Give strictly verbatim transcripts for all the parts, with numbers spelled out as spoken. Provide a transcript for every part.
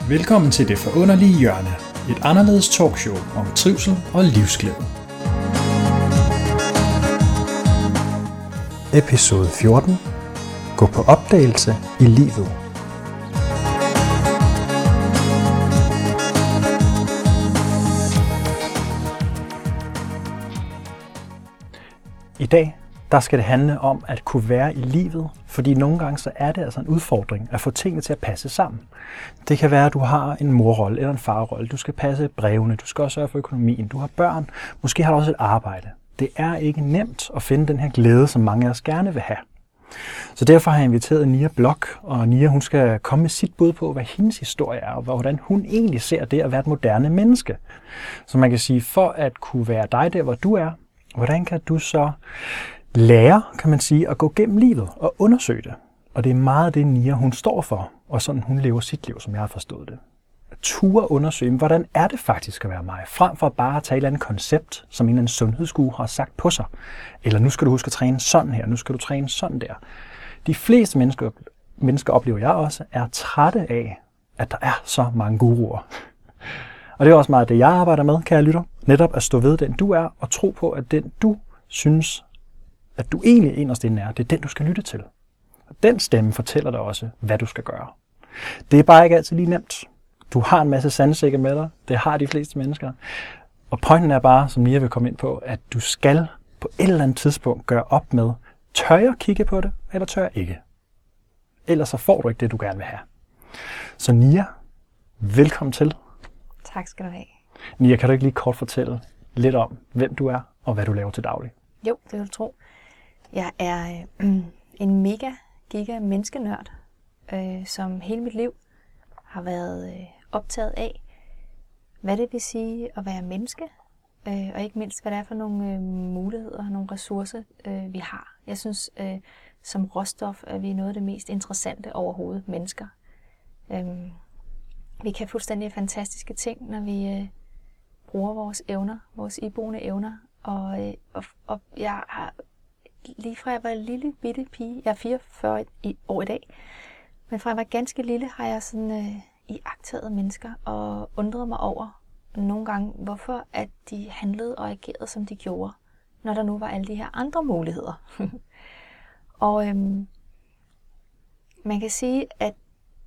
Velkommen til Det Forunderlige Hjørne, et anderledes talkshow om trivsel og livsglæde. Episode fjorten. Gå på opdagelse i livet. I dag der skal det handle om at kunne være i livet, fordi nogle gange så er det altså en udfordring at få tingene til at passe sammen. Det kan være, at du har en morrolle eller en farrolle, du skal passe brevene, du skal også sørge for økonomien, du har børn, måske har du også et arbejde. Det er ikke nemt at finde den her glæde, som mange af os gerne vil have. Så derfor har jeg inviteret Nia Bloch, og Nia hun skal komme med sit bud på, hvad hendes historie er, og hvordan hun egentlig ser det at være et moderne menneske. Så man kan sige, for at kunne være dig der, hvor du er, hvordan kan du så lære, kan man sige, at gå gennem livet og undersøge det? Og det er meget det, Nia hun står for, og sådan hun lever sit liv, som jeg har forstået det. At ture undersøge, hvordan er det faktisk at være mig, frem for bare at tage et eller andet koncept, som en eller anden sundhedsguru har sagt på sig. Eller nu skal du huske at træne sådan her, nu skal du træne sådan der. De fleste mennesker, mennesker oplever jeg også, er trætte af, at der er så mange guruer. Og det er også meget det, jeg arbejder med, kære lytter. Netop at stå ved den du er, og tro på, at den du synes, at du egentlig inderst inde er, det er den, du skal lytte til. Og den stemme fortæller dig også, hvad du skal gøre. Det er bare ikke altid lige nemt. Du har en masse sandsikker med dig. Det har de fleste mennesker. Og pointen er bare, som Nia vil komme ind på, at du skal på et eller andet tidspunkt gøre op med, tør jeg kigge på det, eller tør jeg ikke? Ellers så får du ikke det, du gerne vil have. Så Nia, velkommen til. Tak skal du have. Nia, kan du ikke lige kort fortælle lidt om, hvem du er, og hvad du laver til daglig? Jo, det vil du tro. Jeg er øh, en mega giga menneskenørd, øh, som hele mit liv har været øh, optaget af, hvad det vil sige at være menneske, øh, og ikke mindst, hvad det er for nogle øh, muligheder, nogle ressourcer, øh, vi har. Jeg synes, øh, som råstof er vi noget af det mest interessante overhovedet, mennesker. Øh, vi kan fuldstændig fantastiske ting, når vi øh, bruger vores evner, vores iboende evner, og, øh, og, og jeg har lige fra jeg var en lille bitte pige, jeg er fireogfyrre år i dag, men fra jeg var ganske lille, har jeg sådan øh, iagttaget mennesker og undret mig over nogle gange, hvorfor at de handlede og agerede, som de gjorde, når der nu var alle de her andre muligheder. og øhm, man kan sige, at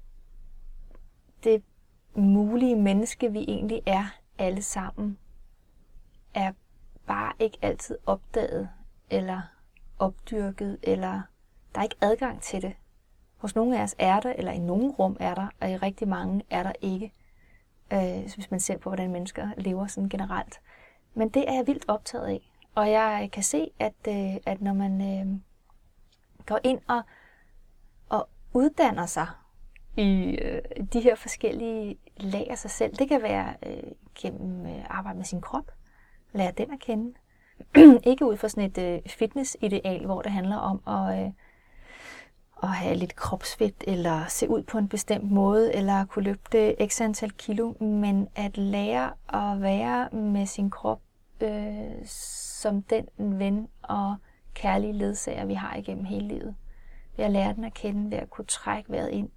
det mulige menneske, vi egentlig er alle sammen, er bare ikke altid opdaget eller opdyrket, eller der er ikke adgang til det. Hos nogle af os er der, eller i nogle rum er der, og i rigtig mange er der ikke. Øh, hvis man ser på, hvordan mennesker lever sådan generelt. Men det er jeg vildt optaget af. Og jeg kan se, at, øh, at når man øh, går ind og, og uddanner sig i øh, de her forskellige lag af sig selv, det kan være øh, gennem øh, arbejde med sin krop, lære den at kende. Ikke ud fra sådan et øh, fitnessideal, hvor det handler om at, øh, at have lidt kropsfedt, eller se ud på en bestemt måde, eller kunne løbe det x antal kilo, men at lære at være med sin krop øh, som den ven og kærlige ledsager, vi har igennem hele livet. Ved at lære den at kende, ved at kunne trække vejret ind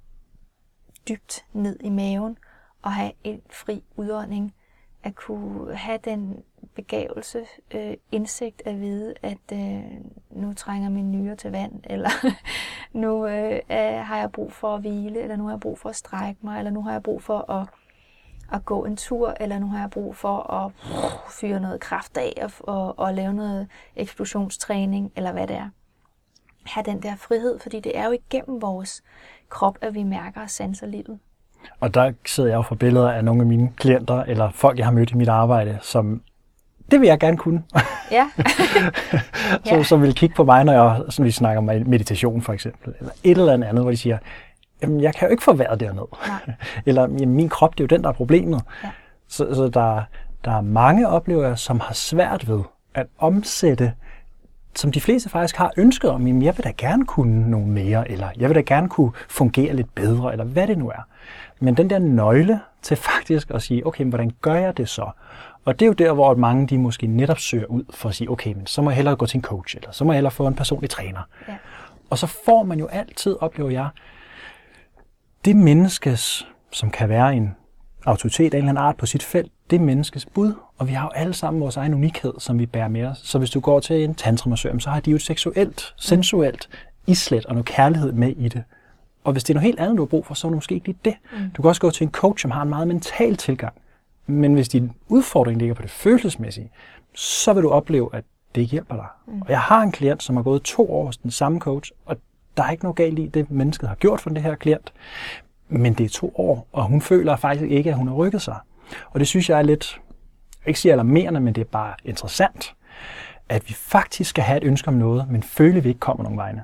dybt ned i maven, og have en fri udånding, at kunne have den begavelse, øh, indsigt at vide, at øh, nu trænger min nyre til vand, eller nu øh, har jeg brug for at hvile, eller nu har jeg brug for at strække mig, eller nu har jeg brug for at, at gå en tur, eller nu har jeg brug for at uh, fyre noget kraft af, og, og, og lave noget eksplosionstræning, eller hvad det er. have den der frihed, fordi det er jo igennem vores krop, at vi mærker og sanser livet. Og der sidder jeg jo for billeder af nogle af mine klienter, eller folk, jeg har mødt i mit arbejde, som det vil jeg gerne kunne. Ja. så, så vil kigge på mig, når jeg sådan, vi snakker om meditation for eksempel, eller et eller andet, hvor de siger, jamen jeg kan jo ikke få vejret derned. eller jamen, min krop, det er jo den, der er problemet. Ja. Så, så der, der er mange oplevelser, som har svært ved at omsætte, som de fleste faktisk har ønsket om, jamen jeg vil da gerne kunne noget mere, eller jeg vil da gerne kunne fungere lidt bedre, eller hvad det nu er. Men den der nøgle til faktisk at sige, okay, men hvordan gør jeg det så? Og det er jo der, hvor mange de måske netop søger ud for at sige, okay, men så må jeg hellere gå til en coach, eller så må jeg hellere få en personlig træner. Ja. Og så får man jo altid, oplever jeg, det menneskes som kan være en autoritet af en eller anden art på sit felt, det er menneskets bud, og vi har jo alle sammen vores egen unikhed, som vi bærer med os. Så hvis du går til en tantramassør, så har de jo et seksuelt, sensuelt islet og noget kærlighed med i det. Og hvis det er noget helt andet, du har brug for, så er det måske ikke lige det. Mm. Du kan også gå til en coach, som har en meget mental tilgang. Men hvis din udfordring ligger på det følelsesmæssige, så vil du opleve, at det ikke hjælper dig. Mm. Og jeg har en klient, som har gået to år hos den samme coach, og der er ikke noget galt i det, mennesket har gjort for det her klient. Men det er to år, og hun føler faktisk ikke, at hun har rykket sig. Og det synes jeg er lidt, ikke sige alarmerende, men det er bare interessant, at vi faktisk skal have et ønske om noget, men føle, at vi ikke kommer nogen vegne.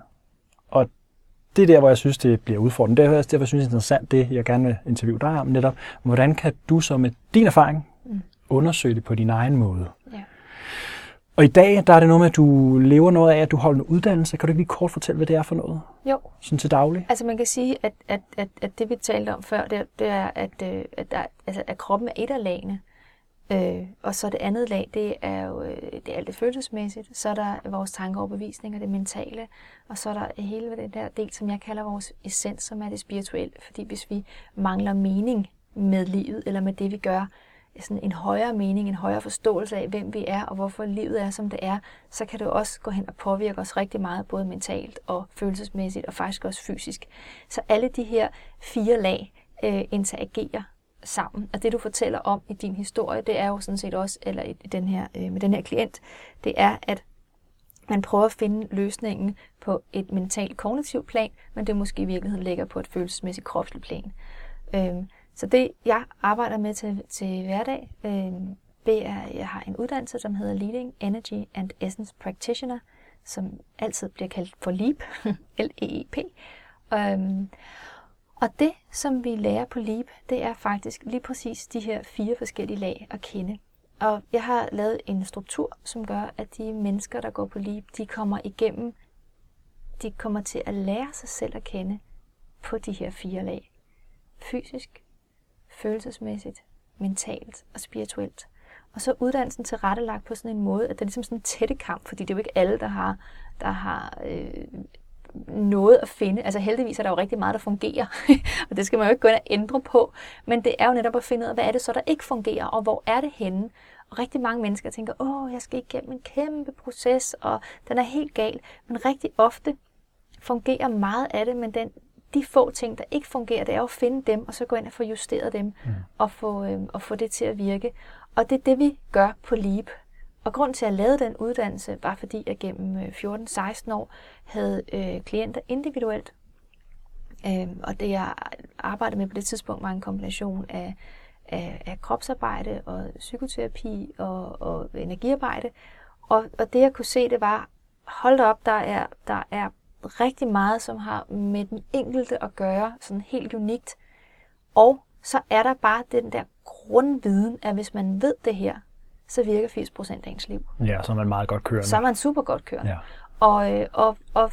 Og det er der, hvor jeg synes, det bliver udfordrende. Det er derfor, jeg synes, det er interessant, det jeg gerne vil interviewe dig om netop. Hvordan kan du så med din erfaring mm. undersøge det på din egen måde? Ja. Og i dag, der er det noget med, at du lever noget af, at du holder en uddannelse. Kan du ikke lige kort fortælle, hvad det er for noget? Jo. Sådan til daglig? Altså man kan sige, at, at, at, at det vi talte om før, det, det er, at, at, der, altså, at kroppen er et af lagene. Øh, og så det andet lag, det er jo det er alt det følelsesmæssigt. Så er der vores tankeoverbevisninger, det mentale. Og så er der hele den der del, som jeg kalder vores essens, som er det spirituelle. Fordi hvis vi mangler mening med livet, eller med det vi gør, sådan en højere mening, en højere forståelse af, hvem vi er, og hvorfor livet er, som det er, så kan det også gå hen og påvirke os rigtig meget, både mentalt og følelsesmæssigt, og faktisk også fysisk. Så alle de her fire lag øh, interagerer sammen. Og det, du fortæller om i din historie, det er jo sådan set også, eller i den her, øh, med den her klient, det er, at man prøver at finde løsningen på et mentalt kognitivt plan, men det måske i virkeligheden ligger på et følelsesmæssigt kropsligt plan. Øh, Så det, jeg arbejder med til, til hverdag, øh, det er, jeg har en uddannelse, som hedder Leading Energy and Essence Practitioner, som altid bliver kaldt for LEAP, L E E P. Um, og det, som vi lærer på LEAP, det er faktisk lige præcis de her fire forskellige lag at kende. Og jeg har lavet en struktur, som gør, at de mennesker, der går på LEAP, de kommer igennem, de kommer til at lære sig selv at kende på de her fire lag. Fysisk, følelsesmæssigt, mentalt og spirituelt. Og så er uddannelsen tilrettelagt på sådan en måde, at det er ligesom sådan en tættekamp, fordi det er jo ikke alle, der har, der har øh, noget at finde. Altså heldigvis er der jo rigtig meget, der fungerer, og det skal man jo ikke gå ind og ændre på. Men det er jo netop at finde ud af, hvad er det så, der ikke fungerer, og hvor er det henne? Og rigtig mange mennesker tænker, åh, jeg skal igennem en kæmpe proces, og den er helt gal. Men rigtig ofte fungerer meget af det, men den de få ting, der ikke fungerer, det er at finde dem, og så gå ind og få justeret dem, mm. og, få, øh, og få det til at virke. Og det er det, vi gør på LEAP. Og grunden til, at jeg lavede den uddannelse, var fordi jeg gennem fjorten til seksten år havde øh, klienter individuelt. Øh, og det, jeg arbejdede med på det tidspunkt, var en kombination af, af, af kropsarbejde og psykoterapi og, og energiarbejde. Og, og det, jeg kunne se, det var, hold op, der er, der er rigtig meget, som har med den enkelte at gøre, sådan helt unikt. Og så er der bare den der grundviden, at hvis man ved det her, så virker firs procent af ens liv. Ja, så er man meget godt kørende. Så er man super godt kørende. Ja. Og, og, og,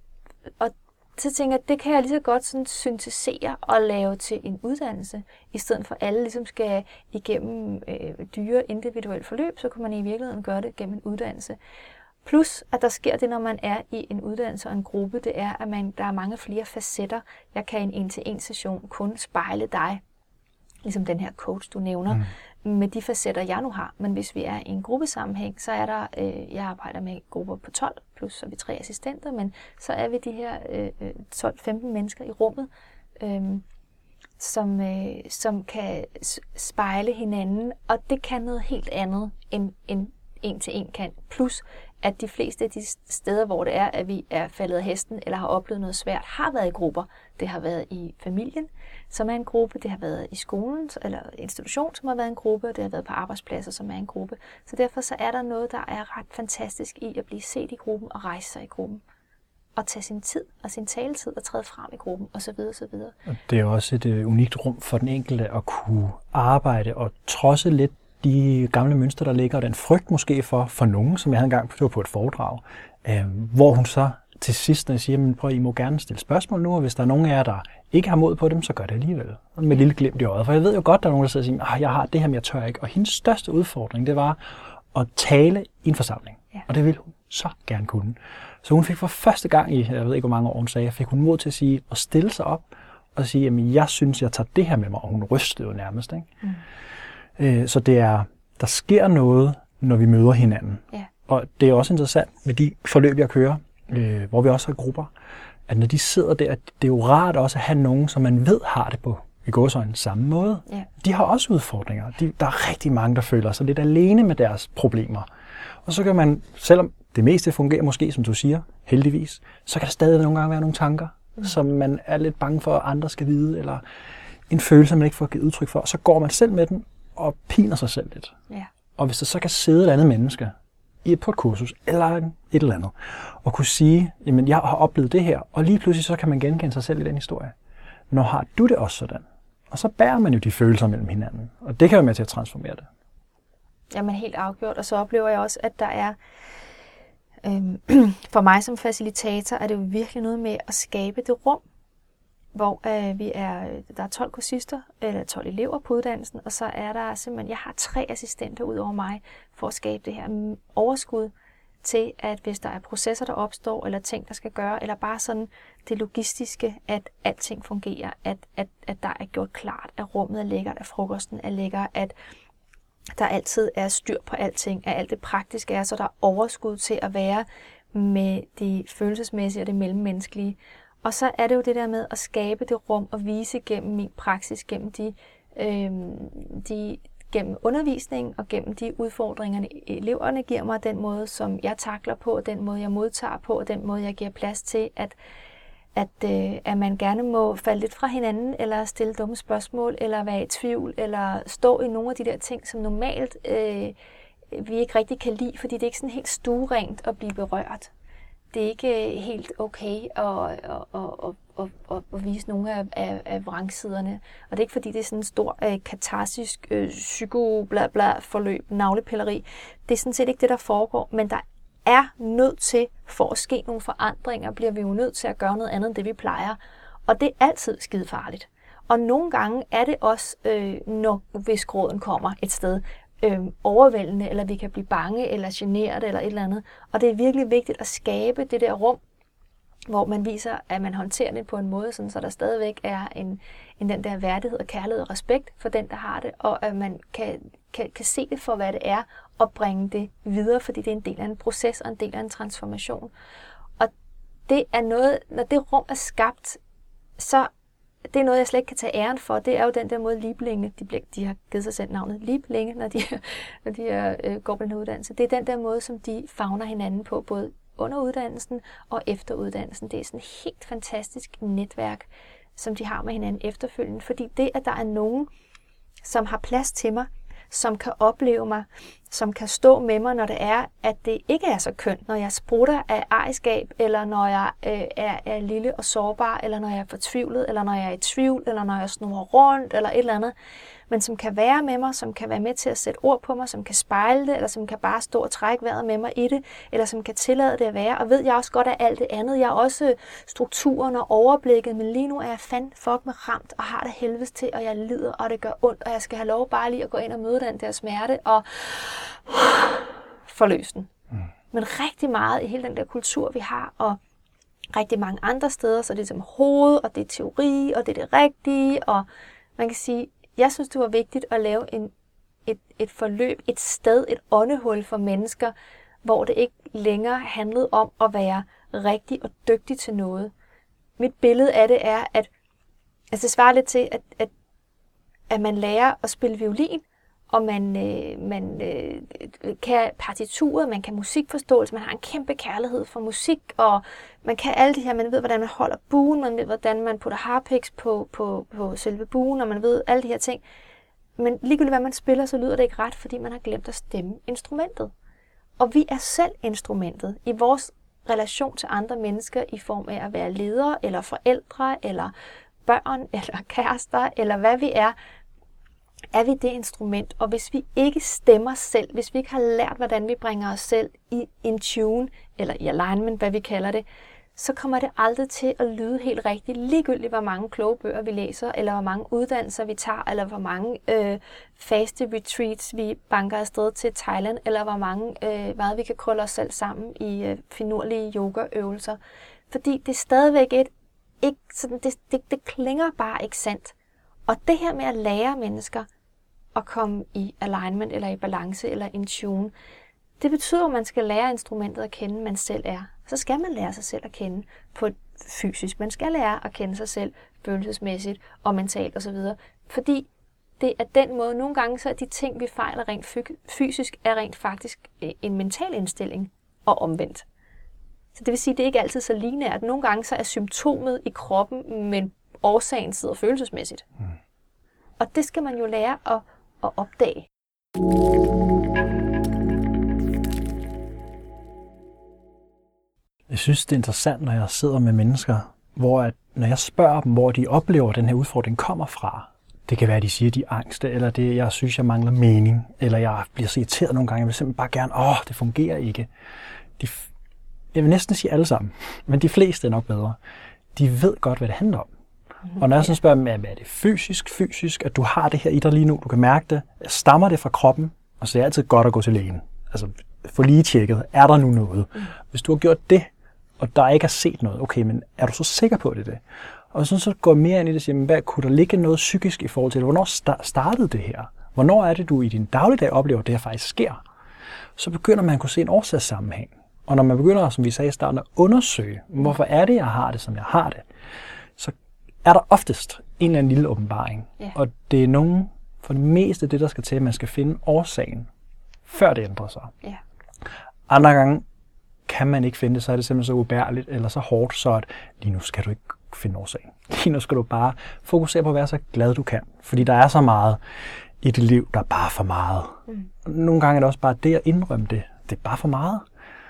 og så tænker jeg, det kan jeg lige så godt sådan syntesere og lave til en uddannelse, i stedet for alle ligesom skal igennem øh, dyre individuelle forløb, så kan man i virkeligheden gøre det gennem en uddannelse. Plus, at der sker det, når man er i en uddannelse og en gruppe, det er, at man, der er mange flere facetter. Jeg kan i en en-til-en session kun spejle dig, ligesom den her coach, du nævner, mm. med de facetter, jeg nu har. Men hvis vi er i en gruppesammenhæng, så er der, øh, jeg arbejder med grupper på tolv, plus så er vi tre assistenter, men så er vi de her øh, tolv til femten mennesker i rummet, øh, som, øh, som kan spejle hinanden, og det kan noget helt andet, end en en-til-en kan. Plus, at de fleste af de steder, hvor det er, at vi er faldet af hesten, eller har oplevet noget svært, har været i grupper. Det har været i familien, som er en gruppe. Det har været i skolen, eller institution, som har været en gruppe. Og det har været på arbejdspladser, som er en gruppe. Så derfor så er der noget, der er ret fantastisk i at blive set i gruppen og rejse sig i gruppen. Og tage sin tid og sin taletid og træde frem i gruppen, osv. osv. Det er også et uh, unikt rum for den enkelte at kunne arbejde og trodse lidt de gamle mønstre, der ligger, og den frygt måske for, for nogen, som jeg havde engang på, på et foredrag, øh, hvor hun så til sidst, når jeg siger, men prøv, I må gerne stille spørgsmål nu, og hvis der er nogen af jer, der ikke har mod på dem, så gør det alligevel. Og med et lille glimt i øjet. For jeg ved jo godt, der er nogen, der sidder og siger, jeg har det her, men jeg tør ikke. Og hendes største udfordring, det var at tale i en forsamling. Ja. Og det ville hun så gerne kunne. Så hun fik for første gang i, jeg ved ikke, hvor mange år hun sagde, fik hun mod til at sige, at stille sig op, og sige, jamen jeg synes, jeg tager det her med mig, og hun rystede jo nærmest. Ikke? Mm. Øh, så det er, der sker noget, når vi møder hinanden. Yeah. Og det er også interessant med de forløb, jeg kører, øh, hvor vi også har grupper, at når de sidder der, det er jo rart også at have nogen, som man ved har det på i gåseøjne samme måde. Yeah. De har også udfordringer. De, der er rigtig mange, der føler sig lidt alene med deres problemer. Og så kan man, selvom det meste fungerer måske, som du siger, heldigvis, så kan der stadig nogle gange være nogle tanker, mm. som man er lidt bange for, at andre skal vide, eller en følelse, man ikke får givet udtryk for. Så går man selv med den og piner sig selv lidt. Yeah. Og hvis der så kan sidde et andet menneske i et, på et kursus, eller et eller andet, og kunne sige, jamen jeg har oplevet det her, og lige pludselig så kan man genkende sig selv i den historie. Når har du det også sådan? Og så bærer man jo de følelser mellem hinanden, og det kan jo være med til at transformere det. Jamen helt afgjort, og så oplever jeg også, at der er, øhm, for mig som facilitator, er det jo virkelig noget med at skabe det rum, hvor øh, vi er, der er tolv kursister, eller tolv elever på uddannelsen, og så er der simpelthen, jeg har tre assistenter ud over mig, for at skabe det her overskud til, at hvis der er processer, der opstår, eller ting, der skal gøre, eller bare sådan det logistiske, at alting fungerer, at, at, at der er gjort klart, at rummet er lækkert, at frokosten er lækker, at der altid er styr på alting, at alt det praktiske er, så der er overskud til at være med det følelsesmæssige og det mellemmenneskelige. Og så er det jo det der med at skabe det rum og vise gennem min praksis, gennem de, øh, de gennem undervisning og gennem de udfordringer, eleverne giver mig, den måde, som jeg takler på, den måde, jeg modtager på, og den måde, jeg giver plads til, at, at, øh, at man gerne må falde lidt fra hinanden, eller stille dumme spørgsmål, eller være i tvivl, eller stå i nogle af de der ting, som normalt øh, vi ikke rigtig kan lide, fordi det er ikke sådan helt stuerent at blive berørt. Det er ikke helt okay at, at, at, at, at, at vise nogle af, af, af vrangsiderne. Og det er ikke fordi, det er sådan en stor øh, katarsisk øh, psyko-bla-bla-forløb, navlepilleri. Det er sådan set ikke det, der foregår, men der er nødt til, for at ske nogle forandringer, bliver vi jo nødt til at gøre noget andet, end det vi plejer. Og det er altid skidefarligt. Og nogle gange er det også, øh, når hvis gråden kommer et sted, Øh, overvældende, eller vi kan blive bange, eller generet, eller et eller andet. Og det er virkelig vigtigt at skabe det der rum, hvor man viser, at man håndterer det på en måde, sådan, så der stadigvæk er en, en den der værdighed og kærlighed og respekt for den, der har det, og at man kan, kan, kan se det for, hvad det er, og bringe det videre, fordi det er en del af en proces, og en del af en transformation. Og det er noget, når det rum er skabt, så det er noget, jeg slet ikke kan tage æren for. Det er jo den der måde, Lieblinge, de, bliver, de har givet sig selv navnet Lieblinge, når de, når de er, øh, går på den her uddannelse. Det er den der måde, som de favner hinanden på, både under uddannelsen og efter uddannelsen. Det er sådan et helt fantastisk netværk, som de har med hinanden efterfølgende. Fordi det, at der er nogen, som har plads til mig, som kan opleve mig, som kan stå med mig, når det er, at det ikke er så kønt, når jeg sprutter af ejerskab, eller når jeg øh, er, er lille og sårbar, eller når jeg er fortvivlet, eller når jeg er i tvivl, eller når jeg snurrer rundt, eller et eller andet, men som kan være med mig, som kan være med til at sætte ord på mig, som kan spejle det, eller som kan bare stå og trække vejret med mig i det, eller som kan tillade det at være, og ved jeg også godt af alt det andet. Jeg er også strukturen og overblikket, men lige nu er jeg fandme fuck med ramt, og har det helvedes til, og jeg lider, og det gør ondt, og jeg skal have lov bare lige at gå ind og møde den der smerte, og forløse den. Mm. Men rigtig meget i hele den der kultur, vi har, og rigtig mange andre steder, så det er som hoved, og det er teori, og det er det rigtige, og man kan sige, jeg synes, det var vigtigt at lave en, et, et forløb, et sted, et åndehul for mennesker, hvor det ikke længere handlede om at være rigtig og dygtig til noget. Mit billede af det er, at altså det svarer lidt til, at, at, at man lærer at spille violin, og man, øh, man øh, kan partituret, man kan musikforståelse, man har en kæmpe kærlighed for musik, og man kan alle de her, man ved, hvordan man holder buen, man ved, hvordan man putter harpiks på, på, på selve buen, og man ved alle de her ting. Men ligegyldigt hvad man spiller, så lyder det ikke ret, fordi man har glemt at stemme instrumentet. Og vi er selv instrumentet i vores relation til andre mennesker i form af at være ledere, eller forældre, eller børn, eller kærester, eller hvad vi er, er vi det instrument. Og hvis vi ikke stemmer selv, hvis vi ikke har lært, hvordan vi bringer os selv i in tune, eller i alignment, hvad vi kalder det, så kommer det aldrig til at lyde helt rigtigt, ligegyldigt hvor mange kloge bøger vi læser, eller hvor mange uddannelser vi tager, eller hvor mange øh, faste retreats vi banker afsted til Thailand, eller hvor mange, øh, meget vi kan krølle os selv sammen i øh, finurlige yogaøvelser. Fordi det er stadigvæk et ikke sådan, det, det, det klinger bare ikke sandt. Og det her med at lære mennesker at komme i alignment, eller i balance, eller in tune, det betyder, at man skal lære instrumentet at kende, man selv er. Så skal man lære sig selv at kende på fysisk. Man skal lære at kende sig selv følelsesmæssigt og mentalt osv. Fordi det er den måde, nogle gange så er de ting, vi fejler rent fysisk, er rent faktisk en mental indstilling og omvendt. Så det vil sige, at det ikke altid så lineært. Nogle gange så er symptomet i kroppen, men årsagen sidder følelsesmæssigt. Mm. Og det skal man jo lære at, at opdage. Jeg synes, det er interessant, når jeg sidder med mennesker, hvor at, når jeg spørger dem, hvor de oplever, at den her udfordring kommer fra. Det kan være, at de siger, at de er angste, eller det, jeg synes, jeg mangler mening, eller jeg bliver så irriteret nogle gange, jeg vil simpelthen bare gerne, åh, det fungerer ikke. De, jeg vil næsten sige alle sammen, men de fleste er nok bedre. De ved godt, hvad det handler om. Mm-hmm. Og når jeg så spørger dem, er det fysisk, fysisk, at du har det her i dig lige nu, du kan mærke det, stammer det fra kroppen, og så er det altid godt at gå til lægen. Altså, få lige tjekket, er der nu noget? Mm. Hvis du har gjort det, og der ikke er set noget, okay, men er du så sikker på det? det? Og så, så går mere ind i det og siger, hvad, kunne der ligge noget psykisk i forhold til det? Hvornår startede det her? Hvornår er det, du i din dagligdag oplever, at det her faktisk sker? Så begynder man at kunne se en årsagssammenhæng. Og når man begynder, som vi sagde i starten, at undersøge, hvorfor er det, jeg har det, som jeg har det, så er der oftest en eller anden lille åbenbaring. Yeah. Og det er nogen, for det meste det, der skal til, at man skal finde årsagen, før det ændrer sig. Yeah. Andre gange kan man ikke finde det, så er det simpelthen så ubærligt eller så hårdt, så at lige nu skal du ikke finde årsagen. Lige nu skal du bare fokusere på at være så glad du kan. Fordi der er så meget i dit liv, der er bare for meget. Mm. Nogle gange er det også bare det at indrømme det. Det er bare for meget.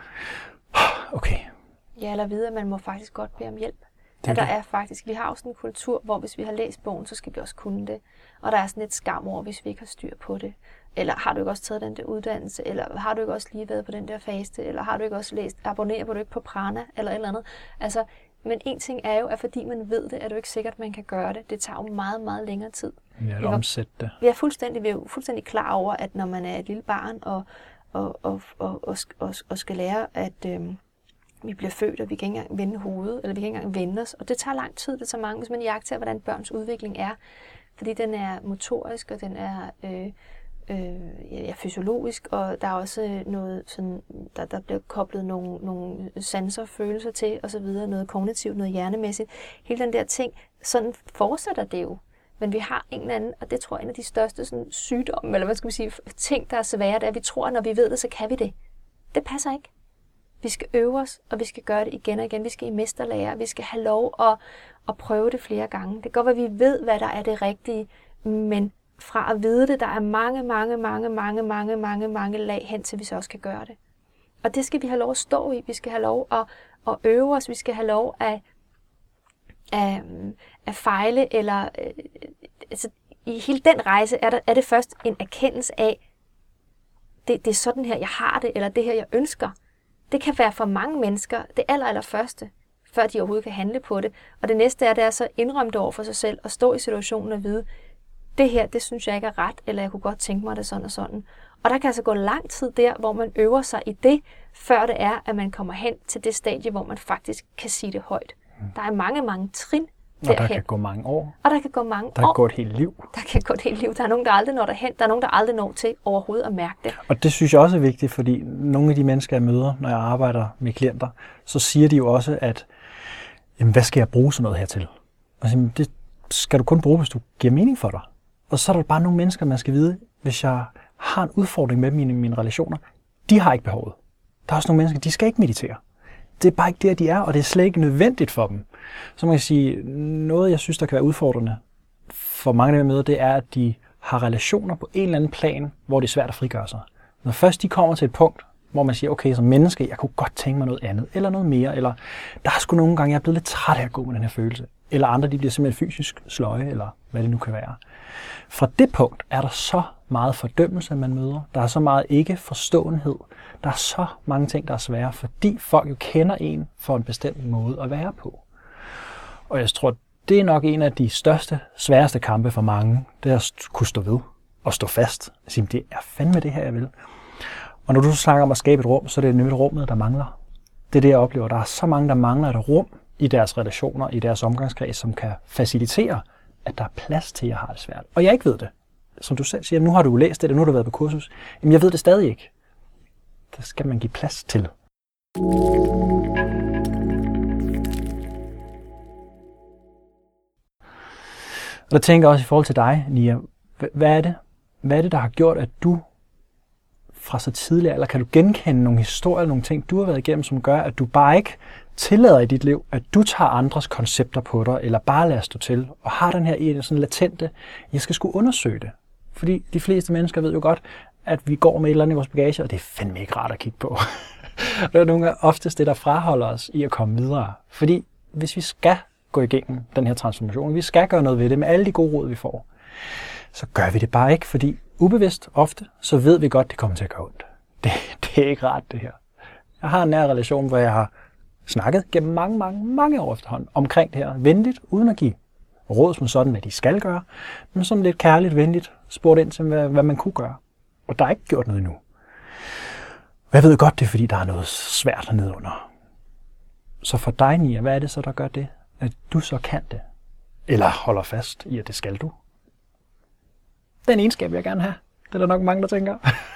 Okay. Ja, eller vide, at man må faktisk godt bede om hjælp. At der er faktisk, vi har jo sådan en kultur, hvor hvis vi har læst bogen, så skal vi også kunne det. Og der er sådan et skam over, hvis vi ikke har styr på det. Eller har du ikke også taget den der uddannelse? Eller har du ikke også lige været på den der faste? Eller har du ikke også læst, abonnerer du ikke på Prana? Eller et eller andet. Altså, men en ting er jo, at fordi man ved det, er det jo ikke sikkert, at man kan gøre det. Det tager jo meget, meget længere tid. Ja, at omsætte det. Vi er fuldstændig, vi er jo fuldstændig klar over, at når man er et lille barn og, og, og, og, og, og, og skal lære, at øhm, vi bliver født, og vi kan ikke engang vende hovedet, eller vi kan ikke engang vende os. Og det tager lang tid, det tager mange, hvis man jagter, hvordan børns udvikling er. Fordi den er motorisk, og den er øh, øh, ja, fysiologisk, og der er også noget, sådan, der, der bliver koblet nogle, nogle sanser, følelser til, og så videre, noget kognitivt, noget hjernemæssigt. Hele den der ting, sådan fortsætter det jo. Men vi har en eller anden, og det tror jeg er en af de største sådan, sygdomme, eller hvad skal vi sige, ting, der er svære, det er, at vi tror, at når vi ved det, så kan vi det. Det passer ikke. Vi skal øve os, og vi skal gøre det igen og igen. Vi skal i mesterlære, vi skal have lov at, at prøve det flere gange. Det kan godt være, at vi ved, hvad der er det rigtige, men fra at vide det, der er mange, mange, mange, mange, mange, mange, mange lag hen, til vi så også kan gøre det. Og det skal vi have lov at stå i. Vi skal have lov at, at øve os. Vi skal have lov at, at, at fejle. Eller, altså, i hele den rejse er, der, er det først en erkendelse af, det, det er sådan her, jeg har det, eller det her, jeg ønsker. Det kan være for mange mennesker det aller, aller første, før de overhovedet kan handle på det. Og det næste er, det er så indrømme det over for sig selv, og stå i situationen og vide, det her, det synes jeg ikke er ret, eller jeg kunne godt tænke mig det sådan og sådan. Og der kan altså gå lang tid der, hvor man øver sig i det, før det er, at man kommer hen til det stadie, hvor man faktisk kan sige det højt. Der er mange, mange trin derhen. Og der kan gå mange år. Og der kan gå mange der år. Der kan gå et helt liv. Der kan gå et helt liv. Der er nogen, der aldrig når derhen. Der er nogen, der aldrig når til overhovedet at mærke det. Og det synes jeg også er vigtigt, fordi nogle af de mennesker, jeg møder, når jeg arbejder med klienter, så siger de jo også, at jamen, hvad skal jeg bruge sådan noget her til? Og så, det skal du kun bruge, hvis du giver mening for dig. Og så er der bare nogle mennesker, man skal vide, hvis jeg har en udfordring med mine, mine relationer, de har ikke behovet. Der er også nogle mennesker, de skal ikke meditere. Det er bare ikke der, de er, og det er slet ikke nødvendigt for dem. Så man kan sige, noget jeg synes, der kan være udfordrende for mange af dem, jeg møder, det er, at de har relationer på en eller anden plan, hvor det er svært at frigøre sig. Når først de kommer til et punkt, hvor man siger, okay, som menneske, jeg kunne godt tænke mig noget andet, eller noget mere, eller der er sgu nogle gange, jeg er blevet lidt træt af at gå med den her følelse. Eller andre, de bliver simpelthen fysisk sløje, eller hvad det nu kan være. Fra det punkt er der så meget fordømmelse, man møder. Der er så meget ikke-forståenhed. Der er så mange ting, der er svære, fordi folk jo kender en for en bestemt måde at være på. Og jeg tror, det er nok en af de største, sværeste kampe for mange, det er at kunne stå ved og stå fast. Og sige, det er fandme det her, jeg vil. Og når du snakker om at skabe et rum, så er det nemlig rummet, der mangler. Det er det, jeg oplever. Der er så mange, der mangler et rum, i deres relationer, i deres omgangskreds, som kan facilitere, at der er plads til, at jeg har det svært. Og jeg ikke ved det. Som du selv siger, nu har du læst det, nu har du været på kursus. Jamen, jeg ved det stadig ikke. Det skal man give plads til. Og der tænker jeg også i forhold til dig, Nia, hvad er det, hvad er det, der har gjort, at du fra så tidligere, eller kan du genkende nogle historier, nogle ting, du har været igennem, som gør, at du bare ikke tillader i dit liv, at du tager andres koncepter på dig, eller bare lader stå til, og har den her sådan latente, jeg skal sgu undersøge det. Fordi de fleste mennesker ved jo godt, at vi går med et eller andet i vores bagage, og det er fandme ikke rart at kigge på. Det er nogle gange oftest det, der fraholder os i at komme videre. Fordi hvis vi skal gå igennem den her transformation, vi skal gøre noget ved det med alle de gode råd, vi får, så gør vi det bare ikke, fordi ubevidst ofte, så ved vi godt, det kommer til at gøre ondt. Det, det er ikke rart, det her. Jeg har en nær relation, hvor jeg har snakket gennem mange, mange, mange år efterhånden omkring det her, venligt, uden at give råd som sådan, hvad de skal gøre, men sådan lidt kærligt, venligt, spurgt ind til, hvad, hvad man kunne gøre. Og der er ikke gjort noget endnu. Og jeg ved godt, det er, fordi der er noget svært hernede under. Så for dig, Nia, hvad er det så, der gør det, at du så kan det? Eller holder fast i, at det skal du? Den egenskab vil jeg gerne have. Det er der nok mange, der tænker.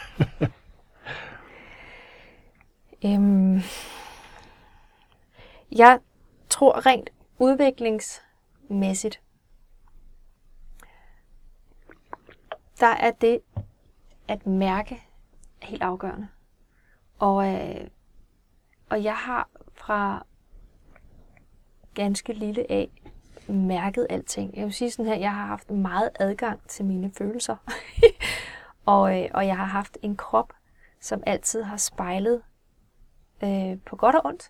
øhm, jeg tror rent udviklingsmæssigt, der er det at mærke helt afgørende. Og, øh, og jeg har fra ganske lille af mærket alting. Jeg vil sige sådan her, jeg har haft meget adgang til mine følelser. og, øh, og jeg har haft en krop, som altid har spejlet øh, på godt og ondt,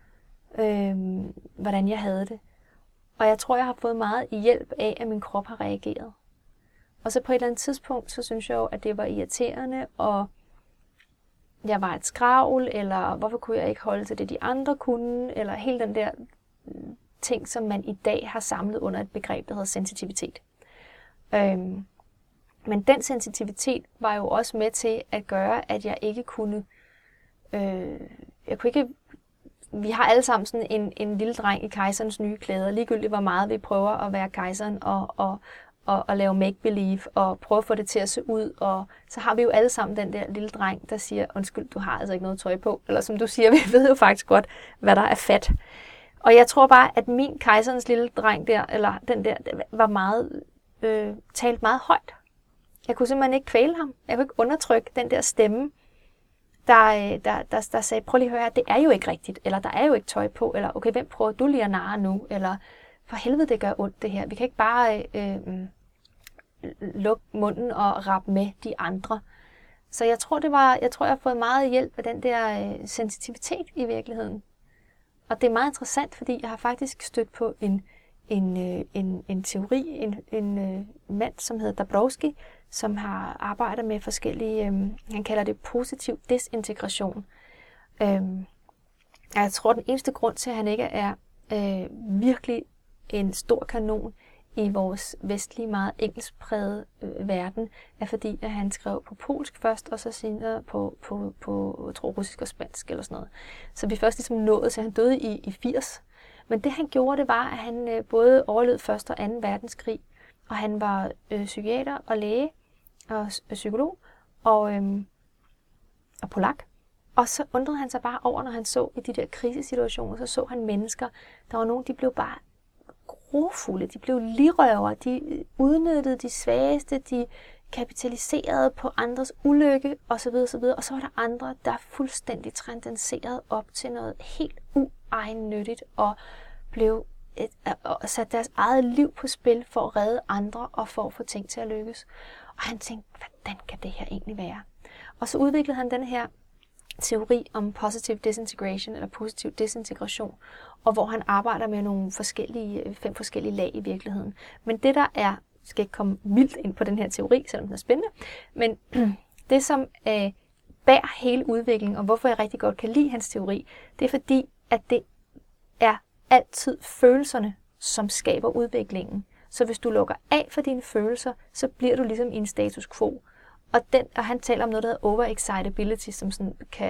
øh, hvordan jeg havde det. Og jeg tror, jeg har fået meget hjælp af, at min krop har reageret. Og så på et eller andet tidspunkt, så synes jeg jo, at det var irriterende, og jeg var et skravl, eller hvorfor kunne jeg ikke holde til det, de andre kunne, eller hele den der ting, som man i dag har samlet under et begreb, der hedder sensitivitet. Øhm, men den sensitivitet var jo også med til at gøre, at jeg ikke kunne, øh, jeg kunne ikke, vi har alle sammen sådan en, en lille dreng i kejserens nye klæder, ligegyldigt hvor meget vi prøver at være kejseren og, og, og, og lave make-believe og prøve at få det til at se ud, og så har vi jo alle sammen den der lille dreng, der siger, undskyld, du har altså ikke noget tøj på, eller som du siger, vi ved jo faktisk godt, hvad der er fat. Og jeg tror bare, at min kejserens lille dreng der, eller den der, var meget, øh, talt meget højt. Jeg kunne simpelthen ikke kvæle ham. Jeg kunne ikke undertrykke den der stemme, der, der, der, der sagde, prøv lige at høre, det er jo ikke rigtigt, eller der er jo ikke tøj på, eller okay, hvem prøver du lige at narre nu, eller for helvede, det gør ondt det her. Vi kan ikke bare øh, øh, lukke munden og rappe med de andre. Så jeg tror, det var, jeg tror, jeg har fået meget hjælp af den der øh, sensitivitet i virkeligheden. Og det er meget interessant, fordi jeg har faktisk stødt på en, en, en, en teori, en, en mand, som hedder Dabrowski, som har arbejdet med forskellige, øhm, han kalder det positiv desintegration. Øhm, jeg tror, den eneste grund til, at han ikke er øh, virkelig en stor kanon i vores vestlige, meget engelskprægede øh, verden, er fordi, at han skrev på polsk først, og så senere på, på, på jeg tror, russisk og spansk eller sådan noget. Så vi først ligesom nåede til, at han døde i, i firs. Men det han gjorde, det var, at han øh, både overlevede første og anden verdenskrig, og han var øh, psykiater og læge og øh, psykolog og, øh, og polak. Og så undrede han sig bare over, når han så i de der krisesituationer, så så han mennesker, der var nogen, de blev bare grofulde, de blev ligrøver, de udnyttede de svageste, de kapitaliserede på andres ulykke osv. osv. Og så var der andre, der fuldstændig transcenderede op til noget helt uegennyttigt og blev et, og satte deres eget liv på spil for at redde andre og for at få ting til at lykkes. Og han tænkte, hvordan kan det her egentlig være? Og så udviklede han den her teori om positive disintegration eller positiv desintegration, og hvor han arbejder med nogle forskellige, fem forskellige lag i virkeligheden. Men det der er, skal ikke komme vildt ind på den her teori, selvom den er spændende, men det som øh, bærer hele udviklingen, og hvorfor jeg rigtig godt kan lide hans teori, det er fordi, at det er altid følelserne, som skaber udviklingen. Så hvis du lukker af for dine følelser, så bliver du ligesom i en status quo. Og, den, og han taler om noget, der hedder overexcitability, som sådan kan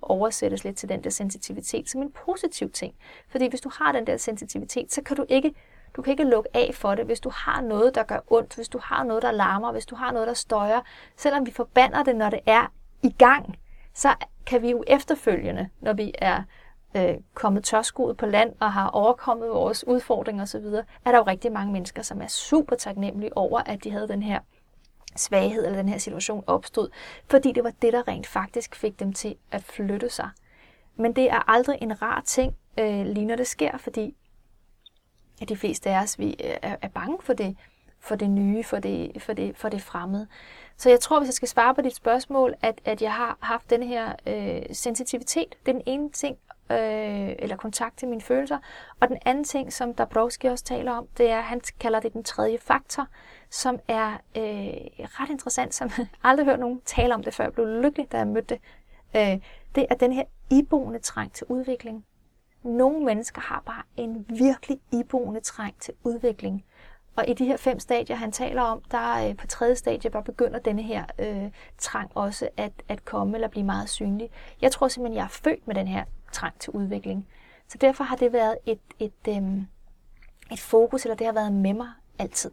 oversættes lidt til den der sensitivitet som en positiv ting. Fordi hvis du har den der sensitivitet, så kan du ikke, du kan ikke lukke af for det. Hvis du har noget, der gør ondt, hvis du har noget, der larmer, hvis du har noget, der støjer, selvom vi forbander det, når det er i gang, så kan vi jo efterfølgende, når vi er øh, kommet tørskoet på land og har overkommet vores udfordringer osv., er der jo rigtig mange mennesker, som er super taknemmelige over, at de havde den her svaghed eller den her situation opstod, fordi det var det, der rent faktisk fik dem til at flytte sig. Men det er aldrig en rar ting, øh, lige når det sker, fordi at de fleste af os vi er, er bange for det, for det nye, for det, for det, for det fremmede. Så jeg tror, hvis jeg skal svare på dit spørgsmål, at, at jeg har haft den her øh, sensitivitet, det er den ene ting, øh, eller kontakt til mine følelser. Og den anden ting, som Dabrowski også taler om, det er, han kalder det den tredje faktor, som er øh, ret interessant, som jeg aldrig hørt nogen tale om det, før jeg blev lykkelig, da jeg mødte det. Øh, det er den her iboende trang til udvikling. Nogle mennesker har bare en virkelig iboende trang til udvikling. Og i de her fem stadier, han taler om, der på tredje stadie, bare begynder denne her øh, trang også at, at komme eller blive meget synlig. Jeg tror simpelthen, jeg er født med den her trang til udvikling. Så derfor har det været et, et, øh, et fokus, eller det har været med mig altid.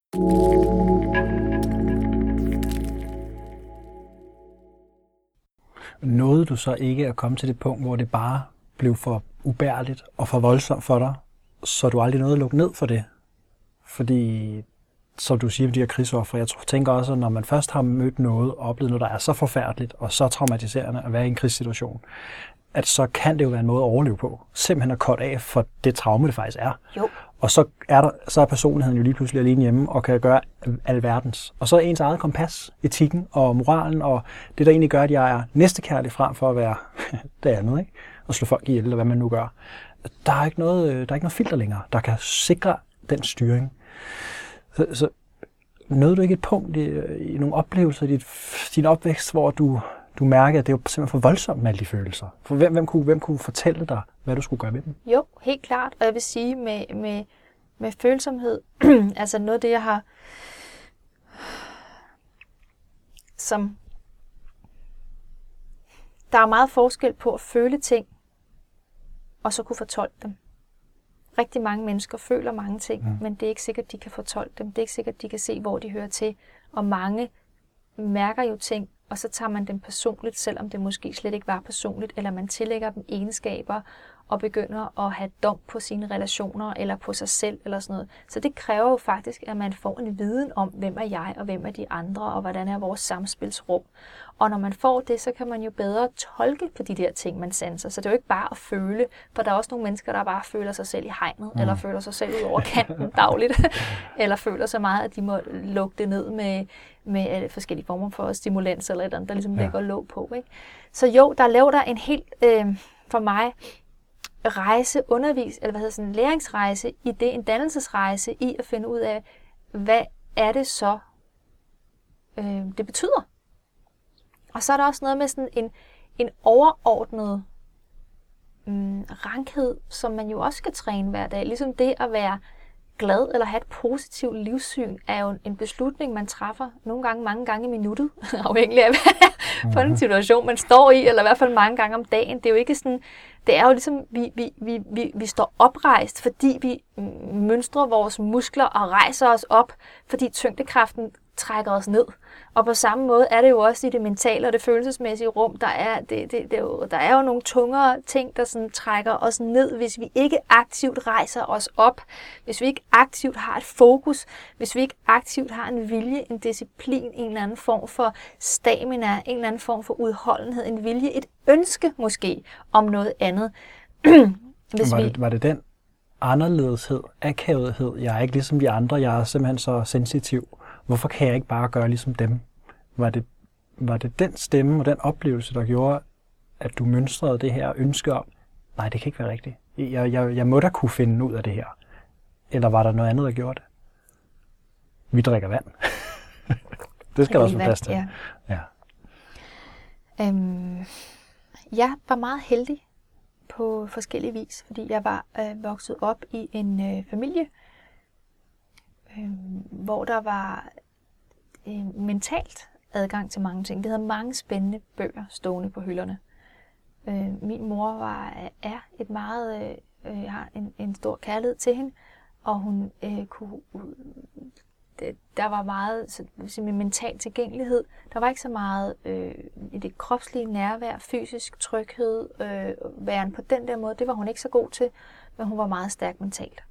Nåede du så ikke at komme til det punkt, hvor det bare blev for ubærligt og for voldsomt for dig, så du aldrig nåede at lukke ned for det? Fordi, som du siger med de her krigsofre, jeg tænker også, at når man først har mødt noget og oplevet noget, der er så forfærdeligt og så traumatiserende at være i en krigssituation, at så kan det jo være en måde at overleve på. Simpelthen at korte af for det traume, det faktisk er. Jo. Og så er, der, så er personligheden jo lige pludselig alene hjemme og kan gøre alverdens. Og så er ens eget kompas, etikken og moralen og det, der egentlig gør, at jeg er næstekærlig frem for at være det andet, ikke? Og slå folk ihjel, eller hvad man nu gør. Der er ikke noget, der er ikke noget filter længere, der kan sikre den styring. Så, så nåede du ikke et punkt i, i nogle oplevelser i dit, din opvækst, hvor du, du mærkede, at det var simpelthen for voldsomt med alle de følelser? For hvem, hvem, kunne, hvem kunne fortælle dig, hvad du skulle gøre med dem? Jo, helt klart. Og jeg vil sige med, med, med følsomhed, altså noget af det, jeg har, som, der er meget forskel på at føle ting, og så kunne fortolke dem. Rigtig mange mennesker føler mange ting, mm. men det er ikke sikkert, at de kan fortolke dem. Det er ikke sikkert, at de kan se, hvor de hører til. Og mange mærker jo ting, og så tager man dem personligt, selvom det måske slet ikke var personligt, eller man tillægger dem egenskaber og begynder at have dom på sine relationer eller på sig selv eller sådan noget. Så det kræver jo faktisk, at man får en viden om, hvem er jeg og hvem er de andre, og hvordan er vores samspilsrum. Og når man får det, så kan man jo bedre tolke på de der ting, man sanser. Så det er jo ikke bare at føle, for der er også nogle mennesker, der bare føler sig selv i hegnet, mm. eller føler sig selv ud over kanten dagligt, eller føler så meget, at de må lukke det ned med, med forskellige former for stimulans eller et eller andet, der ligesom ja. lægger låg på. Ikke? Så jo, der laver der en helt, øh, for mig, rejse, undervis, eller hvad hedder sådan en læringsrejse i det, en dannelsesrejse i at finde ud af, hvad er det så, øh, det betyder. Og så er der også noget med sådan en, en overordnet mm, rankhed, som man jo også skal træne hver dag. Ligesom det at være glad eller have et positivt livssyn, er jo en beslutning, man træffer nogle gange, mange gange i minuttet, afhængig af, hvad for en situation man står i, eller i hvert fald mange gange om dagen. Det er jo ikke sådan, det er jo ligesom, vi, vi, vi, vi, vi står oprejst, fordi vi mønstrer vores muskler og rejser os op, fordi tyngdekraften trækker os ned. Og på samme måde er det jo også i det mentale og det følelsesmæssige rum, der er, det, det, det er, jo, der er jo nogle tungere ting, der sådan trækker os ned, hvis vi ikke aktivt rejser os op, hvis vi ikke aktivt har et fokus, hvis vi ikke aktivt har en vilje, en disciplin, en eller anden form for stamina, en eller anden form for udholdenhed, en vilje, et ønske måske om noget andet. Hvis var, vi... det, var det den anderledeshed, akavethed, jeg er ikke ligesom de andre, jeg er simpelthen så sensitiv? Hvorfor kan jeg ikke bare gøre ligesom dem? Var det, var det den stemme og den oplevelse, der gjorde, at du mønstrede det her ønske om, nej, det kan ikke være rigtigt. Jeg, jeg, jeg må da kunne finde ud af det her. Eller var der noget andet, der gjorde det? Vi drikker vand. Det skal der også være plads til. Ja. Ja. Øhm, jeg var meget heldig på forskellige vis, fordi jeg var øh, vokset op i en øh, familie, øh, hvor der var øh, mentalt adgang til mange ting. Det havde mange spændende bøger stående på hylderne. Øh, min mor var, er et meget, øh, har en, en stor kærlighed til hende, og hun øh, kunne, det, der var meget så, med mental tilgængelighed. Der var ikke så meget øh, i det kropslige nærvær, fysisk tryghed, øh, væren på den der måde. Det var hun ikke så god til, men hun var meget stærk mentalt.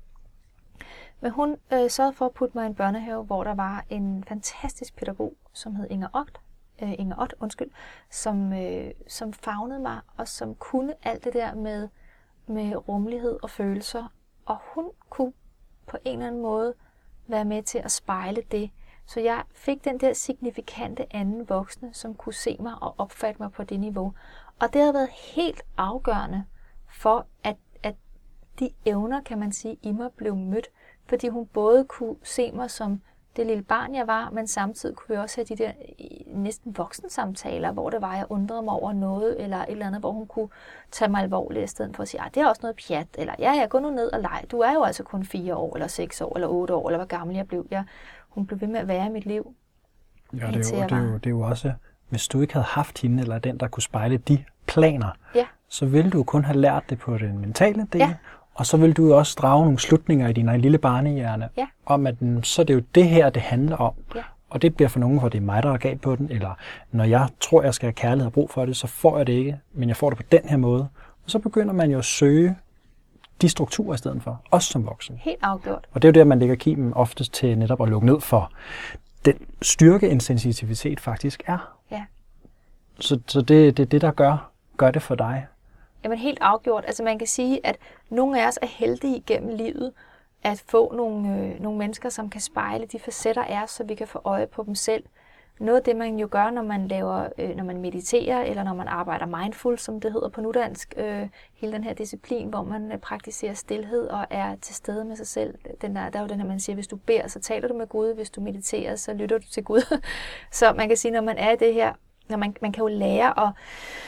Men hun øh, sørgede for at putte mig i en børnehave, hvor der var en fantastisk pædagog, som hed Inger Ogt, øh, Inger Ott, undskyld, som, øh, som favnede mig, og som kunne alt det der med, med rummelighed og følelser. Og hun kunne på en eller anden måde være med til at spejle det. Så jeg fik den der signifikante anden voksne, som kunne se mig og opfatte mig på det niveau. Og det har været helt afgørende for, at, at de evner, kan man sige, i mig blev mødt. Fordi hun både kunne se mig som det lille barn, jeg var, men samtidig kunne vi også have de der næsten voksensamtaler, hvor det var, jeg undrede mig over noget, eller et eller andet, hvor hun kunne tage mig alvorligt, i stedet for at sige, det er også noget pjat, eller ja, jeg går nu ned og leg. Du er jo altså kun fire år, eller seks år, eller otte år, eller hvor gammel jeg blev. Jeg, hun blev ved med at være i mit liv. Ja, det er, jo, det, er jo, det er jo også, hvis du ikke havde haft hende, eller den, der kunne spejle de planer, ja. så ville du kun have lært det på den mentale del, ja. Og så vil du også drage nogle slutninger i din lille barnehjerne, ja. om, at så det er jo det her, det handler om. Ja. Og det bliver for nogen, hvor det er mig, der er galt på den, eller når jeg tror, jeg skal have kærlighed og brug for det, så får jeg det ikke, men jeg får det på den her måde. Og så begynder man jo at søge de strukturer i stedet for, også som voksen. Helt afgjort. Og det er jo der, man lægger kimen oftest til netop at lukke ned for den styrke, en sensitivitet faktisk er. Ja. Så, så det er det, det, der gør, gør det for dig. Jamen helt afgjort. Altså man kan sige, at nogle af os er heldige igennem livet at få nogle, øh, nogle mennesker, som kan spejle de facetter af os, så vi kan få øje på dem selv. Noget af det, man jo gør, når man laver, øh, når man mediterer, eller når man arbejder mindful, som det hedder på nudansk, øh, hele den her disciplin, hvor man øh, praktiserer stilhed og er til stede med sig selv. Den der, der er jo den her, man siger, hvis du beder, så taler du med Gud. Hvis du mediterer, så lytter du til Gud. Så man kan sige, når man er i det her, når man, man kan jo lære at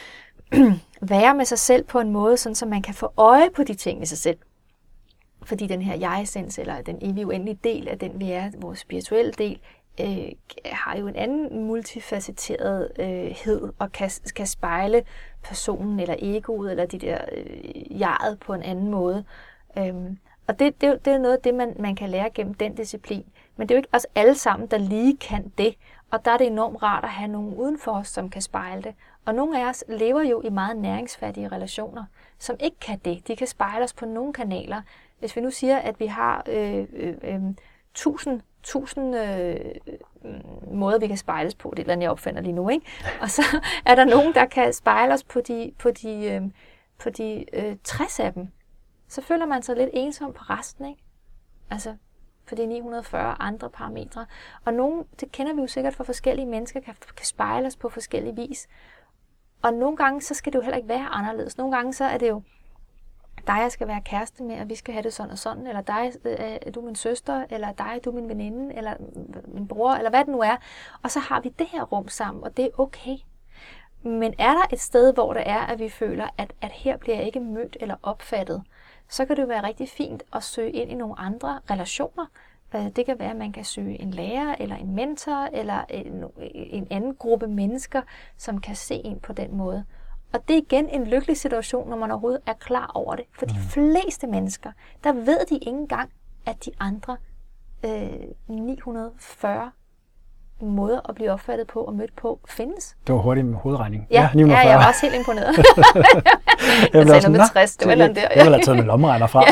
være med sig selv på en måde, sådan så man kan få øje på de ting i sig selv. Fordi den her jeg-essens, eller den evige uendelige del af den, vi er, vores spirituelle del, øh, har jo en anden multifacetterethed øh, og kan, kan spejle personen eller egoet eller de der øh, jeget på en anden måde. Øhm, og det, det, det er noget af det, man, man kan lære gennem den disciplin. Men det er jo ikke os alle sammen, der lige kan det. Og der er det enormt rart at have nogen uden for os, som kan spejle det. Og nogle af os lever jo i meget næringsfattige relationer, som ikke kan det. De kan spejle os på nogle kanaler. Hvis vi nu siger, at vi har øh, øh, øh, tusind, tusind øh, måder, vi kan spejles på, det er et eller andet, jeg opfinder lige nu, ikke? Og så er der nogen, der kan spejle os på de, på de, øh, på de øh, tres af dem. Så føler man sig lidt ensom på resten, ikke? Altså for de ni hundrede og fyrre andre parametre. Og nogle, det kender vi jo sikkert fra forskellige mennesker, kan, kan spejle os på forskellige vis. Og nogle gange, så skal det jo heller ikke være anderledes. Nogle gange, så er det jo dig, jeg skal være kæreste med, og vi skal have det sådan og sådan, eller dig, er du min søster, eller dig, er du min veninde, eller min bror, eller hvad det nu er. Og så har vi det her rum sammen, og det er okay. Men er der et sted, hvor det er, at vi føler, at, at her bliver jeg ikke mødt eller opfattet, så kan det jo være rigtig fint at søge ind i nogle andre relationer. Det kan være, at man kan søge en lærer, eller en mentor, eller en, en anden gruppe mennesker, som kan se en på den måde. Og det er igen en lykkelig situation, når man overhovedet er klar over det. For de fleste mennesker, der ved de ikke engang, at de andre øh, ni hundrede og fyrre måder at blive opfattet på og mødt på findes. Det var hurtigt med hovedregning. Ja, ja, ja, jeg var også helt imponeret. jeg jeg sagde noget med tres, det var jeg, der. Jeg vil have taget med lommeregner frem.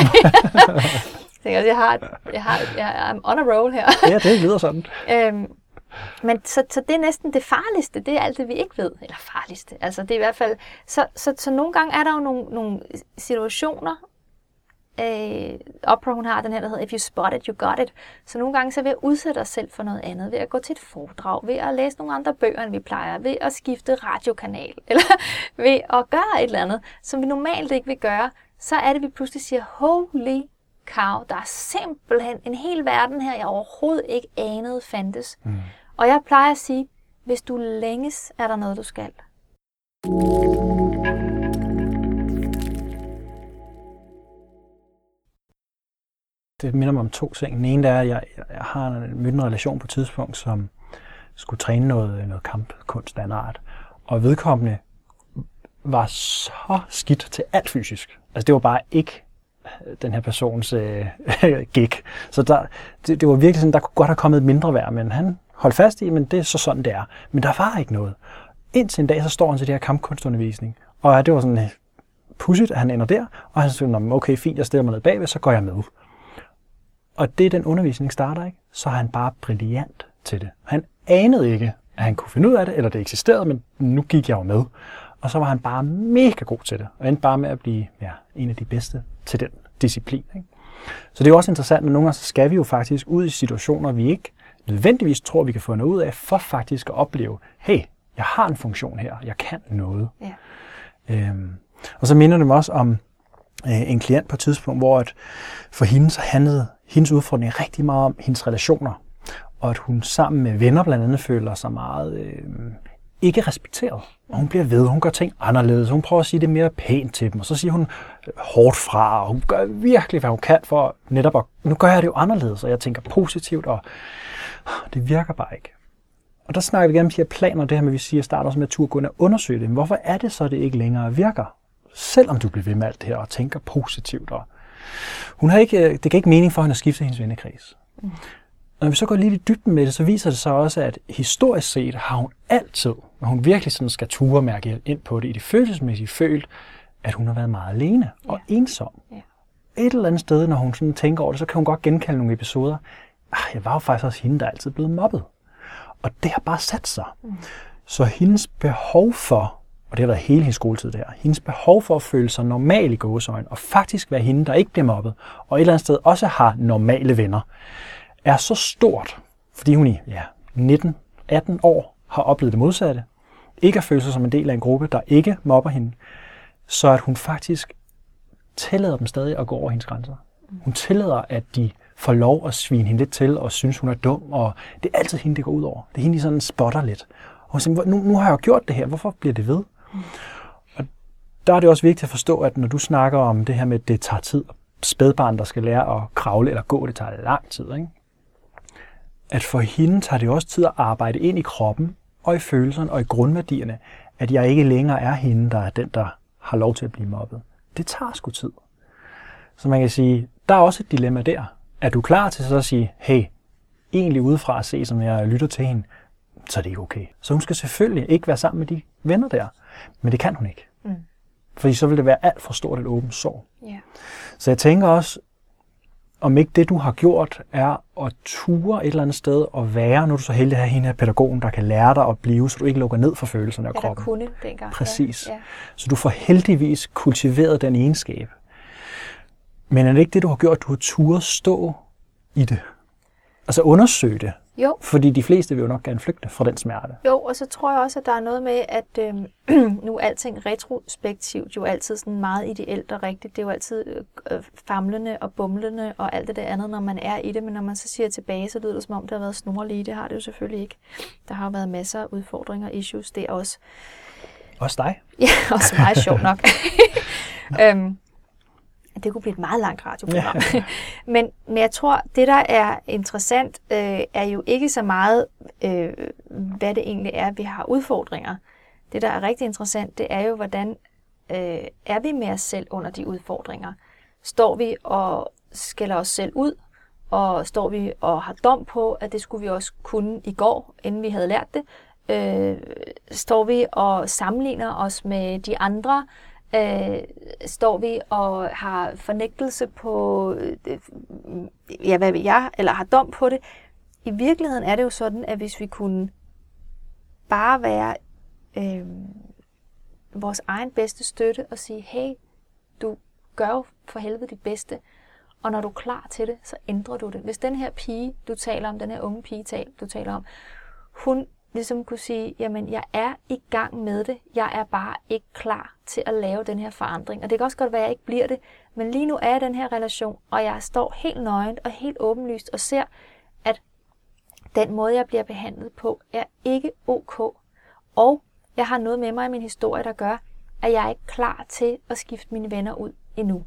jeg, jeg, har, jeg, har, jeg er on a roll her. Ja, det lyder sådan. øhm, men så, så det er næsten det farligste, det er alt det, vi ikke ved. Eller farligste, altså det er i hvert fald... Så, så, så nogle gange er der jo nogle, nogle situationer, Øh, Oprah, hun har den her, der hedder If you spot it, you got it. Så nogle gange så ved at udsætte os selv for noget andet, ved at gå til et foredrag, ved at læse nogle andre bøger, end vi plejer, ved at skifte radiokanal, eller ved at gøre et eller andet, som vi normalt ikke vil gøre, så er det, at vi pludselig siger, holy cow, der er simpelthen en hel verden her, jeg overhovedet ikke anede fandtes. Mm. Og jeg plejer at sige, hvis du længes, er der noget, du skal. Det minder mig om to ting. Den ene er, at jeg, jeg har en, mødt en relation på et tidspunkt, som skulle træne noget, noget kampkunst af en art. Og vedkommende var så skidt til alt fysisk. Altså det var bare ikke den her persons øh, gig. Så der, det, det var virkelig sådan, der kunne godt have kommet et mindre værd, men han holdt fast i, men det er så sådan, det er. Men der var ikke noget. Indtil en dag, så står han til det her kampkunstundervisning, og det var sådan øh, pudsigt, at han ender der, og han siger, okay, fint, jeg stiller mig ned bagved, så går jeg med. Og det den undervisning starter, ikke? Så er han bare brilliant til det. Han anede ikke, at han kunne finde ud af det, eller det eksisterede, men nu gik jeg jo med. Og så var han bare mega god til det, og endte bare med at blive ja, en af de bedste til den disciplin. Ikke? Så det er jo også interessant, at nogle gange så skal vi jo faktisk ud i situationer, vi ikke nødvendigvis tror, vi kan få noget ud af, for faktisk at opleve, hey, jeg har en funktion her, jeg kan noget. Ja. Øhm, og så minder det mig også om øh, en klient på et tidspunkt, hvor at for hende så handlede hendes udfordring rigtig meget om hendes relationer, og at hun sammen med venner blandt andet føler sig meget øh, ikke respekteret. Og hun bliver ved, hun gør ting anderledes, hun prøver at sige det mere pænt til dem, og så siger hun hårdt fra, og hun gør virkelig, hvad hun kan for netop at, nu gør jeg det jo anderledes, og jeg tænker positivt, og det virker bare ikke. Og der snakker vi igen om de her planer, det her med, at vi siger, at starte også med at turde gå ind og undersøge det. Men hvorfor er det så, det ikke længere virker? Selvom du bliver ved med alt det her og tænker positivt. Og hun har ikke, det kan ikke mening for hende at skifte hendes vennekreds. Mm. Når vi så går lidt i dybden med det, så viser det sig også, at historisk set har hun altid, når hun virkelig sådan skal ture mærke ind på det, i det følelsesmæssige følt, at hun har været meget alene og ja. ensom. Ja. Et eller andet sted, når hun sådan tænker over det, så kan hun godt genkalde nogle episoder. Ah, jeg var jo faktisk også hende, der er altid blevet mobbet. Og det har bare sat sig. Mm. Så hendes behov for, og det har været hele hendes skoletid der, hendes behov for at føle sig normal i gåseøjne, og faktisk være hende, der ikke bliver mobbet, og et eller andet sted også har normale venner, er så stort, fordi hun i ja, nitten atten år har oplevet det modsatte, ikke at føle sig som en del af en gruppe, der ikke mobber hende, så at hun faktisk tillader dem stadig at gå over hendes grænser. Hun tillader, at de får lov at svine hende lidt til, og synes, hun er dum, og det er altid hende, det går ud over. Det er hende, de sådan spotter lidt. Og hun siger, nu, nu har jeg jo gjort det her, hvorfor bliver det ved? Mm. Og der er det også vigtigt at forstå, at når du snakker om det her med, at det tager tid, spædbarn, der skal lære at kravle eller gå, det tager lang tid, ikke? At for hende tager det også tid at arbejde ind i kroppen, og i følelserne, og i grundværdierne, at jeg ikke længere er hende, der er den, der har lov til at blive mobbet. Det tager sgu tid. Så man kan sige, der er også et dilemma der. Er du klar til så at sige, hey, egentlig udefra at se, som jeg lytter til hende, så er det ikke okay. Så hun skal selvfølgelig ikke være sammen med de venner der, men det kan hun ikke. Mm. Fordi så vil det være alt for stort et åbent sår. Yeah. Så jeg tænker også, om ikke det, du har gjort, er at ture et eller andet sted og være, når du så heldig at have hende her pædagogen, der kan lære dig at blive, så du ikke lukker ned for følelserne af kroppen. Ja, der kunne dengang. Præcis. Ja, ja. Så du får heldigvis kultiveret den egenskab. Men er det ikke det, du har gjort, du har turet stå i det? Altså undersøge det? Jo. Fordi de fleste vil jo nok gerne flygte fra den smerte. Jo, og så tror jeg også, at der er noget med, at øh, nu er alting retrospektivt jo altid sådan meget ideelt og rigtigt. Det er jo altid øh, famlende og bumlende og alt det der andet, når man er i det. Men når man så siger tilbage, så lyder det som om, det har været snorlige. Det har det jo selvfølgelig ikke. Der har jo været masser af udfordringer og issues. Det er også... Også dig? Ja, også meget sjovt nok. øhm, Det kunne blive et meget langt radioprogram. Ja. men, men jeg tror, det der er interessant, øh, er jo ikke så meget, øh, hvad det egentlig er, vi har udfordringer. Det, der er rigtig interessant, det er jo, hvordan øh, er vi med os selv under de udfordringer? Står vi og skælder os selv ud? Og står vi og har dom på, at det skulle vi også kunne i går, inden vi havde lært det? Øh, står vi og sammenligner os med de andre? Øh, står vi og har fornægtelse på, øh, ja, hvad ved jeg, eller har dom på det. I virkeligheden er det jo sådan, at hvis vi kunne bare være øh, vores egen bedste støtte og sige, hey, du gør jo for helvede dit bedste, og når du er klar til det, så ændrer du det. Hvis den her pige, du taler om, den her unge pige, du taler om, hun ligesom kunne sige, jamen jeg er i gang med det, jeg er bare ikke klar til at lave den her forandring. Og det kan også godt være, at jeg ikke bliver det, men lige nu er jeg i den her relation, og jeg står helt nøgent og helt åbenlyst og ser, at den måde, jeg bliver behandlet på, er ikke ok. Og jeg har noget med mig i min historie, der gør, at jeg er ikke klar til at skifte mine venner ud endnu.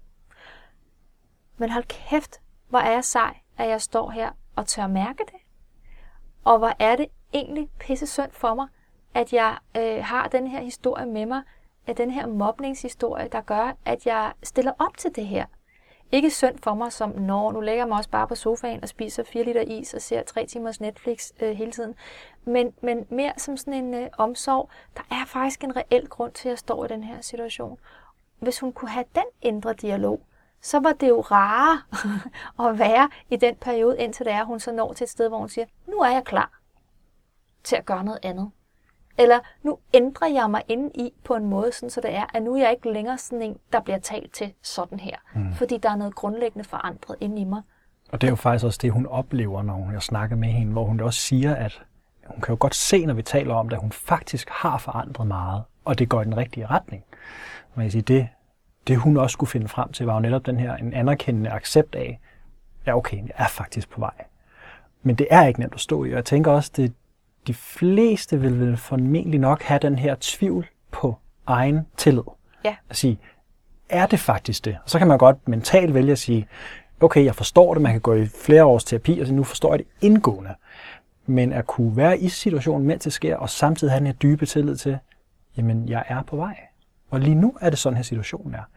Men hold kæft, hvor er jeg sej, at jeg står her og tør mærke det. Og hvor er det egentlig pisse synd for mig, at jeg øh, har den her historie med mig, af den her mobningshistorie, der gør, at jeg stiller op til det her. Ikke synd for mig som, når nu lægger jeg mig også bare på sofaen og spiser fire liter is og ser tre timers Netflix øh, hele tiden. Men, men mere som sådan en øh, omsorg. Der er faktisk en reel grund til, at jeg står i den her situation. Hvis hun kunne have den indre dialog, så var det jo rarere at være i den periode, indtil det er, hun så når til et sted, hvor hun siger, nu er jeg klar til at gøre noget andet. Eller nu ændrer jeg mig inde i på en måde, sådan, så det er, at nu er jeg ikke længere sådan en, der bliver talt til sådan her. Mm. Fordi der er noget grundlæggende forandret inde i mig. Og det er jo faktisk også det, hun oplever, når hun har snakket med hende, hvor hun også siger, at hun kan jo godt se, når vi taler om det, at hun faktisk har forandret meget, og det går i den rigtige retning. Man kan sige, det, det hun også skulle finde frem til, var jo netop den her en anerkendende accept af, ja okay, jeg er faktisk på vej. Men det er ikke nemt at stå i, og jeg tænker også, det de fleste vil, vil formentlig nok have den her tvivl på egen tillid. Ja. At sige, er det faktisk det? Og så kan man godt mentalt vælge at sige, okay, jeg forstår det, man kan gå i flere års terapi, og sige, nu forstår jeg det indgående. Men at kunne være i situationen, mens det sker, og samtidig have den her dybe tillid til, jamen, jeg er på vej. Og lige nu er det sådan her situationen er.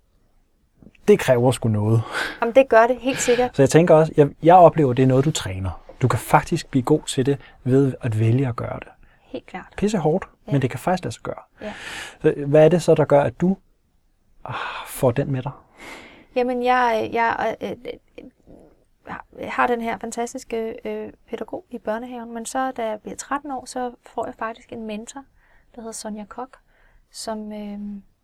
Det kræver sgu noget. Jamen, det gør det helt sikkert. Så jeg tænker også, jeg, jeg oplever, det er noget, du træner. Du kan faktisk blive god til det ved at vælge at gøre det. Helt klart. Pisse hårdt, ja. Men det kan faktisk lade sig gøre. Ja. Så hvad er det så, der gør, at du ah, får den med dig? Jamen, jeg, jeg øh, øh, har den her fantastiske øh, pædagog i børnehaven, men så da jeg bliver tretten år, så får jeg faktisk en mentor, der hedder Sonja Kok, som, øh,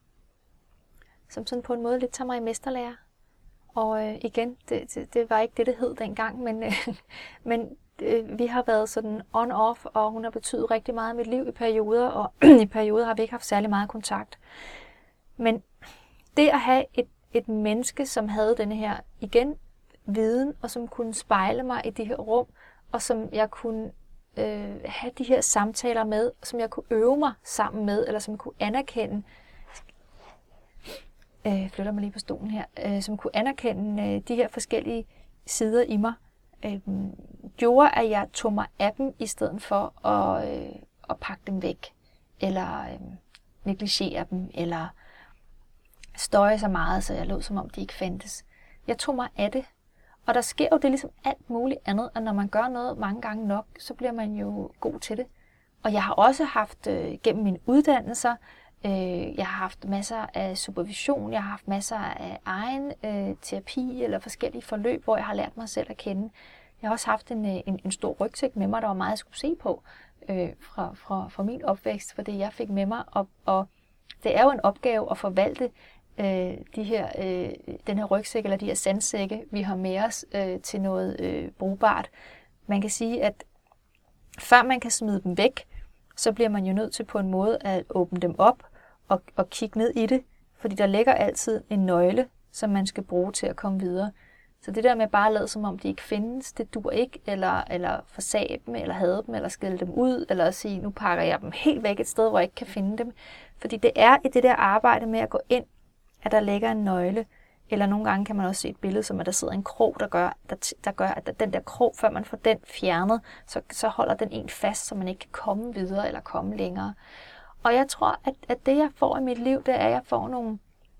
som sådan på en måde lidt tager mig i mesterlære. Og øh, igen, det, det, det var ikke det, det hed dengang, men, øh, men øh, vi har været sådan on-off, og hun har betydet rigtig meget i mit liv i perioder, og i perioder har vi ikke haft særlig meget kontakt. Men det at have et, et menneske, som havde denne her, igen, viden, og som kunne spejle mig i de her rum, og som jeg kunne øh, have de her samtaler med, som jeg kunne øve mig sammen med, eller som kunne anerkende, øh, flytter mig lige på stolen her, øh, som kunne anerkende øh, de her forskellige sider i mig, øh, gjorde, at jeg tog mig af dem, i stedet for at, øh, at pakke dem væk, eller øh, negligere dem, eller støje så meget, så jeg lod som om de ikke fandtes. Jeg tog mig af det, og der sker jo det ligesom alt muligt andet, og når man gør noget mange gange nok, så bliver man jo god til det. Og jeg har også haft øh, gennem mine uddannelser, øh, jeg har haft masser af supervision, jeg har haft masser af egen øh, terapi eller forskellige forløb, hvor jeg har lært mig selv at kende. Jeg har også haft en, en, en stor rygsæk med mig, der var meget, jeg skulle se på øh, fra, fra, fra min opvækst, for det jeg fik med mig. Og, og det er jo en opgave at forvalte øh, de her, øh, den her rygsæk eller de her sandsække, vi har med os øh, til noget øh, brugbart. Man kan sige, at før man kan smide dem væk, så bliver man jo nødt til på en måde at åbne dem op og, og kigge ned i det, fordi der ligger altid en nøgle, som man skal bruge til at komme videre. Så det der med bare at lade som om de ikke findes, det dur ikke, eller, eller forsage dem, eller hade dem, eller skille dem ud, eller at sige, nu pakker jeg dem helt væk et sted, hvor jeg ikke kan finde dem. Fordi det er i det der arbejde med at gå ind, at der ligger en nøgle, eller nogle gange kan man også se et billede, som at der sidder en krog, der gør, der, der gør at den der krog, før man får den fjernet, så, så holder den en fast, så man ikke kan komme videre eller komme længere. Og jeg tror, at, at det jeg får i mit liv, det er, at jeg får nogle,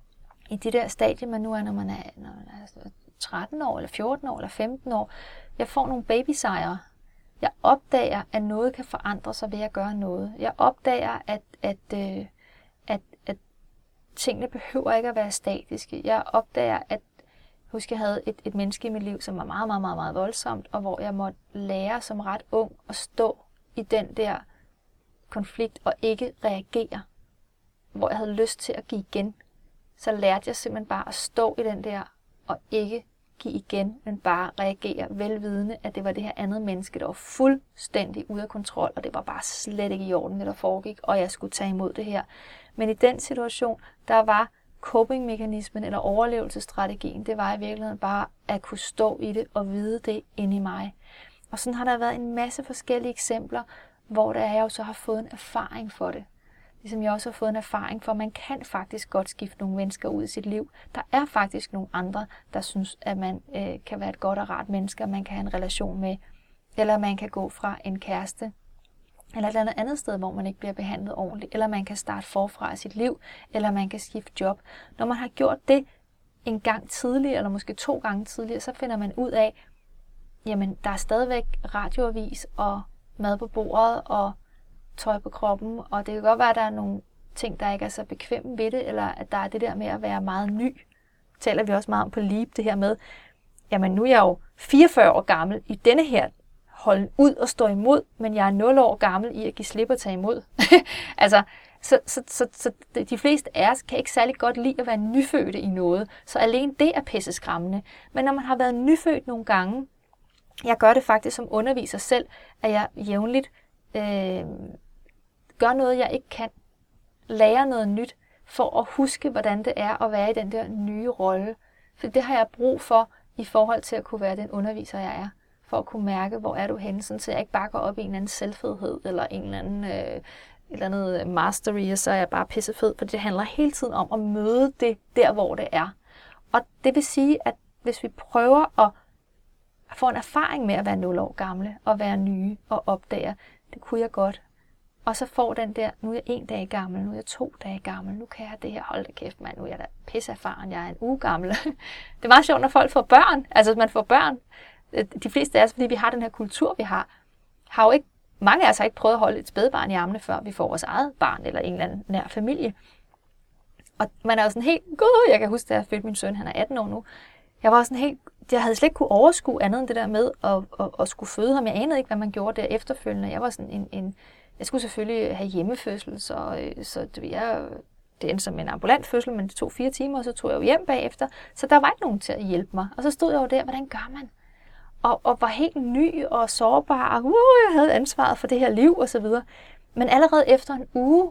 i de der stadier, man nu er, når man er, når man er tretten år, eller fjorten år, eller femten år, jeg får nogle babysejre. Jeg opdager, at noget kan forandre sig ved at gøre noget. Jeg opdager, at, at, øh, at, at tingene behøver ikke at være statiske. Jeg opdager, at husk, jeg havde et, et menneske i mit liv, som var meget, meget, meget, meget voldsomt, og hvor jeg måtte lære som ret ung at stå i den der konflikt og ikke reagere. Hvor jeg havde lyst til at give igen. Så lærte jeg simpelthen bare at stå i den der og ikke give igen, men bare reagere velvidende, at det var det her andet menneske, der var fuldstændig ude af kontrol, og det var bare slet ikke i orden, det der foregik, og jeg skulle tage imod det her. Men i den situation, der var coping-mekanismen eller overlevelsesstrategien, det var i virkeligheden bare at kunne stå i det og vide det inde i mig. Og sådan har der været en masse forskellige eksempler, hvor der jeg jo så har fået en erfaring for det. Ligesom jeg også har fået en erfaring for, at man kan faktisk godt skifte nogle mennesker ud i sit liv. Der er faktisk nogle andre, der synes, at man øh, kan være et godt og rart menneske, og man kan have en relation med. Eller man kan gå fra en kæreste eller et eller andet andet sted, hvor man ikke bliver behandlet ordentligt, eller man kan starte forfra i sit liv, eller man kan skifte job. Når man har gjort det en gang tidligere, eller måske to gange tidligere, så finder man ud af, jamen der er stadigvæk radioavis og mad på bordet og tøj på kroppen, og det kan godt være, at der er nogle ting, der ikke er så bekvemme ved det, eller at der er det der med at være meget ny. Taler vi også meget om på Leap, det her med, jamen nu er jeg jo fireogfyrre år gammel i denne her holde ud og stå imod, men jeg er nul år gammel i at give slip og tage imod. altså, så, så, så, så de fleste af os kan ikke særlig godt lide at være nyfødte i noget, så alene det er pisseskræmmende. Men når man har været nyfødt nogle gange, jeg gør det faktisk som underviser selv, at jeg jævnligt øh, gør noget, jeg ikke kan, lærer noget nyt, for at huske, hvordan det er at være i den der nye rolle. For det har jeg brug for i forhold til at kunne være den underviser, jeg er. For at kunne mærke, hvor er du henne, sådan, så jeg ikke bare går op i en eller anden selvfedhed, eller en eller anden øh, et eller andet mastery, og så er jeg bare pissefed, for det handler hele tiden om at møde det der, hvor det er. Og det vil sige, at hvis vi prøver at få en erfaring med at være nul år gamle, og være nye, og opdage, det kunne jeg godt. Og så får den der, nu er jeg en dag gammel, nu er jeg to dage gammel, nu kan jeg det her, hold da kæft mand, nu er jeg da pisseerfaren, jeg er en uge gammel. Det er meget sjovt, når folk får børn, altså hvis man får børn. De fleste af os, fordi vi har den her kultur, vi har, har jo ikke, mange af os har ikke prøvet at holde et spædbarn i armene, før vi får vores eget barn, eller en eller anden nær familie. Og man er jo sådan helt, gud, jeg kan huske, da jeg fødte min søn, han er atten år nu, jeg var sådan helt, jeg havde slet ikke kunne overskue andet end det der med at, at, at skulle føde ham. Jeg anede ikke, hvad man gjorde der efterfølgende. Jeg var sådan en, en jeg skulle selvfølgelig have hjemmefødsel, så, så det, jeg, det endte som en ambulant fødsel, men det tog fire timer, og så tog jeg jo hjem bagefter. Så der var ikke nogen til at hjælpe mig. Og så stod jeg jo der, hvordan gør man? Og, og var helt ny og sårbar, og uh, jeg havde ansvaret for det her liv og så videre. Men allerede efter en uge,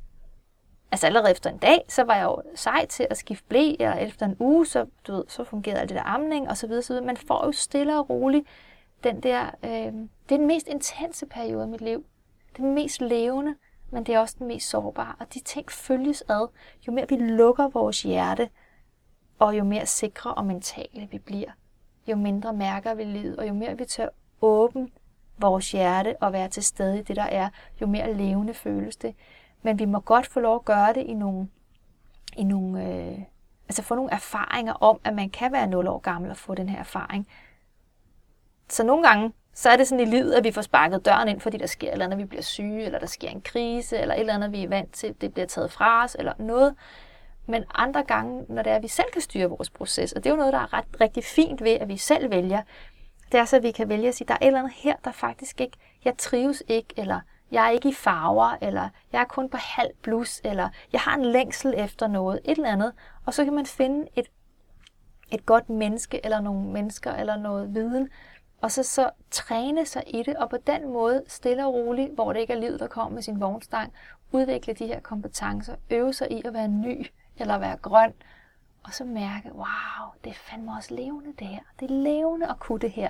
altså allerede efter en dag, så var jeg jo sej til at skifte ble, eller efter en uge, så, du ved, så fungerede alt det der amning og så videre, så videre. Man får jo stille og roligt den der, øh, det er den mest intense periode af mit liv. Det er den mest levende, men det er også den mest sårbare. Og de ting følges ad. Jo mere vi lukker vores hjerte, og jo mere sikre og mentale vi bliver, jo mindre mærker vi livet, og jo mere vi tør åbne vores hjerte og være til stede i det, der er, jo mere levende føles det. Men vi må godt få lov at gøre det i nogle, i nogle øh, altså få nogle erfaringer om, at man kan være nul år gammel og få den her erfaring. Så nogle gange, så er det sådan i livet, at vi får sparket døren ind, fordi der sker et eller andet, vi bliver syge, eller der sker en krise, eller et eller andet, vi er vant til, det bliver taget fra os, eller noget. Men andre gange, når det er, at vi selv kan styre vores proces, og det er jo noget, der er ret, rigtig fint ved, at vi selv vælger, det er så, at vi kan vælge at sige, der er et eller andet her, der faktisk ikke, jeg trives ikke, eller jeg er ikke i farver, eller jeg er kun på halv blus, eller jeg har en længsel efter noget, et eller andet. Og så kan man finde et, et godt menneske, eller nogle mennesker, eller noget viden, og så, så træne sig i det, og på den måde stille og roligt, hvor det ikke er livet, der kommer med sin vognstang, udvikle de her kompetencer, øve sig i at være ny, eller være grøn, og så mærke, wow, det er fandme også levende det her. Det er levende at kunne det her.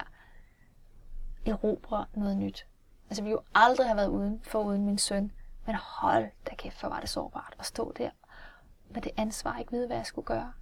Erobre noget nyt. Altså vi jo aldrig har været uden for uden min søn, men hold da kæft, hvor var det sårbart at stå der med det ansvar, ikke vide, hvad jeg skulle gøre.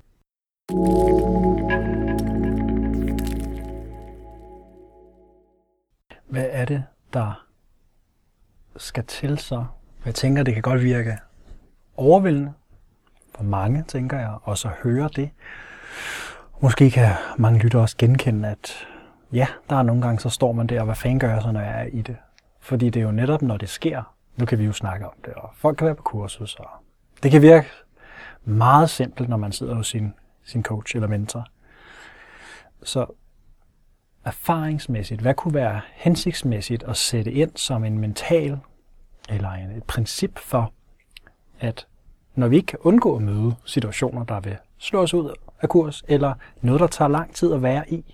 Hvad er det, der skal til så? Jeg tænker, det kan godt virke overvældende for mange, tænker jeg, og så høre det. Måske kan mange lyttere også genkende, at ja, der er nogle gange, så står man der, og hvad fanden gør jeg så, når jeg er i det? Fordi det er jo netop, når det sker, nu kan vi jo snakke om det, og folk kan være på kursus, og det kan virke meget simpelt, når man sidder hos sin, sin coach eller mentor. Så erfaringsmæssigt, hvad kunne være hensigtsmæssigt at sætte ind som en mental eller en, et princip for, at når vi ikke kan undgå at møde situationer, der vil slå os ud af kurs, eller noget, der tager lang tid at være i,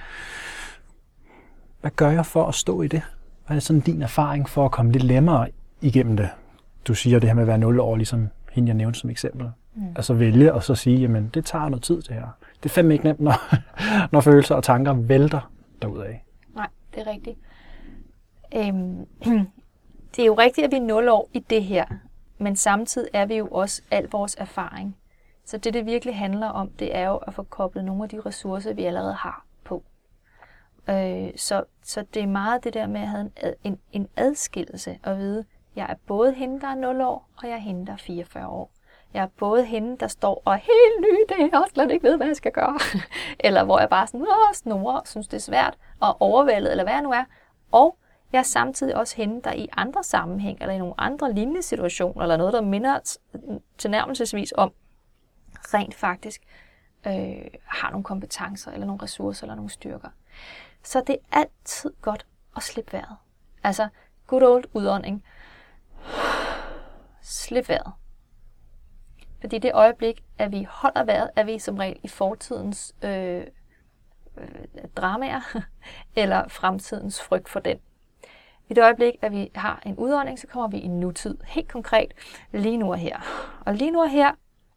hvad gør jeg for at stå i det? Hvad er sådan din erfaring for at komme lidt lemmere igennem det? Du siger det her med at være nul år, ligesom hende jeg nævnte som eksempel. Mm. Altså vælge og så sige, jamen det tager noget tid det her. Det er fandme ikke nemt, når, når følelser og tanker vælter derudad. Nej, det er rigtigt. Øhm, det er jo rigtigt, at vi er nul år i det her, men samtidig er vi jo også al vores erfaring. Så det, det virkelig handler om, det er jo at få koblet nogle af de ressourcer, vi allerede har på. Øh, så, så det er meget det der med at have en, ad, en, en adskillelse og vide, jeg er både hende, der er nul år, og jeg er hende, der er fireogfyrre år. Jeg er både hende, der står og er helt ny det og slet ikke ved, hvad jeg skal gøre. Eller hvor jeg bare sådan, åh, snurrer og synes, det er svært og overvældet, eller hvad jeg nu er. Og jeg er samtidig også hende, der i andre sammenhæng, eller i nogle andre lignende situationer, eller noget, der minder tilnærmelsesvis om, rent faktisk øh, har nogle kompetencer, eller nogle ressourcer, eller nogle styrker. Så det er altid godt at slippe vejret. Altså, good old udånding. Slip vejret. Fordi det øjeblik, at vi holder vejret, er vi som regel i fortidens øh, øh, dramaer, eller fremtidens frygt for den. I det øjeblik, at vi har en udånding, så kommer vi i nutid. Helt konkret, lige nu og her. Og lige nu og her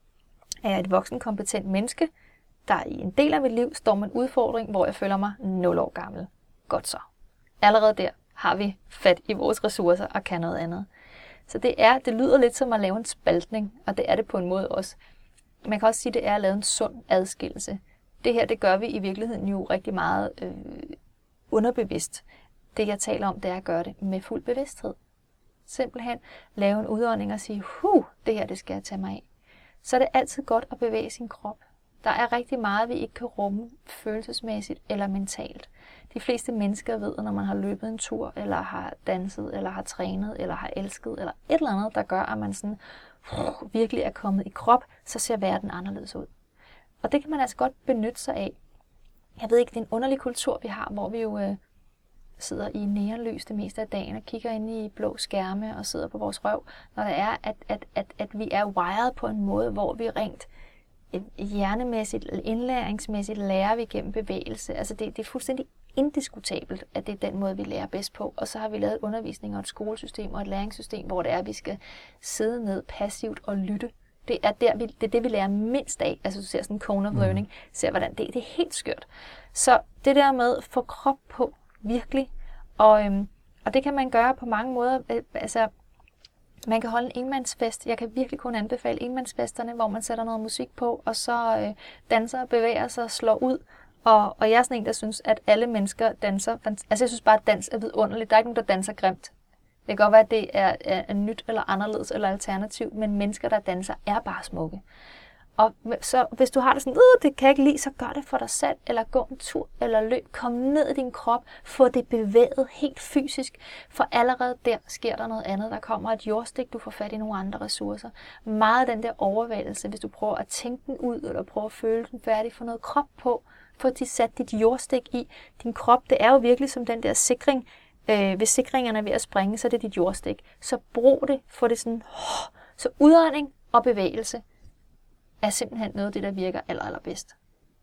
er jeg et voksen, kompetent menneske, der i en del af mit liv står med en udfordring, hvor jeg føler mig nul år gammel. Godt så. Allerede der har vi fat i vores ressourcer og kan noget andet. Så det er, det lyder lidt som at lave en spaltning, og det er det på en måde også. Man kan også sige, at det er at lave en sund adskillelse. Det her, det gør vi i virkeligheden jo rigtig meget øh, underbevidst. Det jeg taler om, det er at gøre det med fuld bevidsthed. Simpelthen lave en udånding og sige, huh, det her, det skal jeg tage mig af. Så er det altid godt at bevæge sin krop. Der er rigtig meget, vi ikke kan rumme følelsesmæssigt eller mentalt. De fleste mennesker ved, at når man har løbet en tur, eller har danset, eller har trænet, eller har elsket, eller et eller andet, der gør, at man sådan, uh, virkelig er kommet i krop, så ser verden anderledes ud. Og det kan man altså godt benytte sig af. Jeg ved ikke, det er en underlig kultur, vi har, hvor vi jo øh, sidder i neonlys det meste af dagen og kigger ind i blå skærme og sidder på vores røv, når det er, at, at, at, at vi er wired på en måde, hvor vi rent hjernemæssigt eller indlæringsmæssigt lærer vi gennem bevægelse. Altså det, det er fuldstændig indiskutabelt, at det er den måde, vi lærer bedst på. Og så har vi lavet et undervisning og et skolesystem og et læringssystem, hvor det er, at vi skal sidde ned passivt og lytte. Det er, der, vi, det er det, vi lærer mindst af. Altså du ser sådan en cone of learning, ser hvordan det, det er helt skørt. Så det der med at få krop på, virkelig. Og, øhm, og det kan man gøre på mange måder. Altså, man kan holde en enmandsfest. Jeg kan virkelig kun anbefale enmandsfesterne, hvor man sætter noget musik på, og så øh, danser, bevæger sig, slår ud. Og, og jeg er sådan en, der synes, at alle mennesker danser. Altså jeg synes bare, at dans er vidunderligt. Der er ikke nogen, der danser grimt. Det kan godt være, at det er, er, er nyt, eller anderledes, eller alternativ, men mennesker, der danser, er bare smukke. Og så hvis du har det sådan, øh, det kan jeg ikke lide, så gør det for dig selv, eller gå en tur, eller løb, kom ned i din krop, få det bevæget helt fysisk, for allerede der sker der noget andet, der kommer et jordstik, du får fat i nogle andre ressourcer. Meget af den der overvældelse, hvis du prøver at tænke den ud, eller prøver at føle den færdig, få noget krop på, få de sat dit jordstik i. Din krop, det er jo virkelig som den der sikring, øh, hvis sikringerne er ved at springe, så er det dit jordstik. Så brug det, få det sådan, oh, så udånding og bevægelse er simpelthen noget af det, der virker aller, allerbedst.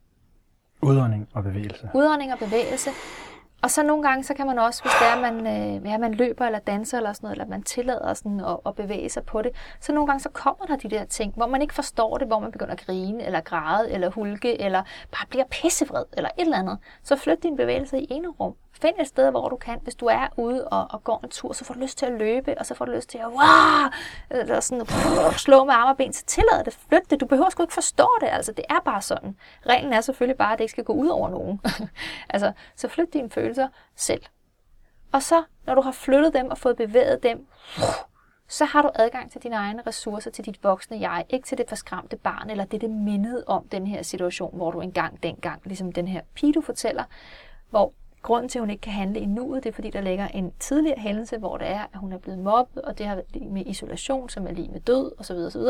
Udånding og bevægelse. Udånding og bevægelse. Og så nogle gange, så kan man også, hvis det er, man, øh, ja, man løber eller danser eller sådan noget, eller man tillader sådan at, at bevæge sig på det, så nogle gange, så kommer der de der ting, hvor man ikke forstår det, hvor man begynder at grine, eller græde, eller hulke, eller bare bliver pissevred, eller et eller andet. Så flyt din bevægelse i ene rum. Find et sted, hvor du kan. Hvis du er ude og, og går en tur, så får du lyst til at løbe, og så får du lyst til at wow, eller sådan, pff, slå med arme og ben, så tillad det, flyt det. Du behøver sgu ikke forstå det, altså det er bare sådan. Reglen er selvfølgelig bare, at det ikke skal gå ud over nogen. altså, så flyt dine følelser selv. Og så, når du har flyttet dem og fået bevæget dem, så har du adgang til dine egne ressourcer, til dit voksne jeg, ikke til det forskræmte barn, eller det, det mindede om den her situation, hvor du engang, dengang, ligesom den her pige, du fortæller, hvor grunden til, at hun ikke kan handle i nuet, det er, fordi der ligger en tidligere hændelse, hvor det er, at hun er blevet mobbet, og det har været med isolation, som er lige med død, osv. osv.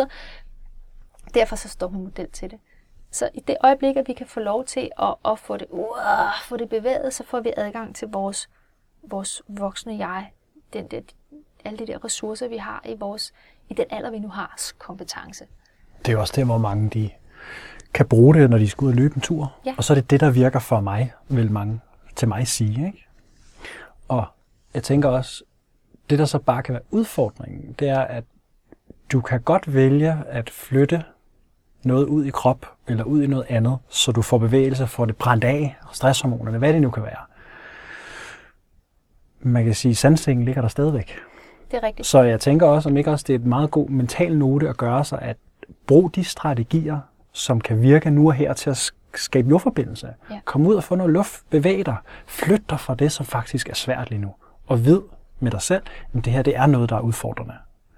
Derfor så står hun model til det. Så i det øjeblik, at vi kan få lov til at, at få, det, uh, få det bevæget, så får vi adgang til vores, vores voksne jeg, den der, alle de der ressourcer, vi har i, vores, i den alder, vi nu har, kompetence. Det er jo også der, hvor mange de kan bruge det, når de skal ud og løbe en tur. Ja. Og så er det det, der virker for mig, vil mange til mig sige. Ikke? Og jeg tænker også, det der så bare kan være udfordringen, det er, at du kan godt vælge at flytte noget ud i krop, eller ud i noget andet, så du får bevægelse, får det brændt af, stresshormonerne, hvad det nu kan være. Man kan sige, at sandstikken ligger der stadigvæk. Det er rigtigt. Så jeg tænker også, om ikke også det er et meget god mental note at gøre sig, at brug de strategier, som kan virke nu og her til at skabe jordforbindelse. Ja. Kom ud og få noget luft, bevæg dig, flyt dig fra det, som faktisk er svært lige nu. Og vid med dig selv, at det her det er noget, der er udfordrende.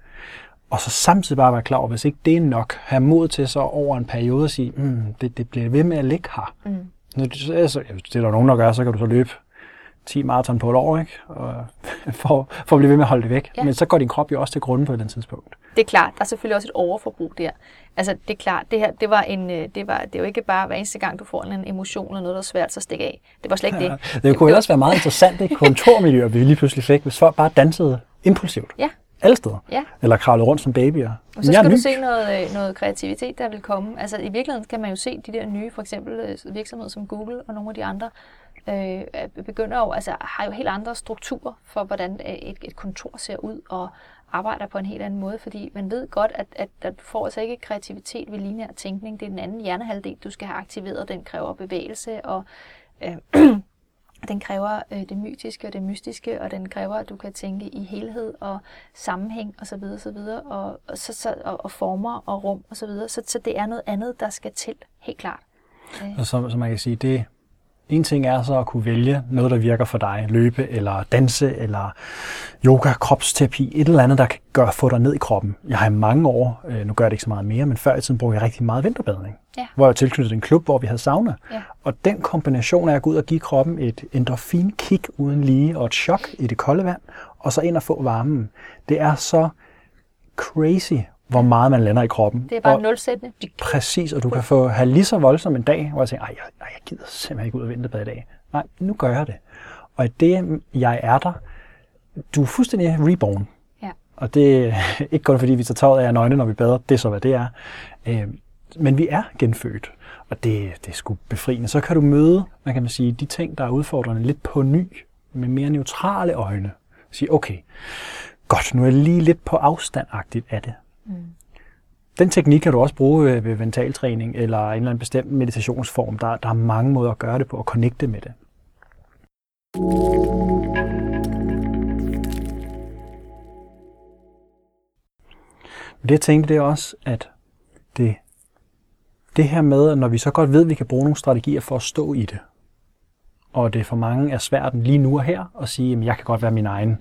Og så samtidig bare være klar over, hvis ikke det er nok, have mod til så over en periode at sige, mm, det, det bliver ved med at ligge her. Mm. Når det, så, det er der nogen, der gør, så kan du så løbe ti maraton på et år, ikke? Og for, for at blive ved med at holde det væk. Ja. Men så går din krop jo også til grunden på et eller andet tidspunkt. Det er klart, der er selvfølgelig også et overforbrug der. Altså det er klart, det her, det var en, det var, det er jo ikke bare hver eneste gang, du får en emotion eller noget, der er svært, så stik af. Det var slet ikke det. Ja, det kunne jo også være meget interessant, det kontormiljø, vi lige pludselig fik, hvis folk bare dansede impulsivt. Ja. Alle steder. Ja. Eller kravlede rundt som babyer. Og så skal du se noget, noget kreativitet, der vil komme. Altså i virkeligheden kan man jo se de der nye, for eksempel virksomheder som Google og nogle af de andre, øh, begynder jo, altså har jo helt andre strukturer for, hvordan et, et kontor ser ud og arbejder på en helt anden måde, fordi man ved godt, at, at, at du får altså ikke kreativitet ved lineær tænkning. Det er den anden hjernehalvdel, du skal have aktiveret. Den kræver bevægelse, og øh, den kræver øh, det mytiske og det mystiske, og den kræver, at du kan tænke i helhed og sammenhæng osv. Og, så videre, og, og, så, så, og, og former og rum osv. Så, videre. så, så det er noget andet, der skal til, helt klart. Øh. Og så, så man kan sige, det en ting er så at kunne vælge noget, der virker for dig. Løbe, eller danse, eller yoga, kropsterapi. Et eller andet, der kan gøre, få dig ned i kroppen. Jeg har i mange år, øh, nu gør jeg det ikke så meget mere, men før i tiden brugte jeg rigtig meget vinterbadning. Ja. Hvor jeg tilknyttede en klub, hvor vi havde sauna. Ja. Og den kombination af at gå ud og give kroppen et endorfin-kick uden lige, og et chok i det kolde vand, og så ind og få varmen. Det er så crazy, hvor meget man lander i kroppen. Det er bare nulsættende. Præcis, og du kan få have lige så voldsom en dag, hvor jeg tænker, ej, jeg, jeg gider simpelthen ikke ud og vinterbade i dag. Nej, nu gør jeg det. Og i det, jeg er der, du er fuldstændig reborn. Ja. Og det er ikke kun fordi, vi tager tøjet af nøgne, når vi bader. Det er så, hvad det er. Men vi er genfødt, og det, det er sgu befriende. Så kan du møde, man kan man sige, de ting, der er udfordrende lidt på ny, med mere neutrale øjne. Sige, okay, godt, nu er jeg lige lidt på afstandagtigt af det. Mm. Den teknik kan du også bruge ved mentaltræning eller en eller anden bestemt meditationsform. Der, der er mange måder at gøre det på og connecte med det. Det jeg tænkte, det er også, at det, det her med, at når vi så godt ved, at vi kan bruge nogle strategier for at stå i det, og det for mange er svært lige nu og her at sige, at jeg kan godt være min egen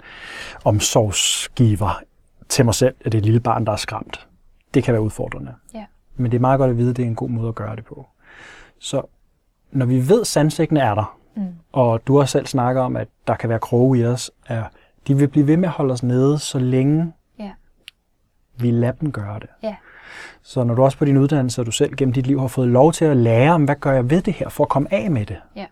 omsorgsgiver til mig selv, at det er et lille barn, der er skræmt. Det kan være udfordrende. Ja. Men det er meget godt at vide, at det er en god måde at gøre det på. Så når vi ved, at sandsækkene er der, mm. og du har selv snakket om, at der kan være kroge i os, at de vil blive ved med at holde os nede, så længe ja. vi lader dem gøre det. Ja. Så når du også på din uddannelse, og du selv gennem dit liv har fået lov til at lære om, hvad gør jeg ved det her, for at komme af med det. Ja.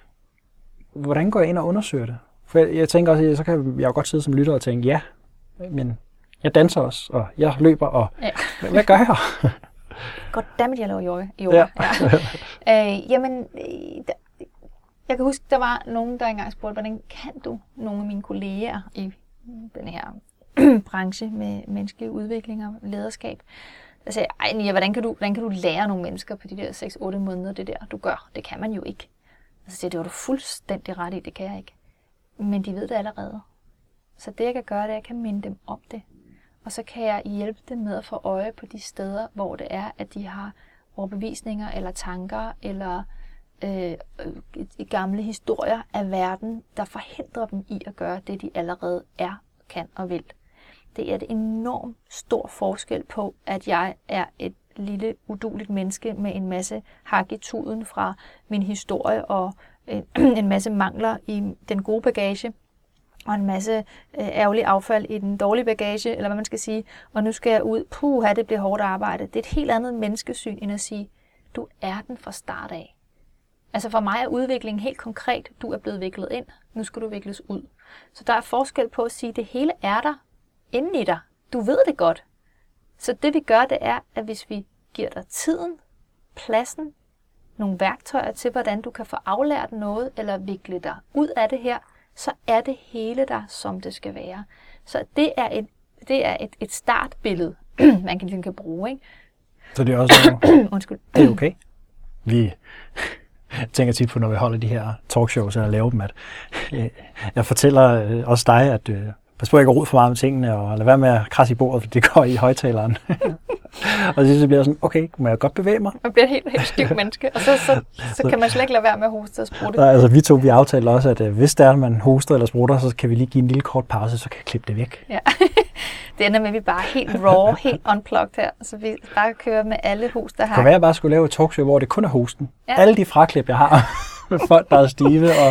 Hvordan går jeg ind og undersøger det? For jeg, jeg tænker også, så kan jeg jo godt sidde som lytter og tænke, ja, men jeg danser også, og jeg løber, og ja. hvad, hvad gør jeg? Goddammit, jeg laver yoga. yoga. Ja. Ja. øh, jamen, der, jeg kan huske, der var nogen, der engang spurgte, hvordan kan du, nogle af mine kolleger i den her branche med menneskelig udvikling og lederskab, der sagde, ej Nia, hvordan kan, du, hvordan kan du lære nogle mennesker på de der seks otte måneder, det der, du gør? Det kan man jo ikke. Og så siger jeg, det var du fuldstændig ret i, det kan jeg ikke. Men de ved det allerede. Så det jeg kan gøre, det er, at jeg kan minde dem om det. Og så kan jeg hjælpe dem med at få øje på de steder, hvor det er, at de har overbevisninger eller tanker eller øh, øh, gamle historier af verden, der forhindrer dem i at gøre det, de allerede er, kan og vil. Det er et enormt stor forskel på, at jeg er et lille, udueligt menneske med en masse hak i tuden fra min historie og en, en masse mangler i den gode bagage, og en masse øh, ærgerlig affald i den dårlige bagage, eller hvad man skal sige, og nu skal jeg ud, puha, det bliver hårdt arbejde. Det er et helt andet menneskesyn, end at sige, du er den fra start af. Altså for mig er udviklingen helt konkret, du er blevet viklet ind, nu skal du vikles ud. Så der er forskel på at sige, det hele er der inden i dig. Du ved det godt. Så det vi gør, det er, at hvis vi giver dig tiden, pladsen, nogle værktøjer til, hvordan du kan få aflært noget, eller vikle dig ud af det her, så er det hele der, som det skal være. Så det er et, det er et, et startbillede, man kan, man kan bruge. Ikke? Så det er også Undskyld. Det er okay. Vi tænker tit på, når vi holder de her talkshows, eller laver dem, at jeg fortæller også dig, at pas på, at jeg ikke rod for meget med tingene, og lad være med at krasse i bordet, for det går i højtaleren. Og så bliver jeg sådan, okay, må jeg godt bevæge mig? Man bliver et helt, helt stiv menneske, og så, så, så kan man slet ikke lade være med at hoste og sprutte. Nej, altså vi to, vi aftalte også, at hvis der er, man hoster eller sprutter, så kan vi lige give en lille kort pause, så kan jeg klippe det væk. Ja, det ender med, at vi bare er helt raw, helt unplugged her, så vi bare kører med alle hus, der har... Det kan være, jeg bare skulle lave et talkshow, hvor det kun er hosten. Ja. Alle de fraklip, jeg har med folk, der er stive, og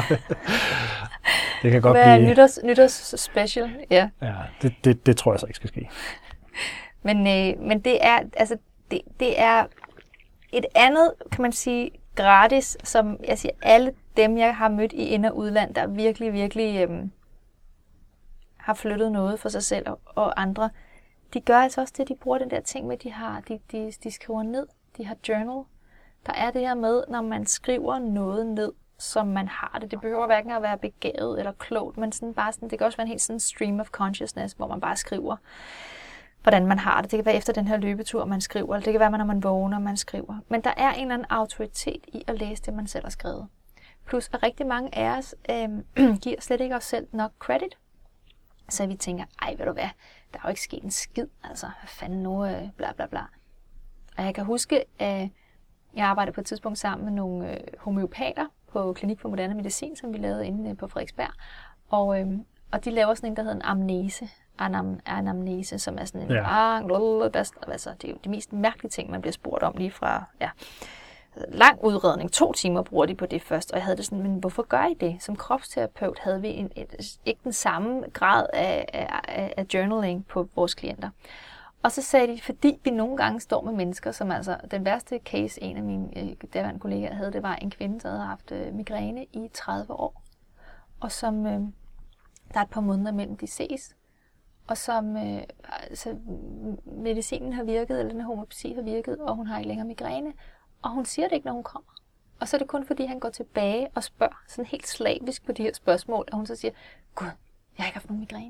det kan godt Hvad blive... Nytårs, nytårs special, ja. Ja, det, det, det tror jeg så ikke skal ske. Men, øh, men det er, altså, det, det er et andet, kan man sige, gratis, som jeg siger, alle dem, jeg har mødt i ind- og udland, der virkelig, virkelig øh, har flyttet noget for sig selv og, og andre, de gør altså også det, de bruger den der ting med, de har, de, de, de skriver ned, de har journal. Der er det her med, når man skriver noget ned, som man har det. Det behøver hverken at være begavet eller klogt, men sådan bare sådan, det kan også være en helt sådan stream of consciousness, hvor man bare skriver, hvordan man har det. Det kan være efter den her løbetur, man skriver, eller det kan være, når man vågner, man skriver. Men der er en eller anden autoritet i at læse det, man selv har skrevet. Plus, at rigtig mange af os øh, giver slet ikke os selv nok credit. Så vi tænker, ej, ved du hvad, der er jo ikke sket en skid, altså, hvad fanden nu, øh, bla bla bla. Og jeg kan huske, at øh, jeg arbejdede på et tidspunkt sammen med nogle øh, homeopater på Klinik for Moderne Medicin, som vi lavede inde øh, på Frederiksberg. Og, øh, og de laver sådan en, der hedder en amnese. Anam, anamnese, som er sådan en... Ja. Altså, det er jo de mest mærkelige ting, man bliver spurgt om lige fra... Ja, lang udredning. To timer bruger de på det først, og jeg havde det sådan, men hvorfor gør I det? Som kropsterapeut havde vi en, et, ikke den samme grad af, af, af journaling på vores klienter. Og så sagde de, fordi vi nogle gange står med mennesker, som altså, den værste case, en af mine øh, daværende kollegaer havde, det var en kvinde, der havde haft øh, migræne i tredive år, og som, øh, der er et par måneder mellem de ses, og som øh, altså, medicinen har virket, eller den her homopati har virket, og hun har ikke længere migræne, og hun siger det ikke, når hun kommer. Og så er det kun fordi, han går tilbage og spørger sådan helt slavisk på de her spørgsmål, og hun så siger, gud, jeg har ikke haft nogen migræne.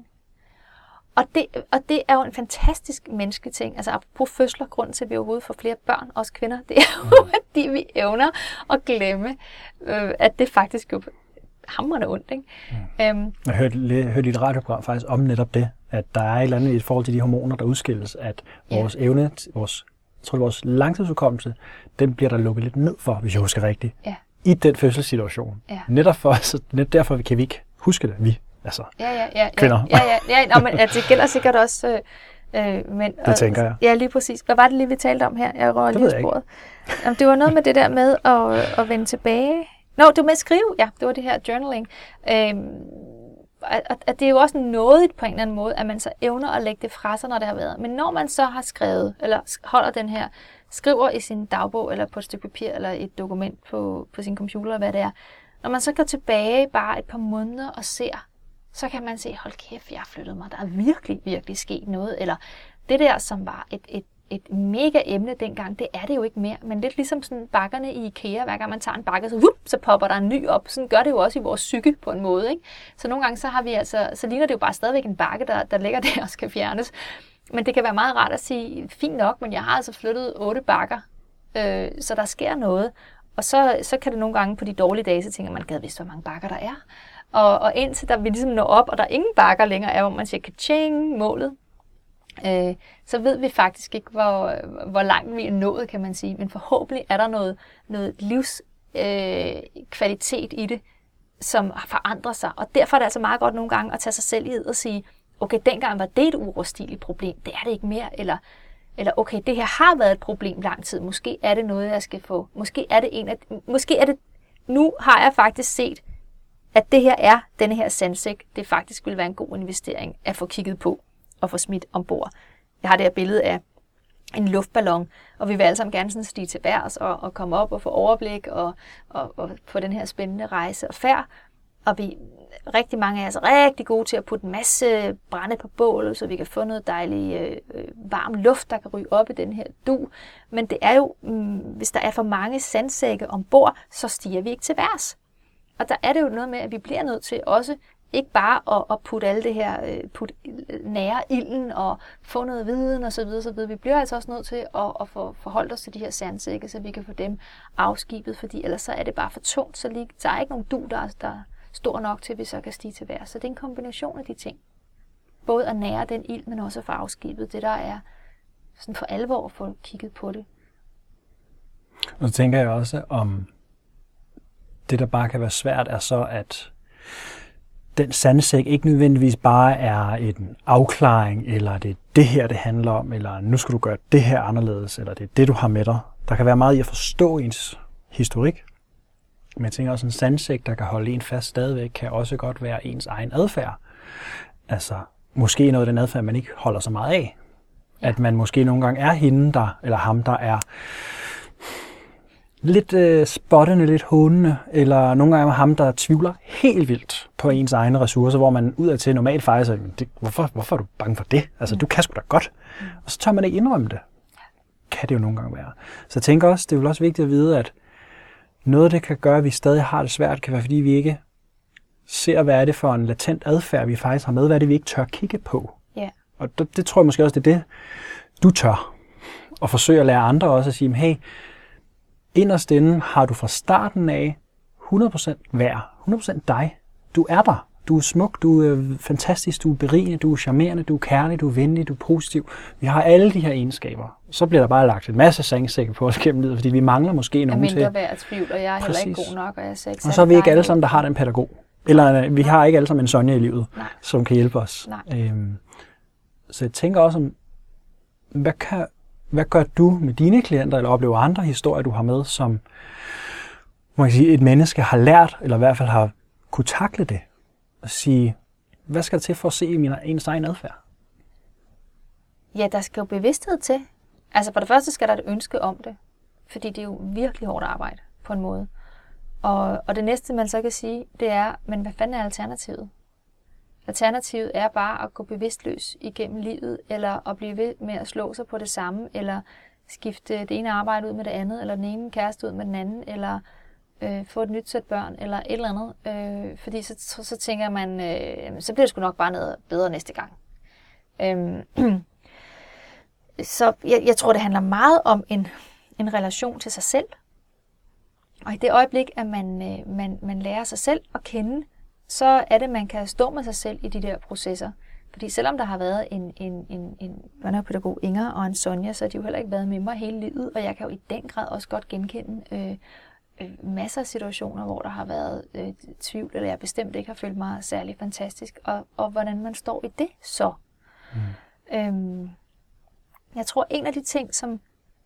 Og det, og det er jo en fantastisk menneskelig ting. Altså apropos fødsler, grund til, at vi overhovedet får flere børn, også kvinder, det er jo, fordi vi evner at glemme, øh, at det faktisk jo hamrende ondt, ikke? Mm. Øhm, jeg hørte, hørte et radioprogram faktisk om netop det, at der er et eller andet i forhold til de hormoner, der udskilles, at vores yeah. evne, vores, jeg tror, vores langtidsudkommelse, den bliver der lukket lidt ned for, hvis jeg husker rigtigt, yeah. i den fødselssituation. Yeah. Netop for, så net derfor kan vi ikke huske det, vi, altså ja, ja, ja, kvinder. Ja, ja, ja. Nå, men altså, det gælder sikkert også øh, øh, mænd. Det tænker jeg. Ja, lige præcis. Hvad var det lige, vi talte om her? Jeg rører lige sporet. Jamen, det var noget med det der med at, at vende tilbage. Nå, det var med at skrive. Ja, det var det her journaling. Øhm, at, at det er jo også noget på en eller anden måde, at man så evner at lægge det fra sig, når det har været. Men når man så har skrevet, eller holder den her, skriver i sin dagbog, eller på et stykke papir, eller et dokument på, på sin computer, eller hvad det er, når man så går tilbage bare et par måneder og ser, så kan man se, hold kæft, jeg har flyttet mig. Der er virkelig, virkelig sket noget. Eller det der, som var et, et, et mega emne dengang, det er det jo ikke mere. Men lidt ligesom sådan bakkerne i IKEA, hver gang man tager en bakke, så, whoop, så popper der en ny op. Sådan gør det jo også i vores psyke på en måde, ikke? Så nogle gange, så har vi altså, så ligner det jo bare stadigvæk en bakke, der, der ligger der og skal fjernes. Men det kan være meget rart at sige, fint nok, men jeg har altså flyttet otte bakker, øh, så der sker noget. Og så, så kan det nogle gange på de dårlige dage, så tænker man, gad vidst, hvor mange bakker der er. Og, og indtil der vi ligesom når op, og der ingen bakker længere er, hvor man siger, ka-ching, målet, øh, så ved vi faktisk ikke, hvor, hvor langt vi er nået, kan man sige. Men forhåbentlig er der noget, noget livskvalitet øh, i det, som forandrer sig. Og derfor er det altså meget godt nogle gange at tage sig selv i og sige, okay, dengang var det et uoverstigeligt problem, det er det ikke mere, eller Eller okay, det her har været et problem lang tid. Måske er det noget, jeg skal få. Måske er det en af... Måske er det... Nu har jeg faktisk set, at det her er, denne her sandsæk, det faktisk vil være en god investering at få kigget på og få smidt ombord. Jeg har det her billede af en luftballon, og vi vil alle sammen gerne sådan stige til værs og, og komme op og få overblik og, og, og få den her spændende rejse og færd. Og vi rigtig mange af os er rigtig gode til at putte en masse brænde på bålet, så vi kan få noget dejlig øh, varm luft, der kan ryge op i den her du. Men det er jo, mm, hvis der er for mange sandsække ombord, så stiger vi ikke til værs. Og der er det jo noget med, at vi bliver nødt til også ikke bare at, at putte alle det her, øh, putte nære ilden og få noget viden og så videre, så videre. Vi bliver altså også nødt til at, at få forholde os til de her sandsække, så vi kan få dem afskibet, fordi ellers så er det bare for tungt, så der er ikke nogen du, der, der stor nok til, at vi så kan stige til vejrs. Så det er en kombination af de ting. både at nære den ild, men også at få afskibet det, der er sådan for alvor at få kigget på det. Og så tænker jeg også, om det, der bare kan være svært, er så, at den sandsæk ikke nødvendigvis bare er en afklaring, eller det er det her, det handler om, eller nu skal du gøre det her anderledes, eller det er det, du har med dig. Der kan være meget i at forstå ens historik, men jeg tænker også, en sandsæk, der kan holde en fast stadigvæk, kan også godt være ens egen adfærd. Altså, måske noget af den adfærd, man ikke holder så meget af. Ja. At man måske nogle gange er hende, der, eller ham, der er lidt øh, spottende, lidt hånende, eller nogle gange er ham, der tvivler helt vildt på ens egne ressourcer, hvor man udadtil normalt faktisk siger, det, hvorfor, hvorfor er du bange for det? Altså, mm. du kan sgu da godt. Mm. Og så tør man ikke indrømme det. Kan det jo nogle gange være. Så jeg tænker også, det er vel også vigtigt at vide, at noget, det kan gøre, at vi stadig har det svært, kan være, fordi vi ikke ser, hvad er det for en latent adfærd, vi faktisk har med, hvad er det, vi ikke tør kigge på. Yeah. Og det, det tror jeg måske også, det er det, du tør. Og forsøge at lære andre også at sige, hey, inderst inde har du fra starten af hundrede procent værd, hundrede procent dig. Du er der. Du er smuk, du er fantastisk, du er berigende, du er charmerende, du er kærlig, du er venlig, du er positiv. Vi har alle de her egenskaber. Så bliver der bare lagt en masse sangsække på os gennem livet, fordi vi mangler måske nogen til. Jeg er mindre værd at tvivl, og jeg er Præcis. heller ikke god nok, og jeg er ikke Og så er vi ikke alle sammen, der har den pædagog. Eller vi har ikke alle sammen en Sonja i livet, Nej. som kan hjælpe os. Øhm, så jeg tænker også om, hvad, kan, hvad gør du med dine klienter, eller oplever andre historier, du har med, som man kan sige, et menneske har lært, eller i hvert fald har kunne takle det? Og sige, hvad skal der til for at se min ens egen adfærd? Ja, der skal jo bevidsthed til. Altså for det første skal der et ønske om det, fordi det er jo virkelig hårdt arbejde på en måde. Og, og det næste, man så kan sige, det er, men hvad fanden er alternativet? Alternativet er bare at gå bevidstløs igennem livet, eller at blive ved med at slå sig på det samme, eller skifte det ene arbejde ud med det andet, eller den ene kæreste ud med den anden, eller øh, få et nyt sæt børn, eller et eller andet. Øh, fordi så, så, så tænker man, øh, så bliver det sgu nok bare noget bedre næste gang. Øh, så jeg, jeg tror, det handler meget om en, en relation til sig selv. Og i det øjeblik, at man, øh, man, man lærer sig selv at kende, så er det, man kan stå med sig selv i de der processer. Fordi selvom der har været en, en, en, en børnepædagog Inger og en Sonja, så har de jo heller ikke været med mig hele livet. Og jeg kan jo i den grad også godt genkende øh, øh, masser af situationer, hvor der har været øh, tvivl, eller jeg bestemt ikke har følt mig særlig fantastisk. Og, og hvordan man står i det så. Mm. Øhm, jeg tror, en af de ting, som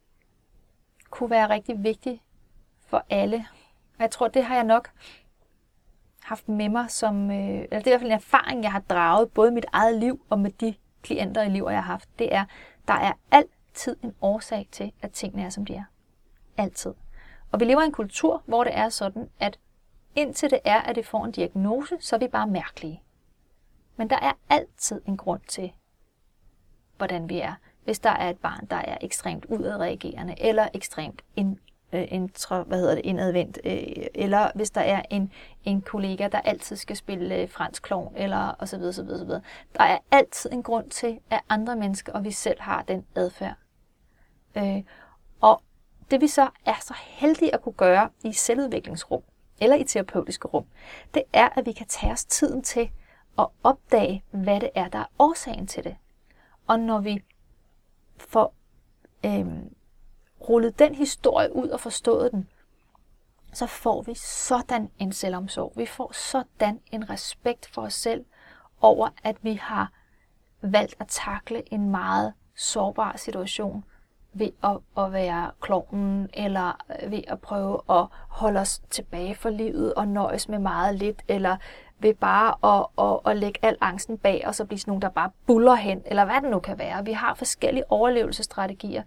kunne være rigtig vigtig for alle, og jeg tror, det har jeg nok haft med mig som, øh, eller det er i hvert fald en erfaring, jeg har draget, både i mit eget liv og med de klienter i liv, jeg har haft, det er, der er altid en årsag til, at tingene er, som de er. Altid. Og vi lever i en kultur, hvor det er sådan, at indtil det er, at det får en diagnose, så er vi bare mærkelige. Men der er altid en grund til, hvordan vi er. Hvis der er et barn, der er ekstremt udadreagerende, eller ekstremt in, øh, intra, hvad hedder det, indadvendt, øh, eller hvis der er en, en kollega, der altid skal spille øh, fransk klovn, eller og så videre, så videre, så videre. Der er altid en grund til, at andre mennesker og vi selv har den adfærd. Øh, og det vi så er så heldige at kunne gøre i selvudviklingsrum, eller i terapeutiske rum, det er, at vi kan tage os tiden til at opdage, hvad det er, der er årsagen til det. Og når vi får øhm, rullet den historie ud og forstået den, så får vi sådan en selvomsorg. Vi får sådan en respekt for os selv over, at vi har valgt at takle en meget sårbar situation ved at, at være klovnen, eller ved at prøve at holde os tilbage for livet og nøjes med meget lidt, eller ved bare at, at, at lægge al angsten bag, og så blive sådan nogen, der bare buller hen, eller hvad det nu kan være. Vi har forskellige overlevelsesstrategier.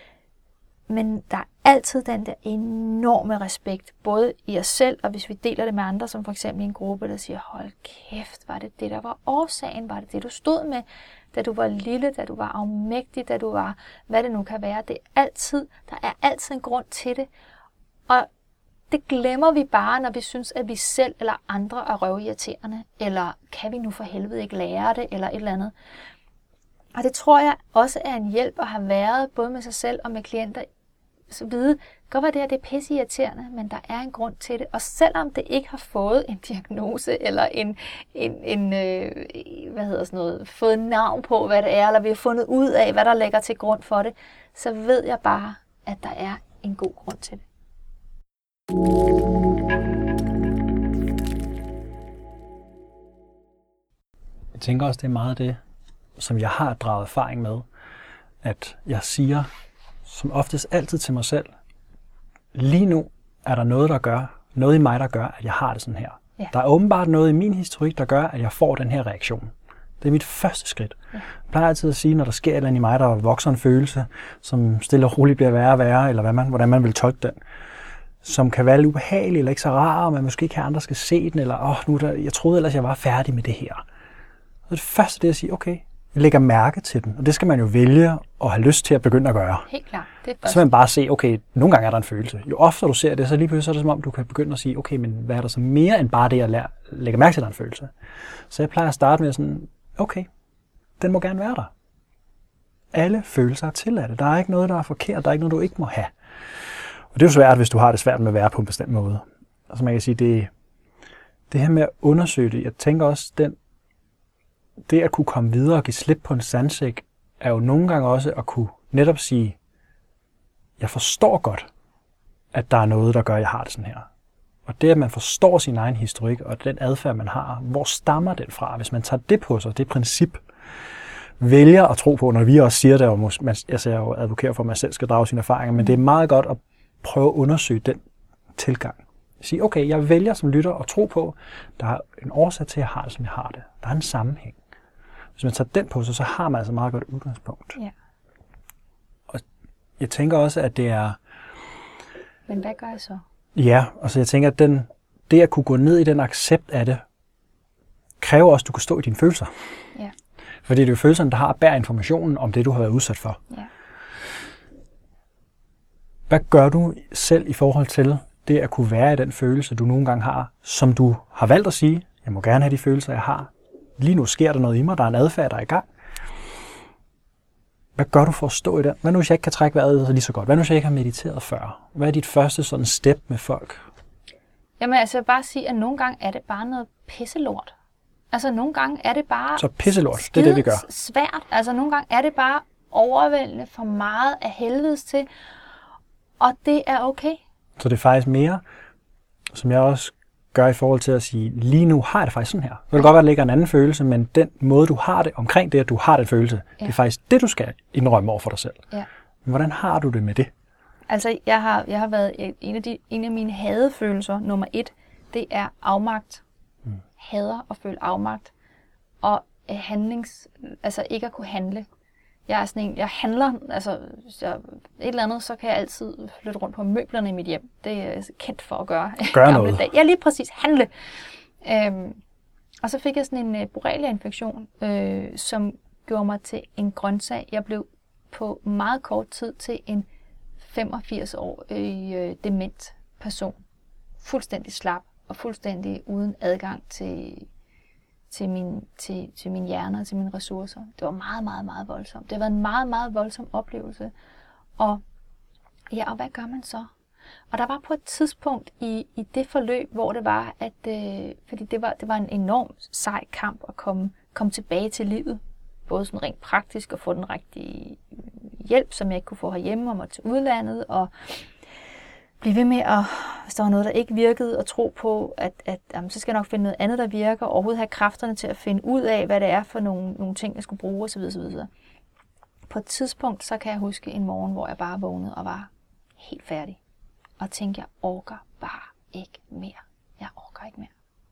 Men der er altid den der enorme respekt, både i os selv, og hvis vi deler det med andre, som for eksempel en gruppe, der siger, hold kæft, var det det, der var årsagen? Var det det, du stod med, da du var lille, da du var afmægtig, da du var, hvad det nu kan være? Det er altid, der er altid en grund til det. Og det glemmer vi bare, når vi synes, at vi selv eller andre er røvirriterende, eller kan vi nu for helvede ikke lære det, eller et eller andet. Og det tror jeg også er en hjælp at have været, både med sig selv og med klienter, så vide, godt være det her, det er pisse irriterende, men der er en grund til det. Og selvom det ikke har fået en diagnose, eller en, en, en øh, hvad hedder sådan noget, fået navn på, hvad det er, eller vi har fundet ud af, hvad der ligger til grund for det, så ved jeg bare, at der er en god grund til det. Jeg tænker også, det er meget det, som jeg har draget erfaring med, at jeg siger som oftest altid til mig selv, lige nu er der noget, der gør, noget i mig, der gør, at jeg har det sådan her. Ja. Der er åbenbart noget i min historik, der gør, at jeg får den her reaktion. Det er mit første skridt. Ja. Jeg plejer altid at sige, når der sker et eller andet i mig, der vokser en følelse, som stille og roligt bliver værre og værre, eller hvad man, hvordan man vil tolke den, som kan være lidt ubehagelig eller ikke så rar, og man måske ikke andre skal se den, eller åh, nu der, jeg troede ellers, jeg var færdig med det her. Så det første det er at sige, okay, jeg lægger mærke til den, og det skal man jo vælge og have lyst til at begynde at gøre. Helt klart. Det er så man bare se, okay, nogle gange er der en følelse. Jo oftere du ser det, så lige pludselig er det som om, du kan begynde at sige, okay, men hvad er der så mere end bare det, at lære, lægge mærke til, der er en følelse. Så jeg plejer at starte med sådan, okay, den må gerne være der. Alle følelser er tilladte. Der er ikke noget, der er forkert. Der er ikke noget, du ikke må have. Og det er jo svært, hvis du har det svært med at være på en bestemt måde. Altså man kan sige, det, det her med at undersøge det, jeg tænker også, den, det at kunne komme videre og give slip på en sandsæk, er jo nogle gange også at kunne netop sige, jeg forstår godt, at der er noget, der gør, at jeg har det sådan her. Og det, at man forstår sin egen historik og den adfærd, man har, hvor stammer den fra? Hvis man tager det på sig, det princip, vælger at tro på, når vi også siger det, og man, altså jeg er jo advokerer for, at man selv skal drage sine erfaringer, men det er meget godt at prøve at undersøge den tilgang. Sige, okay, jeg vælger som lytter at tro på, der er en årsag til, at jeg har det, som jeg har det. Der er en sammenhæng. Hvis man tager den på sig, så har man altså meget godt udgangspunkt. Ja. Og jeg tænker også, at det er... Men hvad gør jeg så? Ja, altså jeg tænker, at den, det at kunne gå ned i den accept af det, kræver også, at du kan stå i dine følelser. Ja. Fordi det er jo følelserne, der har bær informationen om det, du har været udsat for. Ja. Hvad gør du selv i forhold til det at kunne være i den følelse, du nogle gange har, som du har valgt at sige, jeg må gerne have de følelser, jeg har. Lige nu sker der noget i mig, der er en adfærd, der er i gang. Hvad gør du for at stå i den? Hvad nu, hvis jeg ikke kan trække vejret lige så godt? Hvad nu, hvis jeg ikke har mediteret før? Hvad er dit første sådan step med folk? Jamen altså, jeg vil bare sige, at nogle gange er det bare noget pisselort. Altså, nogle gange er det bare... Så pisselort, det er det, vi gør. Svært. Altså, nogle gange er det bare overvældende for meget af helvedes til, og det er okay. Så det er faktisk mere, som jeg også gør i forhold til at sige, lige nu har jeg det faktisk sådan her. Det kan godt være, at der ligger en anden følelse, men den måde, du har det omkring det, at du har den følelse, ja. Det er faktisk det, du skal indrømme over for dig selv. Ja. Men hvordan har du det med det? Altså, jeg har, jeg har været en af, de, en af mine hadefølelser, nummer et, det er afmagt. Mm. Hader at føle afmagt. Og handlings, altså ikke at kunne handle. Jeg er sådan en, jeg handler, altså jeg, et eller andet, så kan jeg altid flytte rundt på møblerne i mit hjem. Det er jeg kendt for at gøre. Gør noget. Dag. Ja, lige præcis. Handle. Øhm, og så fik jeg sådan en uh, borrelia-infektion, øh, som gjorde mig til en grøntsag. Jeg blev på meget kort tid til en femogfirs år øh, dement person. Fuldstændig slap og fuldstændig uden adgang til... Til min, til, til min hjerne og til mine ressourcer. Det var meget, meget, meget voldsomt. Det var en meget, meget voldsom oplevelse. Og ja, og hvad gør man så? Og der var på et tidspunkt i, i det forløb, hvor det var, at øh, fordi det var, det var en enorm sej kamp at komme, komme tilbage til livet. Både sådan rent praktisk at få den rigtige hjælp, som jeg ikke kunne få herhjemme, og måtte til udlandet, og blive ved med at, hvis der var noget, der ikke virkede, og tro på, at, at jamen, så skal jeg nok finde noget andet, der virker, og overhovedet have kræfterne til at finde ud af, hvad det er for nogle, nogle ting, jeg skulle bruge, osv. osv. På et tidspunkt, så kan jeg huske en morgen, hvor jeg bare vågnede og var helt færdig. Og tænkte, jeg orker bare ikke mere. Jeg orker ikke mere.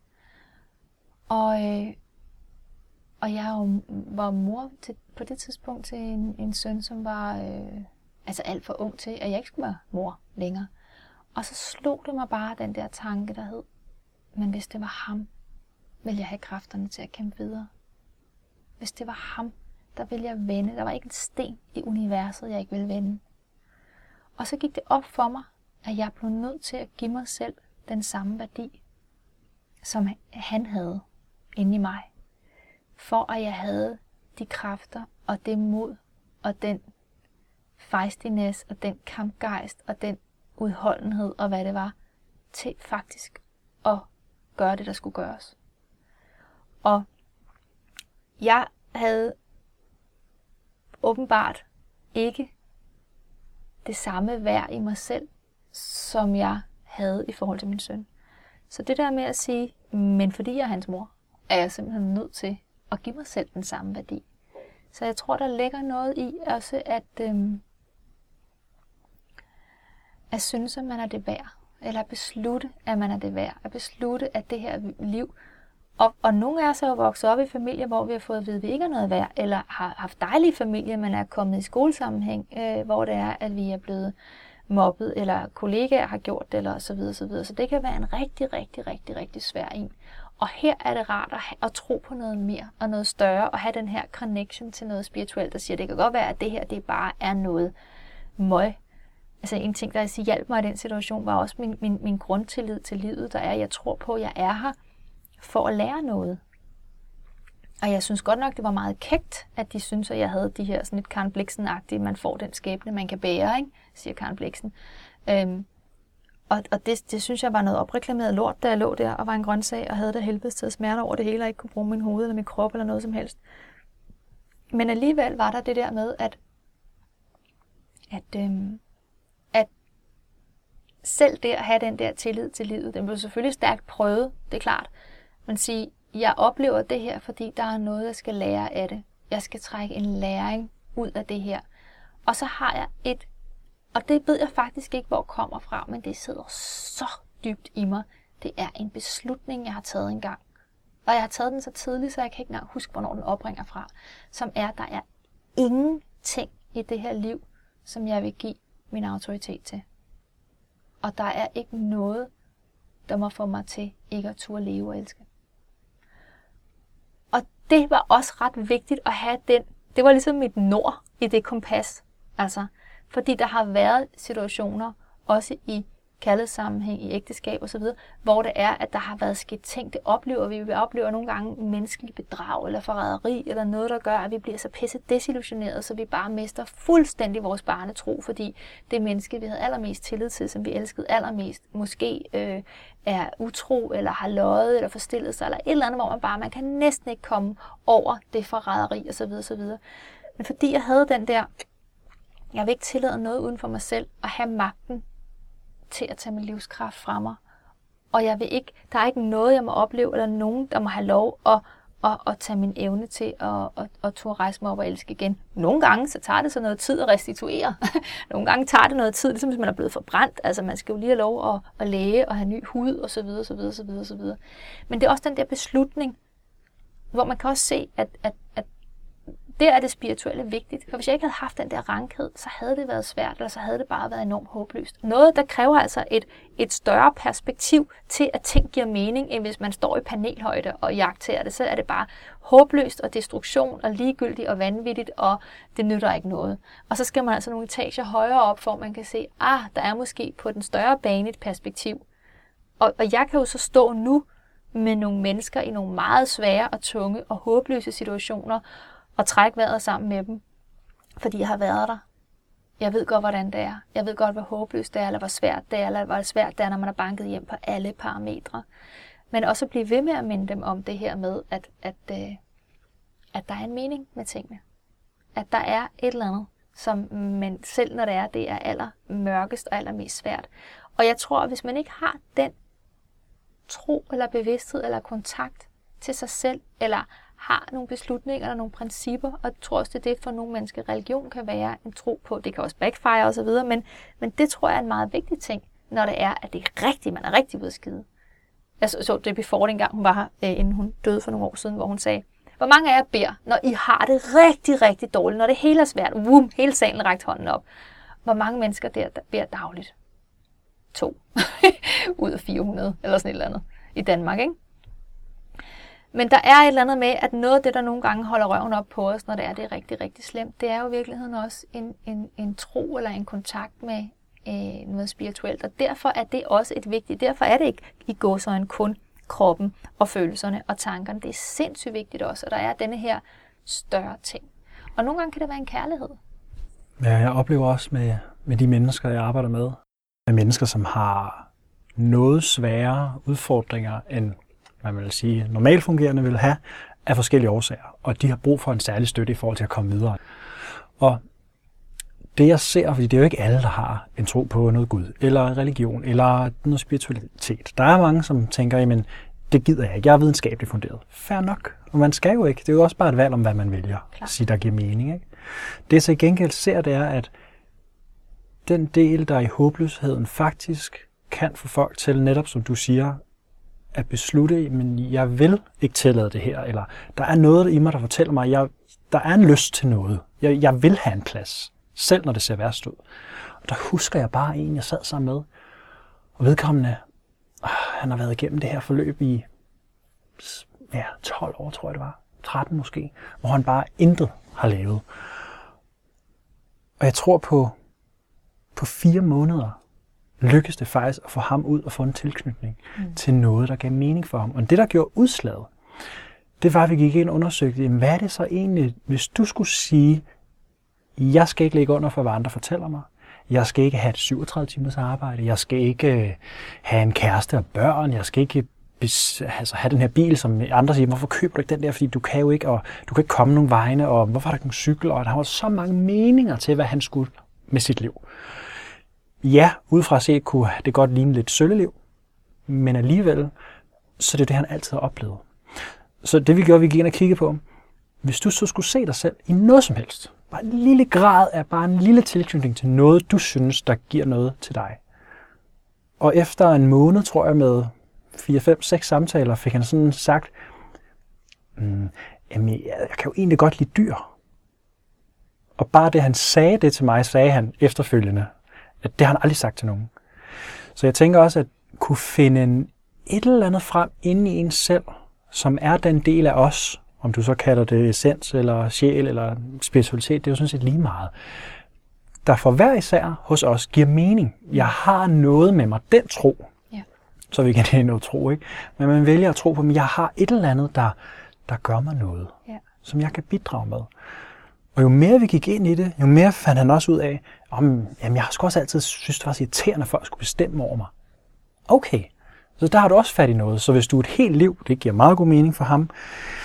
Og, øh, og jeg var mor til, på det tidspunkt til en, en søn, som var øh, altså alt for ung til, at jeg ikke skulle være mor længere. Og så slog det mig bare den der tanke, der hed, men hvis det var ham, ville jeg have kræfterne til at kæmpe videre. Hvis det var ham, der ville jeg vende. Der var ikke en sten i universet, jeg ikke ville vende. Og så gik det op for mig, at jeg blev nødt til at give mig selv den samme værdi, som han havde inde i mig. For at jeg havde de kræfter og det mod og den feistiness og den kampgejst og den udholdenhed og hvad det var, til faktisk at gøre det, der skulle gøres. Og jeg havde åbenbart ikke det samme værd i mig selv, som jeg havde i forhold til min søn. Så det der med at sige, men fordi jeg er hans mor, er jeg simpelthen nødt til at give mig selv den samme værdi. Så jeg tror, der ligger noget i også at, øhm, at synes, at man er det værd. Eller at beslutte, at man er det værd. At beslutte, at det her liv. Og, og nogle af os er jo vokset op i familier, hvor vi har fået at vide, at vi ikke er noget værd. Eller har haft dejlige familier, men er kommet i skolesammenhæng, øh, hvor det er, at vi er blevet mobbet, eller kollegaer har gjort det, eller så videre, så videre. Så det kan være en rigtig, rigtig, rigtig, rigtig svær en. Og her er det rart at, have, at tro på noget mere og noget større, og have den her connection til noget spirituelt, der siger, at det kan godt være, at det her det bare er noget møg. Altså en ting, der hjalp mig i den situation, var også min, min, min grundtillid til livet, der er, at jeg tror på, at jeg er her for at lære noget. Og jeg synes godt nok, det var meget kægt, at de synes, at jeg havde de her sådan lidt Karen Blixen-agtige, man får den skæbne, man kan bære, ikke? Siger Karen Blixen. Øhm, og og det, det synes jeg var noget opreklameret lort, da jeg lå der og var en grøntsag og havde der helvedes til smerte over det hele, og ikke kunne bruge min hoved eller min krop eller noget som helst. Men alligevel var der det der med, at, at, øhm, at selv det at have den der tillid til livet, den blev selvfølgelig stærkt prøvet, det er klart, men sige, jeg oplever det her, fordi der er noget, jeg skal lære af det. Jeg skal trække en læring ud af det her. Og så har jeg et, og det ved jeg faktisk ikke, hvor det kommer fra, men det sidder så dybt i mig. Det er en beslutning, jeg har taget engang. Og jeg har taget den så tidligt, så jeg kan ikke engang huske, hvornår den opringer fra. Som er, der er ingenting i det her liv, som jeg vil give min autoritet til. Og der er ikke noget, der må få mig til ikke at turde leve og elske. Og det var også ret vigtigt at have den. Det var ligesom mit nord i det kompas. Altså, fordi der har været situationer, også i kærlighedssammenhæng, i ægteskab osv., hvor det er, at der har været sket ting. Det oplever vi. Vi oplever nogle gange menneskelig bedrag eller forræderi, eller noget, der gør, at vi bliver så pisse desillusioneret, så vi bare mister fuldstændig vores barnetro, fordi det menneske, vi havde allermest tillid til, som vi elskede allermest, måske øh, er utro, eller har løjet, eller forstillet sig, eller et eller andet, hvor man bare, man kan næsten ikke komme over det forræderi osv. osv. Men fordi jeg havde den der, jeg vil ikke tillade noget uden for mig selv, at have magten til at tage min livskraft fra mig. Og jeg vil ikke, der er ikke noget, jeg må opleve, eller nogen, der må have lov at, at, at tage min evne til at, at, at turde rejse mig op og elske igen. Nogle gange, så tager det så noget tid at restituere. Nogle gange tager det noget tid, ligesom hvis man er blevet forbrændt. Altså, man skal jo lige have lov at, at læge og have ny hud, og så videre, så videre, så videre, så videre. Men det er også den der beslutning, hvor man kan også se, at, at, at der er det spirituelle vigtigt. For hvis jeg ikke havde haft den der rankhed, så havde det været svært, eller så havde det bare været enormt håbløst. Noget, der kræver altså et, et større perspektiv til, at ting giver mening, end hvis man står i panelhøjde og jagter det. Så er det bare håbløst og destruktion og ligegyldigt og vanvittigt, og det nytter ikke noget. Og så skal man altså nogle etager højere op, for man kan se, ah, der er måske på den større bane et perspektiv. Og, og jeg kan jo så stå nu med nogle mennesker i nogle meget svære og tunge og håbløse situationer, og trække vejret sammen med dem, fordi jeg har været der. Jeg ved godt, hvordan det er. Jeg ved godt, hvor håbløst det er, eller hvor svært det er, eller hvor svært det er, når man er banket hjem på alle parametre. Men også at blive ved med at minde dem om det her med, at, at, at, at der er en mening med tingene. At der er et eller andet, som man selv når det er, det er aller mørkest og allermest svært. Og jeg tror, at hvis man ikke har den tro, eller bevidsthed, eller kontakt til sig selv, eller har nogle beslutninger eller nogle principper, og jeg tror også, det er det for nogle mennesker, religion kan være en tro på. Det kan også backfire og så videre, men, men det tror jeg er en meget vigtig ting, når det er, at det er rigtigt, man er rigtig ved at skide. Jeg så, så Debbie Ford engang, hun var her, øh, inden hun døde for nogle år siden, hvor hun sagde, hvor mange af jer beder, når I har det rigtig, rigtig dårligt, når det hele er svært, wum, hele salen rækte hånden op. Hvor mange mennesker der, der beder dagligt? To. Ud af fire hundrede, eller sådan et eller andet, i Danmark, ikke? Men der er et eller andet med, at noget af det, der nogle gange holder røven op på os, når det er, det er rigtig, rigtig slemt, det er jo i virkeligheden også en, en, en tro eller en kontakt med øh, noget spirituelt. Og derfor er det også et vigtigt, derfor er det ikke i gåseøjne kun kroppen og følelserne og tankerne. Det er sindssygt vigtigt også, og der er denne her større ting. Og nogle gange kan det være en kærlighed. Ja, jeg oplever også med, med de mennesker, jeg arbejder med, med mennesker, som har noget sværere udfordringer, end man vil sige normalt fungerende vil have, af forskellige årsager. Og de har brug for en særlig støtte i forhold til at komme videre. Og det jeg ser, fordi det er jo ikke alle, der har en tro på noget Gud, eller religion, eller noget spiritualitet. Der er mange, som tænker, jamen, det gider jeg ikke. Jeg er videnskabeligt funderet. Fair nok. Og man skal jo ikke. Det er jo også bare et valg om, hvad man vælger. At sige, der giver mening. Ikke? Det jeg så i gengæld ser, det er, at den del, der er i håbløsheden, faktisk kan få folk til, netop som du siger, at beslutte, men jeg vil ikke tillade det her, eller der er noget i mig, der fortæller mig, at jeg, der er en lyst til noget. Jeg, jeg vil have en plads, selv når det ser værst ud. Og der husker jeg bare en, jeg sad sammen med, og vedkommende, øh, han har været igennem det her forløb i ja, tolv år, tror jeg det var, tretten måske, hvor han bare intet har lavet. Og jeg tror på, på fire måneder, lykkedes det faktisk at få ham ud og få en tilknytning mm. til noget, der gav mening for ham. Og det, der gjorde udslaget, det var, at vi gik ind og undersøgte, jamen, hvad er det så egentlig, hvis du skulle sige, jeg skal ikke ligge under for, hvad andre fortæller mig. Jeg skal ikke have et syvogtredive timers arbejde. Jeg skal ikke have en kæreste og børn. Jeg skal ikke altså, have den her bil, som andre siger, hvorfor køber du ikke den der, fordi du kan jo ikke, og du kan ikke komme nogen vegne, og hvorfor har der ikke nogen cykel, og der var så mange meninger til, hvad han skulle med sit liv. Ja, udefra set kunne det godt ligne lidt sølleliv, men alligevel, så det er det, han altid har oplevet. Så det vi gjorde, vi gik ind og kiggede på, hvis du så skulle se dig selv i noget som helst, bare en lille grad af bare en lille tilknytning til noget, du synes, der giver noget til dig. Og efter en måned, tror jeg, med fire, fem, seks samtaler, fik han sådan sagt, mm, jamen, jeg, jeg kan jo egentlig godt lide dyr. Og bare det, han sagde det til mig, sagde han efterfølgende, at det har han aldrig sagt til nogen. Så jeg tænker også, at kunne finde en, et eller andet frem inde i en selv, som er den del af os, om du så kalder det essens, eller sjæl, eller spiritualitet, det er jo sådan set lige meget, der for hver især hos os giver mening. Jeg har noget med mig, den tro. Ja. Så vi kan det noget tro, ikke? Men man vælger at tro på, at jeg har et eller andet, der, der gør mig noget, ja. Som jeg kan bidrage med. Og jo mere vi gik ind i det, jo mere fandt han også ud af, om, jamen jeg har sgu også altid synes, det var så irriterende, at folk skulle bestemme over mig. Okay, så der har du også fat i noget. Så hvis du et helt liv, det giver meget god mening for ham,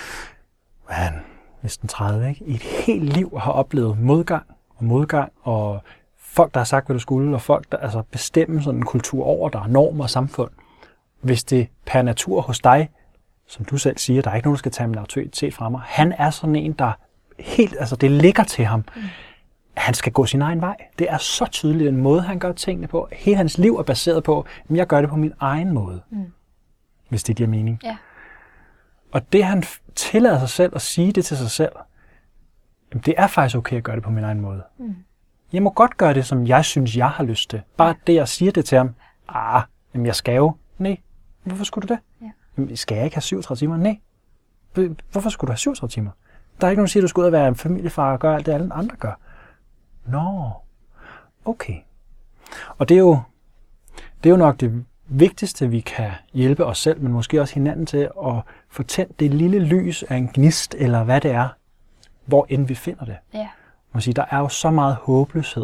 han næsten tredive, ikke? I et helt liv har oplevet modgang og modgang, og folk, der har sagt, hvad du skulle, og folk, der altså bestemmer sådan en kultur over, der er normer og samfund. Hvis det per natur hos dig, som du selv siger, der er ikke nogen, der skal tage min autoritet fra mig, han er sådan en, der helt, altså det ligger til ham. Mm. Han skal gå sin egen vej. Det er så tydeligt, den måde, han gør tingene på. Hele hans liv er baseret på, at jeg gør det på min egen måde. Mm. Hvis det giver mening. Ja. Og det, han tillader sig selv at sige det til sig selv, det er faktisk okay at gøre det på min egen måde. Mm. Jeg må godt gøre det, som jeg synes, jeg har lyst til. Bare det, jeg siger det til ham. Ah, jamen jeg skal jo. Nej. Hvorfor skulle du det? Ja. Jamen, skal jeg ikke have syvogtredive timer? Nej. Hvorfor skulle du have syvogtredive timer? Der er ikke nogen, der siger, at du skal ud og være en familiefar og gøre alt det, alle andre gør. Nå, okay. Og det er jo, det er jo nok det vigtigste, vi kan hjælpe os selv, men måske også hinanden til at få tændt det lille lys af en gnist, eller hvad det er, hvor end vi finder det. Ja. Man siger, der er jo så meget håbløshed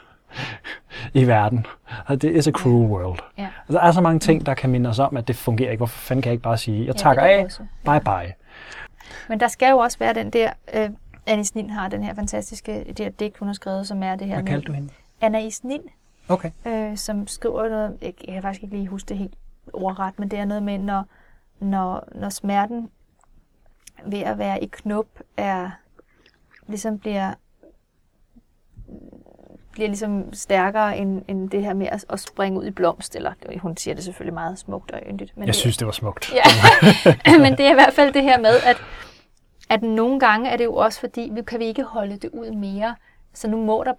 i verden. Det er a cruel world. Ja. Altså, der er så mange ting, der kan minde os om, at det fungerer ikke. Hvorfor fanden kan jeg ikke bare sige, jeg takker ja, af, bye bye. Men der skal jo også være den der, uh, Anais Nin har den her fantastiske, det her digt, hun har skrevet, som er det her. Hvad kaldte du hende? Anais Nin. Okay. Øh, som skriver noget, jeg, jeg kan faktisk ikke lige huske det helt ordret, men det er noget med, når, når, når smerten ved at være i knop er, ligesom bliver, bliver ligesom stærkere end, end det her med at, at springe ud i blomst, eller hun siger det selvfølgelig meget smukt og yndigt. Men jeg det, synes, det var smukt. Ja. Men det er i hvert fald det her med, at, at nogle gange er det jo også fordi, vi kan vi ikke holde det ud mere, så nu må der bare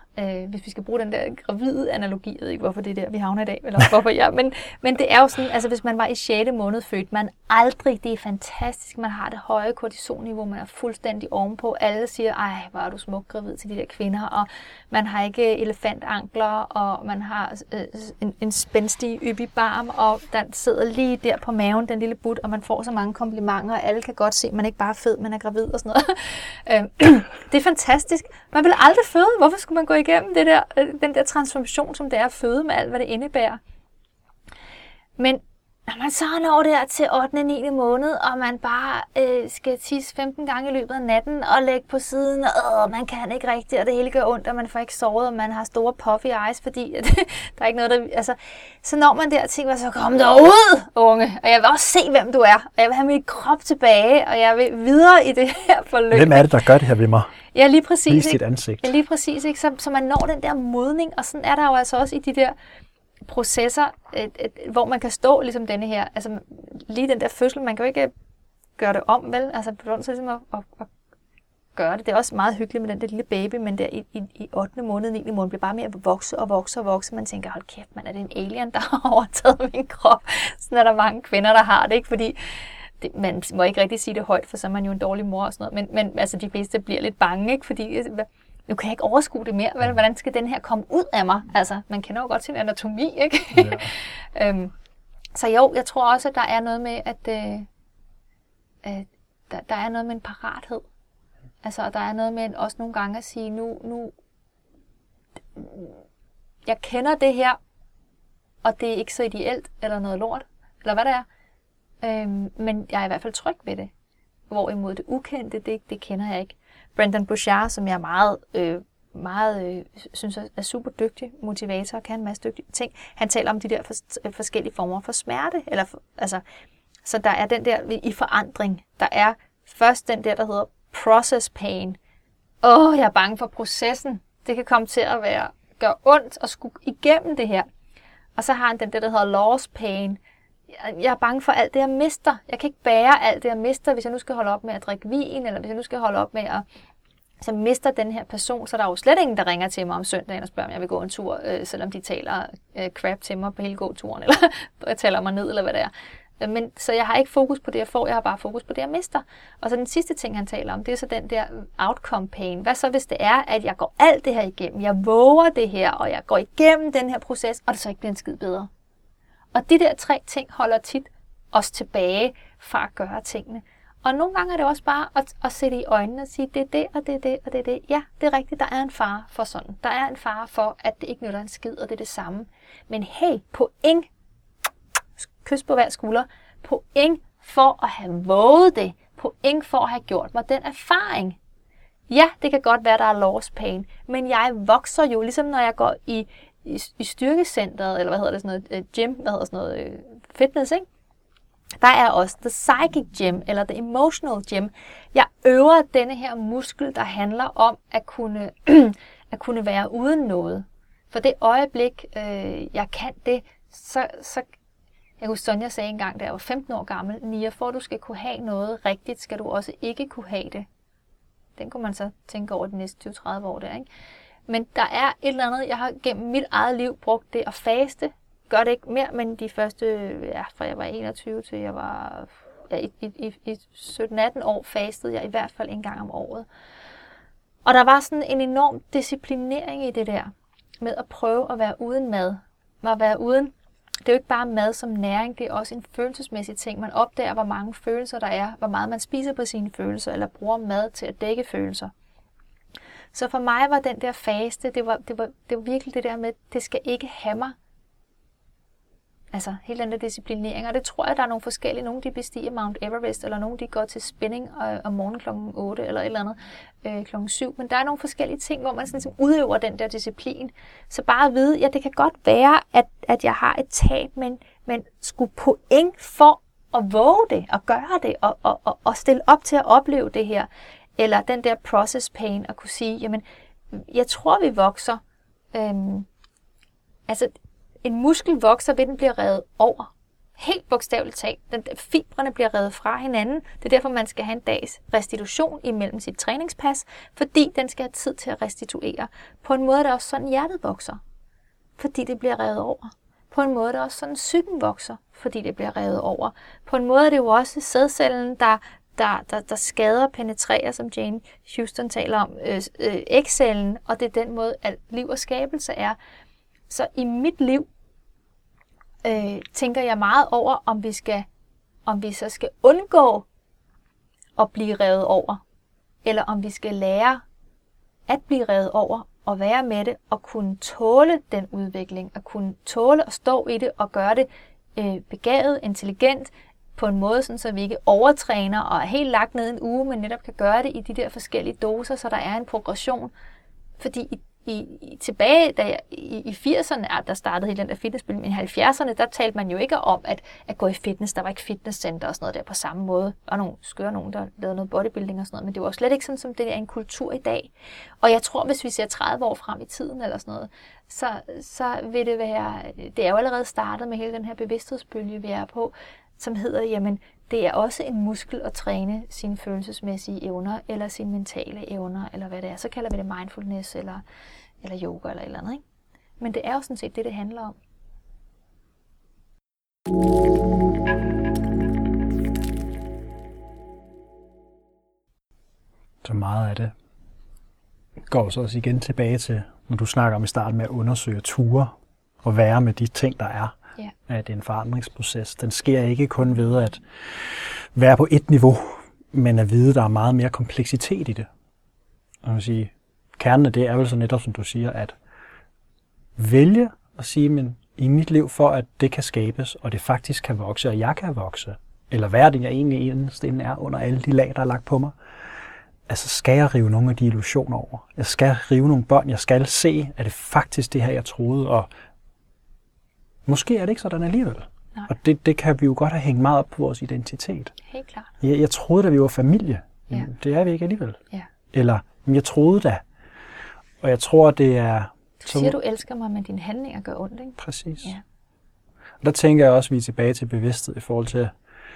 øh, hvis vi skal bruge den der gravide analogi, jeg ved ikke, hvorfor det er der, vi havner i dag, eller hvorfor jeg, men, men det er jo sådan, altså hvis man var i sjette måned født, man aldrig, det er fantastisk, man har det høje kortisolniveau, man er fuldstændig ovenpå, alle siger, ej, hvor er du smuk gravid til de der kvinder, og man har ikke elefantankler, og man har øh, en, en spændstig yppig barm, og den sidder lige der på maven, den lille but, og man får så mange komplimenter, og alle kan godt se, at man ikke bare er fed, man er gravid og sådan noget. Det er fantastisk. Man vil aldrig føde. Hvorfor skulle man gå igennem det der, den der transformation, som det er at føde med alt, hvad det indebærer? Men når man så når der til ottende og niende måned, og man bare øh, skal tisse femten gange i løbet af natten, og lægge på siden, og øh, man kan ikke rigtigt, og det hele gør ondt, og man får ikke sovet, og man har store puffy eyes, fordi at, der er ikke noget, der... Altså, så når man der og tænker, så kom derud, unge, og jeg vil også se, hvem du er, og jeg vil have min krop tilbage, og jeg vil videre i det her forløb. Hvem er det, der gør det her ved mig? Ja, lige præcis. Vis dit ansigt. Ja, lige præcis, ikke? Så, så man når den der modning, og sådan er der jo altså også i de der processer, et, et, hvor man kan stå ligesom denne her, altså lige den der fødsel, man kan jo ikke gøre det om, vel? Altså på grund af ligesom at, at, at gøre det. Det er også meget hyggeligt med den der lille baby, men der i, i, i ottende måned, niende måned, bliver bare mere at vokse og vokse og vokse. Man tænker, hold kæft, man, er det en alien, der har overtaget min krop? Sådan er der mange kvinder, der har det, ikke? Fordi det, man må ikke rigtig sige det højt, for så er man jo en dårlig mor og sådan noget, men, men altså de fleste bliver lidt bange, ikke? Fordi nu kan jeg ikke overskue det mere, vel? Hvordan skal den her komme ud af mig? Altså, man kender jo godt sin anatomi, ikke? Ja. øhm, så jo, jeg tror også, at der er noget med, at øh, øh, der, der er noget med en parathed. Altså, der er noget med også nogle gange at sige, nu, nu, jeg kender det her, og det er ikke så ideelt, eller noget lort, eller hvad det er. Øhm, men jeg er i hvert fald tryg ved det. Hvorimod det ukendte, det, det kender jeg ikke. Brendan Burchard, som jeg er meget, øh, meget øh, synes er super dygtig motivator og kan en masse dygtige ting, han taler om de der for, forskellige former for smerte. Eller for, altså, så der er den der i forandring. Der er først den der, der hedder process pain. Åh, oh, jeg er bange for processen. Det kan komme til at være gøre ondt at skulle igennem det her. Og så har han den der, der hedder loss pain. Jeg er bange for alt det, jeg mister. Jeg kan ikke bære alt det, jeg mister, hvis jeg nu skal holde op med at drikke vin, eller hvis jeg nu skal holde op med at... Så mister den her person, så der er jo slet ingen, der ringer til mig om søndagen og spørger, om jeg vil gå en tur, øh, selvom de taler øh, crap til mig på hele gåturen, eller jeg taler mig ned, eller hvad det er. Men, så jeg har ikke fokus på det, jeg får, jeg har bare fokus på det, jeg mister. Og så den sidste ting, han taler om, det er så den der outcome pain. Hvad så, hvis det er, at jeg går alt det her igennem, jeg våger det her, og jeg går igennem den her proces, og det så ikke bliver en skid bedre? Og de der tre ting holder tit os tilbage fra at gøre tingene. Og nogle gange er det også bare at, at sætte i øjnene og sige, det er det, og det er det, og det er det. Ja, det er rigtigt, der er en fare for sådan. Der er en fare for, at det ikke nytter en skid, og det er det samme. Men hey, point, kys på hver skulder, point for at have våget det, point for at have gjort mig den erfaring. Ja, det kan godt være, der er loss pain, men jeg vokser jo, ligesom når jeg går i I, i styrkecentret, eller hvad hedder det, sådan noget, uh, gym, hvad hedder sådan noget, uh, fitness, ikke? Der er også the psychic gym, eller the emotional gym. Jeg øver denne her muskel, der handler om at kunne, at kunne være uden noget. For det øjeblik, øh, jeg kan det, så, så... Jeg husker, Sonja sagde engang, da jeg var femten år gammel, Nia, for at du skal kunne have noget rigtigt, skal du også ikke kunne have det. Den kunne man så tænke over de næste tyve til tredive år der, ikke? Men der er et eller andet, jeg har gennem mit eget liv brugt det at faste. Gør det ikke mere, men de første, ja, fra jeg var enogtyve til jeg var ja, i, i, i sytten atten år, fastede jeg i hvert fald en gang om året. Og der var sådan en enorm disciplinering i det der, med at prøve at være uden mad. At være uden, det er jo ikke bare mad som næring, det er også en følelsesmæssig ting. Man opdager, hvor mange følelser der er, hvor meget man spiser på sine følelser, eller bruger mad til at dække følelser. Så for mig var den der faste, det var, det var, det var virkelig det der med, det skal ikke have mig. Altså hele den der disciplinering, og det tror jeg, der er nogle forskellige. Nogle de bestiger Mount Everest, eller nogle de går til spinning om morgenen klokken otte, eller et eller andet øh, klokken syv. Men der er nogle forskellige ting, hvor man sådan, ligesom udøver den der disciplin. Så bare at vide, ja det kan godt være, at, at jeg har et tab, men, men skulle point for at våge det, og gøre det, og, og, og, og stille op til at opleve det her. Eller den der process pain, at kunne sige, jamen, jeg tror, vi vokser. Øhm, altså, en muskel vokser, ved den bliver revet over. helt bogstaveligt talt. Den, fibrene bliver revet fra hinanden. Det er derfor, man skal have en dags restitution imellem sit træningspas, fordi den skal have tid til at restituere. På en måde der er også sådan, hjertet vokser, fordi det bliver revet over. På en måde der er også sådan, psyken vokser, fordi det bliver revet over. På en måde er det jo også sædcellen, der, der, der, der skader og penetrerer, som Jane Houston taler om, øh, øh, ægcellen, og det er den måde, at liv og skabelse er. Så i mit liv øh, tænker jeg meget over, om vi skal, om vi så skal undgå at blive revet over, eller om vi skal lære at blive revet over og være med det og kunne tåle den udvikling, og kunne tåle at stå i det og gøre det øh, begavet, intelligent, på en måde, sådan, så vi ikke overtræner og er helt lagt ned en uge, men netop kan gøre det i de der forskellige doser, så der er en progression. Fordi i, i, i, tilbage da jeg, i, i firserne, der startede hele den der fitnessbølge, men i halvfjerdserne, der talte man jo ikke om at, at gå i fitness. Der var ikke fitnesscenter og sådan noget der på samme måde. Der var nogle skøre nogen, der lavede noget bodybuilding og sådan noget, men det var slet ikke sådan, som det er en kultur i dag. Og jeg tror, hvis vi ser tredive år frem i tiden eller sådan noget, så, så vil det være, det er jo allerede startet med hele den her bevidsthedsbølge, vi er på, som hedder, jamen, det er også en muskel at træne sine følelsesmæssige evner, eller sine mentale evner, eller hvad det er. Så kalder vi det mindfulness, eller, eller yoga, eller et eller andet, ikke? Men det er jo sådan set det, det handler om. Så meget af det går så også igen tilbage til, når du snakker om i starten med at undersøge ture, og være med de ting, der er. Ja. At det er en forandringsproces. Den sker ikke kun ved at være på et niveau, men at vide, at der er meget mere kompleksitet i det. Og man sige, kernen af det er vel så netop, som du siger, at vælge at sige, men i mit liv, for at det kan skabes, og det faktisk kan vokse, og jeg kan vokse, eller være det, jeg egentlig inderst inde er under alle de lag, der er lagt på mig, altså skal jeg rive nogle af de illusioner over. Jeg skal rive nogle bånd. Jeg skal se, at det faktisk det her, jeg troede, og måske er det ikke sådan alligevel. Nej. Og det, det kan vi jo godt have hængt meget op på vores identitet. Helt klart. Jeg, jeg troede, at vi var familie. Ja. Det er vi ikke alligevel. Ja. Eller, jeg troede da. Og jeg tror, det er... Du siger, du elsker mig, men dine handlinger gør ondt, ikke? Præcis. Ja. Og der tænker jeg også, at vi er tilbage til bevidsthed i forhold til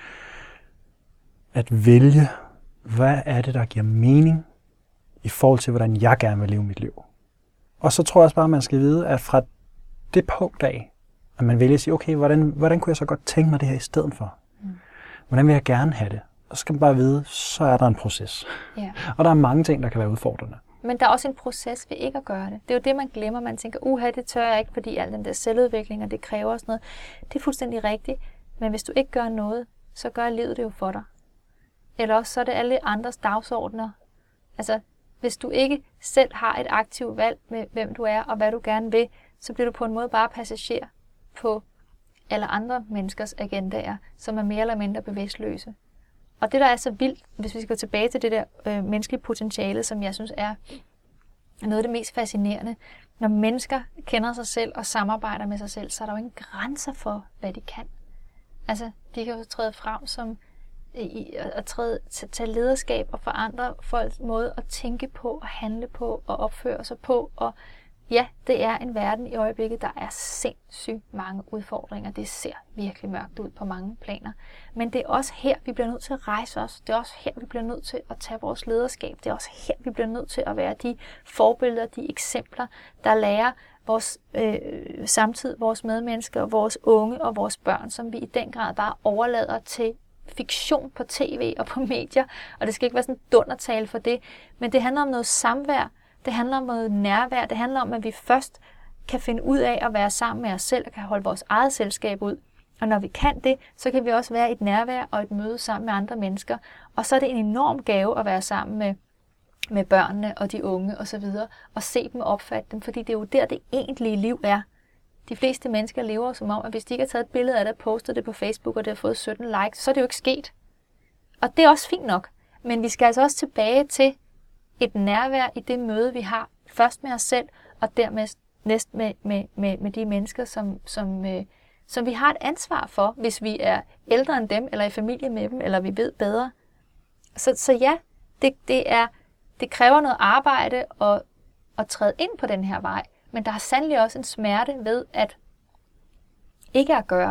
at vælge, hvad er det, der giver mening i forhold til, hvordan jeg gerne vil leve mit liv. Og så tror jeg også bare, at man skal vide, at fra det punkt af, at man vælger at sige, okay, hvordan, hvordan kunne jeg så godt tænke mig det her i stedet for? Mm. Hvordan vil jeg gerne have det? Og så skal man bare vide, så er der en proces. Ja. Og der er mange ting, der kan være udfordrende. Men der er også en proces ved ikke at gøre det. Det er jo det, man glemmer. Man tænker, uha, det tør jeg ikke, fordi al den der selvudvikling, og det kræver sådan noget. Det er fuldstændig rigtigt. Men hvis du ikke gør noget, så gør livet det jo for dig. Eller også så er det alle andres dagsordner. Altså, hvis du ikke selv har et aktivt valg med, hvem du er og hvad du gerne vil, så bliver du på en måde bare passager på alle andre menneskers agendaer, som er mere eller mindre bevidstløse. Og det, der er så vildt, hvis vi skal gå tilbage til det der øh, menneskelige potentiale, som jeg synes er noget af det mest fascinerende. Når mennesker kender sig selv og samarbejder med sig selv, så er der jo ingen grænser for, hvad de kan. Altså, de kan jo træde frem som i at træde, tage lederskab og forandre folks måde at tænke på og handle på og opføre sig på. Og ja, det er en verden i øjeblikket, der er sindssygt mange udfordringer. Det ser virkelig mørkt ud på mange planer. Men det er også her, vi bliver nødt til at rejse os. Det er også her, vi bliver nødt til at tage vores lederskab. Det er også her, vi bliver nødt til at være de forbilleder, de eksempler, der lærer vores øh, samtid, vores medmennesker, vores unge og vores børn, som vi i den grad bare overlader til fiktion på tv og på medier. Og det skal ikke være sådan en dundertale for det. Men det handler om noget samvær. Det handler om noget nærvær. Det handler om, at vi først kan finde ud af at være sammen med os selv og kan holde vores eget selskab ud. Og når vi kan det, så kan vi også være i et nærvær og et møde sammen med andre mennesker. Og så er det en enorm gave at være sammen med, med børnene og de unge osv. Og se dem og opfatte dem, fordi det er jo der, det egentlige liv er. De fleste mennesker lever som om, at hvis de ikke har taget et billede af det og postet det på Facebook, og det har fået sytten likes, så er det jo ikke sket. Og det er også fint nok. Men vi skal altså også tilbage til et nærvær i det møde, vi har først med os selv, og dermed næst med, med, med, med de mennesker, som, som, øh, som vi har et ansvar for, hvis vi er ældre end dem, eller i familie med dem, eller vi ved bedre. Så, så ja, det, det, er, det kræver noget arbejde at, at træde ind på den her vej, men der er sandelig også en smerte ved at ikke at gøre det.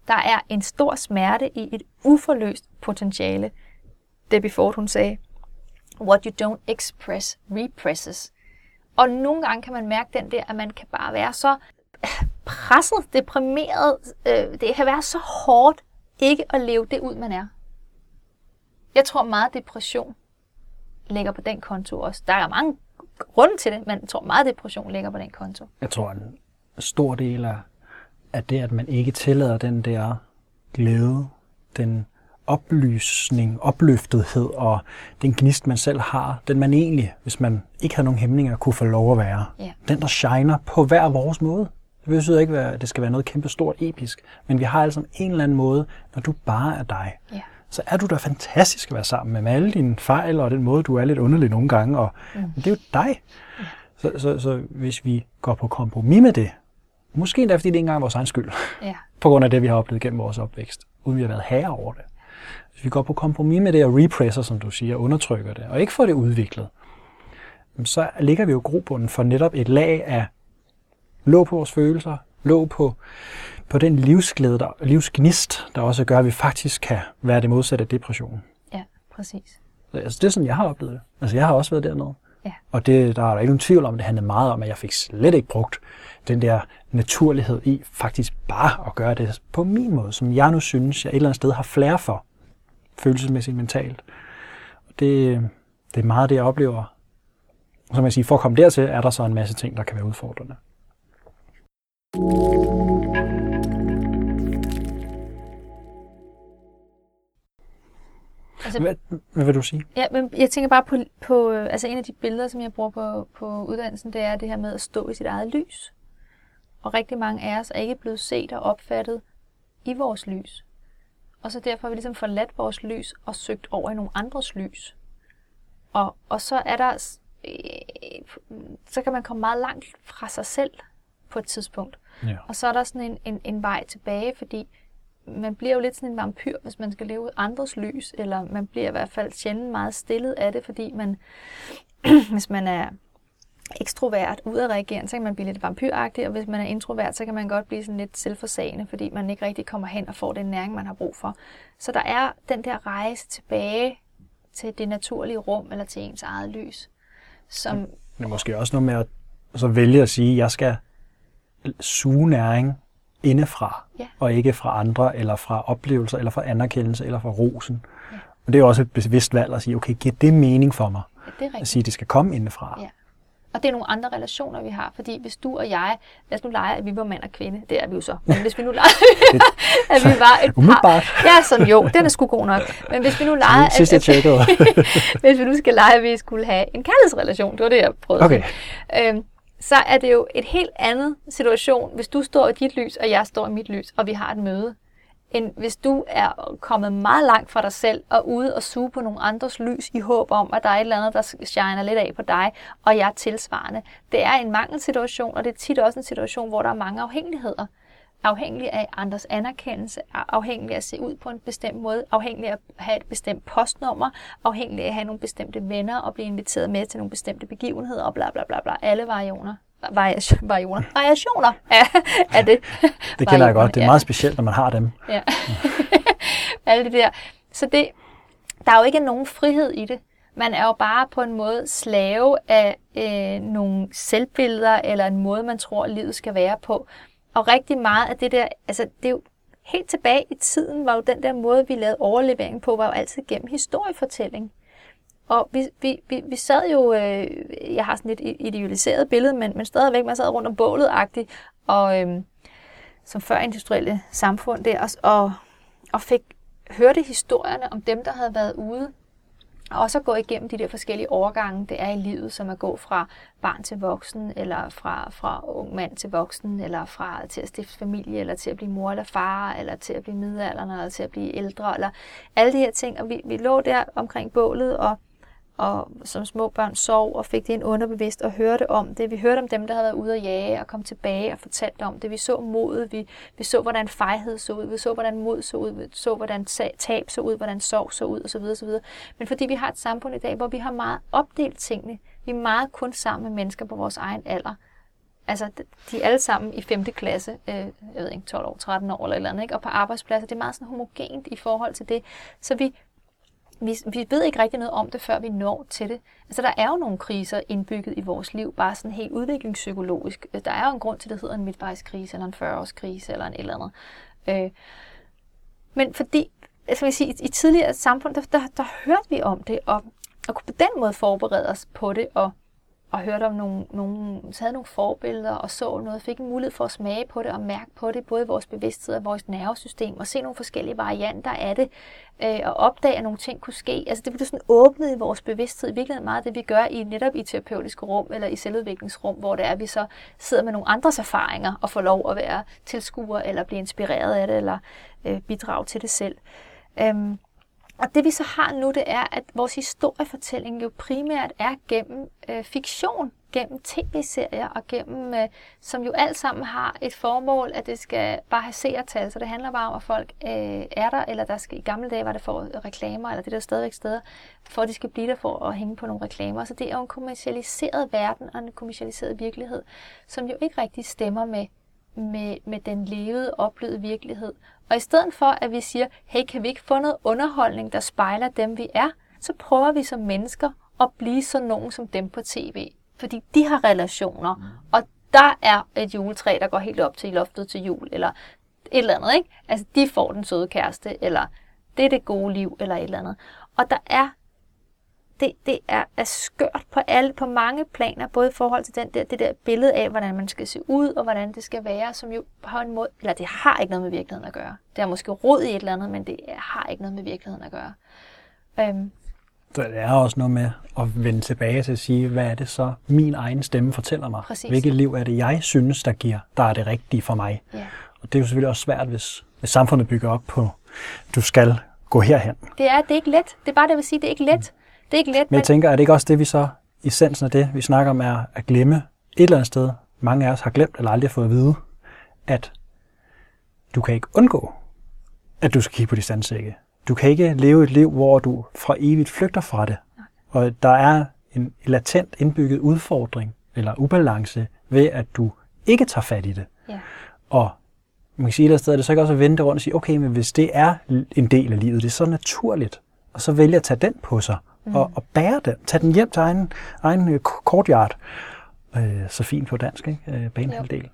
Der er en stor smerte i et uforløst potentiale. Debbie Ford, hun sagde, what you don't express represses. Og nogle gange kan man mærke den der, at man kan bare være så presset, deprimeret. Det kan være så hårdt ikke at leve det ud, man er. Jeg tror meget depression ligger på den konto også. Der er mange grunde til det, men jeg tror meget depression ligger på den konto. Jeg tror, en stor del af, af det, at man ikke tillader den der glæde, den oplysning, opløftethed og den gnist, man selv har, den man egentlig, hvis man ikke havde nogen hæmninger, kunne få lov at være. Yeah. Den, der shiner på hver vores måde. Det betyder ikke, at det skal være noget kæmpe stort episk, men vi har altså en eller anden måde, når du bare er dig. Yeah. Så er du da fantastisk at være sammen med, med alle dine fejl og den måde, du er lidt underlig nogle gange. Og mm. det er jo dig. Mm. Så, så, så hvis vi går på kompromis med det, måske endda fordi det ikke engang er vores egen skyld, yeah. på grund af det, vi har oplevet gennem vores opvækst, uden vi har været herre over det. Hvis vi går på kompromis med det og represser, som du siger, undertrykker det, og ikke får det udviklet, så ligger vi jo grobunden for netop et lag af låg på vores følelser, låg på, på den livsglæde, der, livsgnist, der også gør, at vi faktisk kan være det modsatte af depressionen. Ja, præcis. Så, altså, det er sådan, jeg har oplevet det. Altså, jeg har også været dernede. Ja. Og det, der er der ikke nogen tvivl om, at det handlede meget om, at jeg fik slet ikke brugt den der naturlighed i faktisk bare at gøre det på min måde, som jeg nu synes, jeg et eller andet sted har flere for, følelsesmæssigt, mentalt. Og det, det er meget det, jeg oplever. Og som jeg siger, for at komme dertil, er der så en masse ting, der kan være udfordrende. Altså, hvad, hvad vil du sige? Ja, men jeg tænker bare på, på altså en af de billeder, som jeg bruger på, på uddannelsen, det er det her med at stå i sit eget lys. Og rigtig mange af os er ikke blevet set og opfattet i vores lys. Og så derfor har vi ligesom forladt vores lys og søgt over i nogle andres lys. Og, og så er der, øh, så kan man komme meget langt fra sig selv på et tidspunkt. Ja. Og så er der sådan en, en, en vej tilbage, fordi man bliver jo lidt sådan en vampyr, hvis man skal leve i andres lys, eller man bliver i hvert fald sjældent meget stillet af det, fordi man, hvis man er ekstrovert, udadreagerende, så kan man blive lidt vampyragtig, og hvis man er introvert, så kan man godt blive sådan lidt selvforsagende, fordi man ikke rigtig kommer hen og får den næring, man har brug for. Så der er den der rejse tilbage til det naturlige rum, eller til ens eget lys. Som det er måske også noget med at så vælge at sige, at jeg skal suge næring indefra, ja. Og ikke fra andre, eller fra oplevelser, eller fra anerkendelse, eller fra rosen. Ja. Og det er også et bevidst valg at sige, okay, giver det mening for mig? Ja, det er rigtigt. At sige, at det skal komme indefra. Ja. Og det er nogle andre relationer, vi har. Fordi hvis du og jeg, lad os nu lege, at vi var mand og kvinde, det er vi jo så. Men hvis vi nu leger, at vi var et par. Ja, sådan jo, den er sgu god nok. Men hvis vi nu leger, at, at, hvis vi nu skal lege, at vi skulle have en kærlighedsrelation, det var det, jeg prøvede okay. at øhm, så er det jo et helt andet situation, hvis du står i dit lys, og jeg står i mit lys, og vi har et møde, end hvis du er kommet meget langt fra dig selv, og ude og suge på nogle andres lys, i håb om, at der er et eller andet, der shiner lidt af på dig, og jeg er tilsvarende. Det er en mangelsituation, og det er tit også en situation, hvor der er mange afhængigheder. Afhængig af andres anerkendelse, afhængig af at se ud på en bestemt måde, afhængig af at have et bestemt postnummer, afhængig af at have nogle bestemte venner og blive inviteret med til nogle bestemte begivenheder og bla bla bla bla. Alle variationer. Variationer. Variationer. Variationer af, af det. Det kender jeg godt. Det er meget specielt, når man har dem. Ja. Alle det der. Så det, der er jo ikke nogen frihed i det. Man er jo bare på en måde slave af øh, nogle selvbilleder, eller en måde, man tror, livet skal være på. Og rigtig meget af det der, altså det er jo helt tilbage i tiden, var jo den der måde, vi lavede overlevering på, var jo altid gennem historiefortælling. Og vi, vi, vi, vi sad jo, øh, jeg har sådan et idealiseret billede, men, men stadigvæk, man sad rundt om bålet-agtigt, og øh, som før industrielle samfund der, og, og fik hørte historierne om dem, der havde været ude, og også at gå igennem de der forskellige overgange, det er i livet, som at gå fra barn til voksen, eller fra, fra ung mand til voksen, eller fra til at stifte familie, eller til at blive mor eller far, eller til at blive midaldrende, eller til at blive ældre, eller alle de her ting. Og vi, vi lå der omkring bålet, og, og som små børn sov, og fik det ind underbevidst, og hørte om det. Vi hørte om dem, der havde været ude at jage, og kom tilbage og fortalte om det. Vi så modet, vi, vi så, hvordan fejhed så ud, vi så, hvordan mod så ud, vi så, hvordan tab så ud, hvordan sorg så ud, osv. osv. Men fordi vi har et samfund i dag, hvor vi har meget opdelt tingene, vi er meget kun sammen med mennesker på vores egen alder, Altså, de er alle sammen i femte klasse, øh, jeg ved ikke, tolv år, tretten år eller et eller andet, ikke? Og på arbejdspladser, det er meget sådan homogent i forhold til det. Så vi, vi, vi ved ikke rigtig noget om det, før vi når til det. Altså, der er jo nogle kriser indbygget i vores liv, bare sådan helt udviklingspsykologisk. Der er jo en grund til, at det hedder en midtvejskrise, eller en fyrre-årskrise, eller en et eller andet. Øh, men fordi, altså, jeg sige, i, i tidligere samfund, der, der, der hørte vi om det, og, og kunne på den måde forberede os på det, og og hørte om nogle, nogle, så havde nogle forbilleder og så noget, fik en mulighed for at smage på det og mærke på det, både i vores bevidsthed og vores nervesystem, og se nogle forskellige varianter af det, øh, og opdage, at nogle ting kunne ske. Altså det blev sådan åbnet i vores bevidsthed, i virkeligheden meget det, vi gør i netop i terapeutiske rum, eller i selvudviklingsrum, hvor det er, at vi så sidder med nogle andres erfaringer, og får lov at være tilskuer, eller blive inspireret af det, eller øh, bidrage til det selv. Øhm, Og det vi så har nu, det er, at vores historiefortælling jo primært er gennem øh, fiktion, gennem tv-serier og gennem, øh, som jo alt sammen har et formål, at det skal bare have seertal. Så det handler bare om, at folk øh, er der, eller der skal, i gamle dage var det for reklamer, eller det der stadigvæk steder, for at de skal blive der for at hænge på nogle reklamer. Så det er jo en kommercialiseret verden og en kommercialiseret virkelighed, som jo ikke rigtig stemmer med Med, med den levede, oplevede virkelighed. Og i stedet for, at vi siger, hey, kan vi ikke få noget underholdning, der spejler dem, vi er, så prøver vi som mennesker at blive sådan nogen som dem på tv. Fordi de har relationer, mm. og der er et juletræ, der går helt op til loftet til jul, eller et eller andet, ikke? Altså, de får den søde kæreste, eller det er det gode liv, eller et eller andet. Og der er Det, det er, er skørt på alle, på mange planer, både i forhold til den der, det der billede af, hvordan man skal se ud, og hvordan det skal være, som jo har en måde, eller det har ikke noget med virkeligheden at gøre. Det har måske rod i et eller andet, men det har ikke noget med virkeligheden at gøre. Øhm. Så det er også noget med at vende tilbage til at sige, hvad er det så, min egen stemme fortæller mig? Præcis. Hvilket liv er det, jeg synes, der giver, der er det rigtige for mig? Ja. Og det er jo selvfølgelig også svært, hvis, hvis samfundet bygger op på, du skal gå herhen. Det er, det er ikke let. Det er bare det, jeg vil sige, det er ikke let. Det er ikke let, men jeg tænker, er det ikke også det, vi så, essensen af det, vi snakker om, er at glemme et eller andet sted, mange af os har glemt, eller aldrig fået at vide, at du kan ikke undgå, at du skal kigge på de sandsække. Du kan ikke leve et liv, hvor du fra evigt flygter fra det. Nej. Og der er en latent indbygget udfordring, eller ubalance, ved at du ikke tager fat i det. Ja. Og man kan sige et eller andet sted, er det så ikke også at vende det rundt og sige, okay, men hvis det er en del af livet, det er så naturligt, og så vælge at tage den på sig, mm. og, og bære den. Tag den hjem til egen, egen uh, courtyard. Øh, så fint på dansk, ikke? Øh, banehalvdel.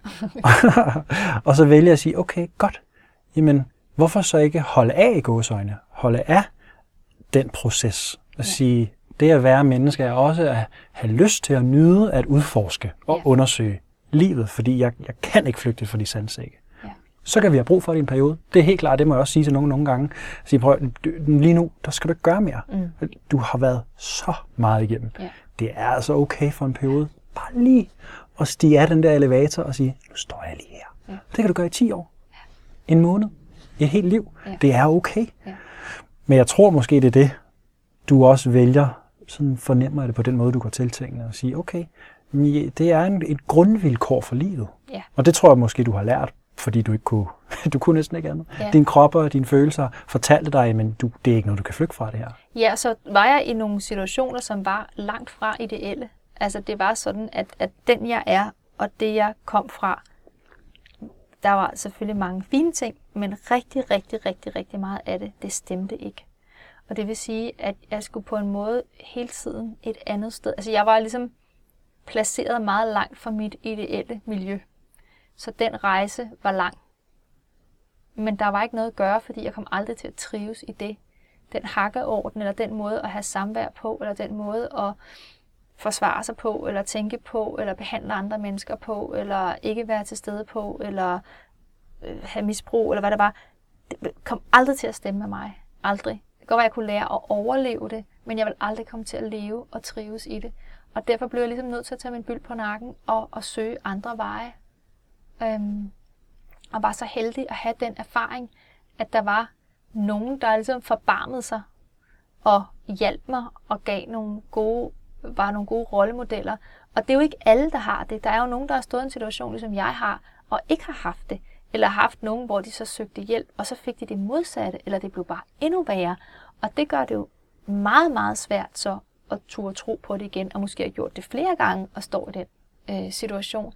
Og så vælge at sige, okay, godt. Jamen, hvorfor så ikke holde af i gåseøjne? Holde af den proces. At ja. sige, det at være menneske er også at have lyst til at nyde, at udforske og ja. undersøge livet, fordi jeg, jeg kan ikke flygte fra de sandsække. Så kan vi have brug for det i en periode. Det er helt klart, det må jeg også sige til nogen nogle gange. Sige, prøv, lige nu, der skal du ikke gøre mere. Mm. Du har været så meget igennem. Yeah. Det er altså okay for en periode. Bare lige at stige af den der elevator og sige, nu står jeg lige her. Yeah. Det kan du gøre i ti år. Yeah. En måned. Et helt liv. Yeah. Det er okay. Yeah. Men jeg tror måske, det er det, du også vælger, sådan fornemmer det på den måde, du går til tingene og sige, okay, det er en, et grundvilkår for livet. Yeah. Og det tror jeg måske, du har lært, fordi du ikke kunne, du kunne næsten ikke andet. Ja. Din krop og dine følelser fortalte dig, men du, det er ikke noget, du kan flygte fra det her. Ja, så var jeg i nogle situationer, som var langt fra ideelle. Altså det var sådan, at, at den jeg er, og det jeg kom fra, der var selvfølgelig mange fine ting, men rigtig, rigtig, rigtig, rigtig meget af det, det stemte ikke. Og det vil sige, at jeg skulle på en måde hele tiden et andet sted. Altså jeg var ligesom placeret meget langt fra mit ideelle miljø. Så den rejse var lang. Men der var ikke noget at gøre, fordi jeg kom aldrig til at trives i det. Den hakkeorden, eller den måde at have samvær på, eller den måde at forsvare sig på, eller tænke på, eller behandle andre mennesker på, eller ikke være til stede på, eller øh, have misbrug, eller hvad det var. Det kom aldrig til at stemme med mig. Aldrig. Det kan godt være, at jeg kunne lære at overleve det, men jeg vil aldrig komme til at leve og trives i det. Og derfor blev jeg ligesom nødt til at tage min byld på nakken og, og søge andre veje. Øhm, og var så heldig at have den erfaring, at der var nogen, der ligesom forbarmede sig og hjalp mig og gav nogle gode, var nogle gode rollemodeller. Og det er jo ikke alle, der har det. Der er jo nogen, der har stået i en situation, ligesom jeg har, og ikke har haft det. Eller har haft nogen, hvor de så søgte hjælp, og så fik de det modsatte, eller det blev bare endnu værre. Og det gør det jo meget, meget svært så at turde tro på det igen, og måske have gjort det flere gange og stå i den øh, situation.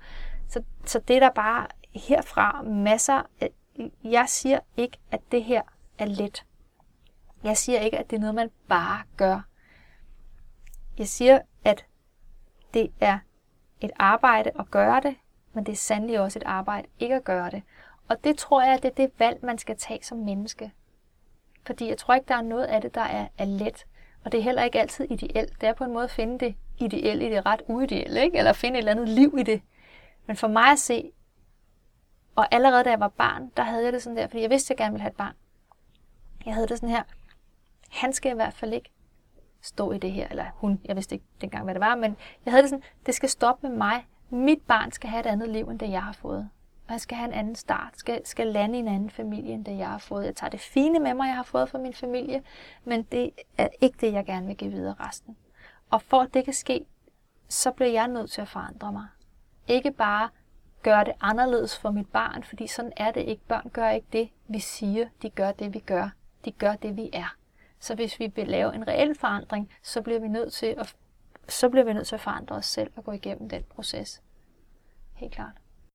Så, så det er der bare herfra masser. Jeg siger ikke, at det her er let. Jeg siger ikke, at det er noget, man bare gør. Jeg siger, at det er et arbejde at gøre det, men det er sandelig også et arbejde ikke at gøre det. Og det tror jeg, at det er det valg, man skal tage som menneske. Fordi jeg tror ikke, der er noget af det, der er, er let. Og det er heller ikke altid ideelt. Det er på en måde at finde det ideelle i det ret uideelle, ikke? Eller finde et eller andet liv i det. Men for mig at se, og allerede da jeg var barn, der havde jeg det sådan der, fordi jeg vidste, at jeg gerne ville have et barn. Jeg havde det sådan her, han skal i hvert fald ikke stå i det her, eller hun, jeg vidste ikke dengang, hvad det var, men jeg havde det sådan, det skal stoppe med mig. Mit barn skal have et andet liv, end det jeg har fået. Og jeg skal have en anden start, skal, skal lande i en anden familie, end det jeg har fået. Jeg tager det fine med mig, jeg har fået fra min familie, men det er ikke det, jeg gerne vil give videre resten. Og for at det kan ske, så bliver jeg nødt til at forandre mig. Ikke bare gøre det anderledes for mit barn, fordi sådan er det ikke. Børn gør ikke det, vi siger, de gør det, vi gør. De gør det, vi er. Så hvis vi vil lave en reel forandring, så bliver vi nødt til at, så bliver vi nødt til at forandre os selv og gå igennem den proces. Helt klart.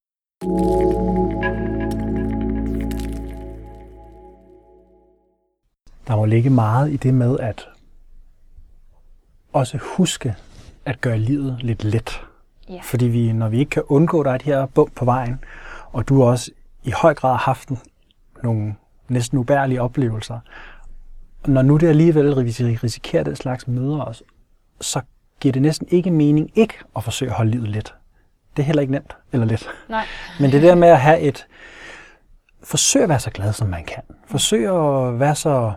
Der må ligge meget i det med at også huske at gøre livet lidt let. Ja. Fordi vi, når vi ikke kan undgå, der er et her bump på vejen, og du også i høj grad har haft nogle næsten ubærlige oplevelser, når nu det alligevel risikerer den slags møder os, så giver det næsten ikke mening ikke at forsøge at holde livet let. Det er heller ikke nemt eller let. Nej. Men det der med at have et forsøg at være så glad som man kan. Forsøg at være så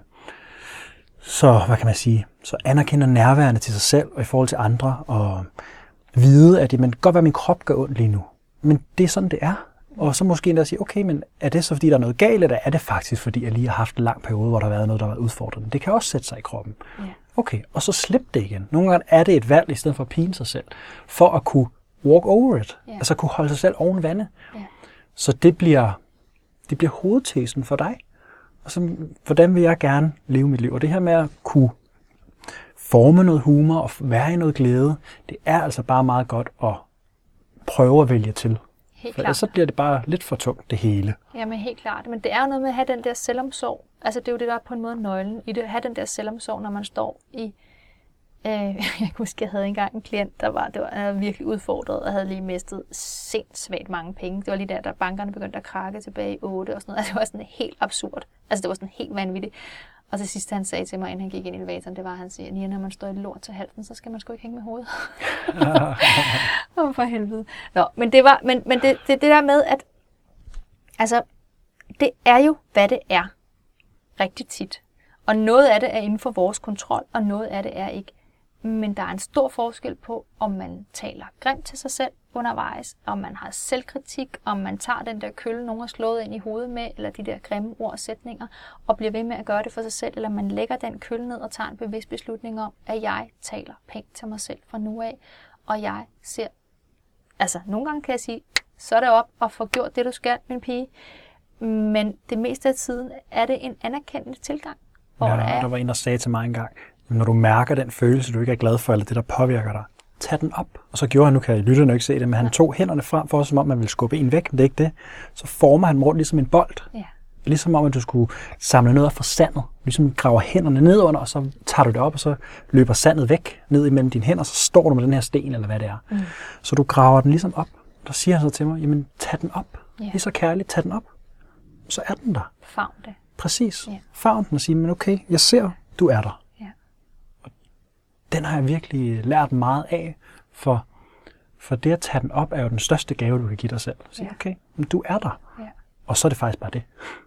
så hvad kan man sige, så anerkender nærværende til sig selv og i forhold til andre og vide, at det kan godt være, at min krop gør ondt lige nu, men det er sådan, det er. Og så måske endda sige, okay, men er det så, fordi der er noget galt, eller er det faktisk, fordi jeg lige har haft en lang periode, hvor der har været noget, der har været udfordrende? Det kan også sætte sig i kroppen. Ja. Okay, og så slip det igen. Nogle gange er det et valg, i stedet for at pine sig selv, for at kunne walk over it. Ja. Altså kunne holde sig selv oven vande. Ja. Så det bliver, det bliver hovedtesen for dig. Og så, hvordan vil jeg gerne leve mit liv? Og det her med at kunne forme noget humor og være i noget glæde, det er altså bare meget godt at prøve at vælge til. Helt for klart. så bliver det bare lidt for tungt, det hele. Jamen helt klart. Men det er jo noget med at have den der selvomsorg. Altså det er jo det, der er på en måde nøglen i det. At have den der selvomsorg, når man står i... Øh, jeg kan huske, jeg havde engang en klient, der var, det var, var virkelig udfordret og havde lige mistet sindssygt mange penge. Det var lige der, da bankerne begyndte at krakke tilbage i otte og sådan noget. Altså det var sådan helt absurd. Altså det var sådan helt vanvittigt. Og til sidst han sagde til mig, inden han gik ind i elevatoren, det var, at han siger, Nia, når man står i lort til halsen, så skal man sgu ikke hænge med hovedet. Åh, oh, for helvede. Nå, men det var, men, men det, det, det der med, at altså, det er jo, hvad det er. Rigtig tit. Og noget af det er inden for vores kontrol, og noget af det er ikke. Men der er en stor forskel på, om man taler grimt til sig selv undervejs, om man har selvkritik, om man tager den der kølle, nogen har slået ind i hovedet med, eller de der grimme ord og sætninger, og bliver ved med at gøre det for sig selv, eller man lægger den kølle ned og tager en bevidst beslutning om, at jeg taler pænt til mig selv fra nu af, og jeg ser, altså nogle gange kan jeg sige, så er det op og få gjort det, du skal, min pige, men det meste af tiden er det en anerkendende tilgang. Ja, der, er... der var en, der sagde til mig engang, når du mærker den følelse, du ikke er glad for, eller det, der påvirker dig, tag den op. Og så gjorde han, nu kan lytterne ikke se det, men han tog hænderne frem for, som om man ville skubbe en væk, men det er ikke det. Så former han dem rundt ligesom en bold. Ja. Ligesom om, at du skulle samle noget fra sandet. Ligesom graver hænderne ned under, og så tager du det op, og så løber sandet væk ned imellem dine hænder, så står du med den her sten, eller hvad det er. Mm. Så du graver den ligesom op. Der siger han så til mig, jamen tag den op. Ja. Lige så kærligt, tag den op. Så er den der. Favn det. Præcis. Ja. Favn den og sige, men okay, jeg ser, du er der. Den har jeg virkelig lært meget af, for, for det at tage den op, er jo den største gave, du kan give dig selv. Så ja. Okay, men du er der. Ja. Og så er det faktisk bare det.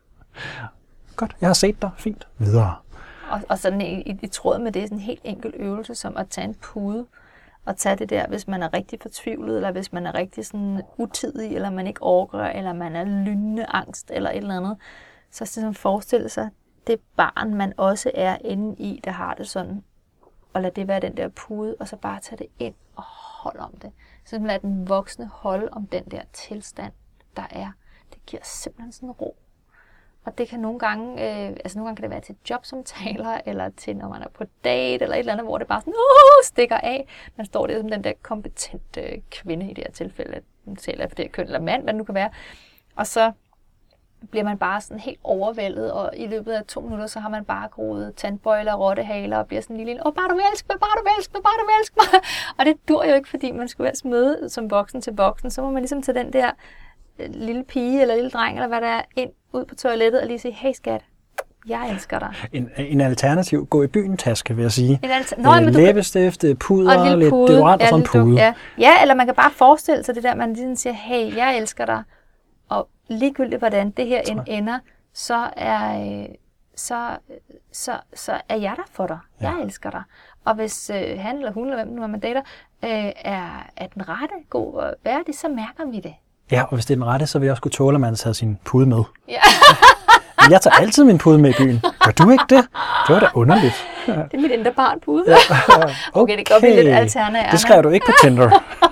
Godt, jeg har set dig. Fint. Videre. Og, og sådan i, i tråd med det, sådan en helt enkel øvelse, som at tage en pude, og tage det der, hvis man er rigtig fortvivlet, eller hvis man er rigtig sådan utidig, eller man ikke overgår, eller man er lynende angst, eller et eller andet, så sådan forestille sig, det barn, man også er inde i, der har det sådan, og lad det være den der pude, og så bare tage det ind og holde om det. Så lad den voksne holde om den der tilstand, der er. Det giver simpelthen sådan en ro. Og det kan nogle gange, øh, altså nogle gange kan det være til jobsamtaler, eller til når man er på date, eller et eller andet, hvor det bare sådan, uh, stikker af. Man står der som den der kompetente kvinde i det her tilfælde, nu taler jeg på det her køn eller mand, hvad det nu kan være. Og så bliver man bare sådan helt overvældet, og i løbet af to minutter, så har man bare groet tandbøjler og rottehaler, og bliver sådan lige åh, bare du vil elske mig, bare du vil elske mig, bare du vil elske mig. Og det dur jo ikke, fordi man skulle være møde som voksen til voksen. Så må man ligesom tage den der lille pige eller lille dreng, eller hvad der er, ind ud på toilettet og lige sige, hey skat, jeg elsker dig. En, en alternativ gå i byen taske, vil jeg sige. En alter... Nå, øh, læbestift, puder, og lidt deodorant og sådan en pude. Ja. ja, eller man kan bare forestille sig det der, man ligesom siger, hey, jeg elsker dig. Og ligegyldigt hvordan det her end ender, så er, så, så, så er jeg der for dig. Ja. Jeg elsker dig. Og hvis øh, han eller hun, eller hvem nu er man dater, øh, er, er den rette, god og værdig, så mærker vi det. Ja, og hvis det er den rette, så vil jeg også kunne tåle, at man tager sin pude med. Ja. Jeg tager altid min pude med i byen. Gør du ikke det? Det var da underligt. Ja. Det er mit indre barn pude. Ja. Okay. Okay, det kan godt blive lidt alternativt. Det skrev du ikke på Tinder.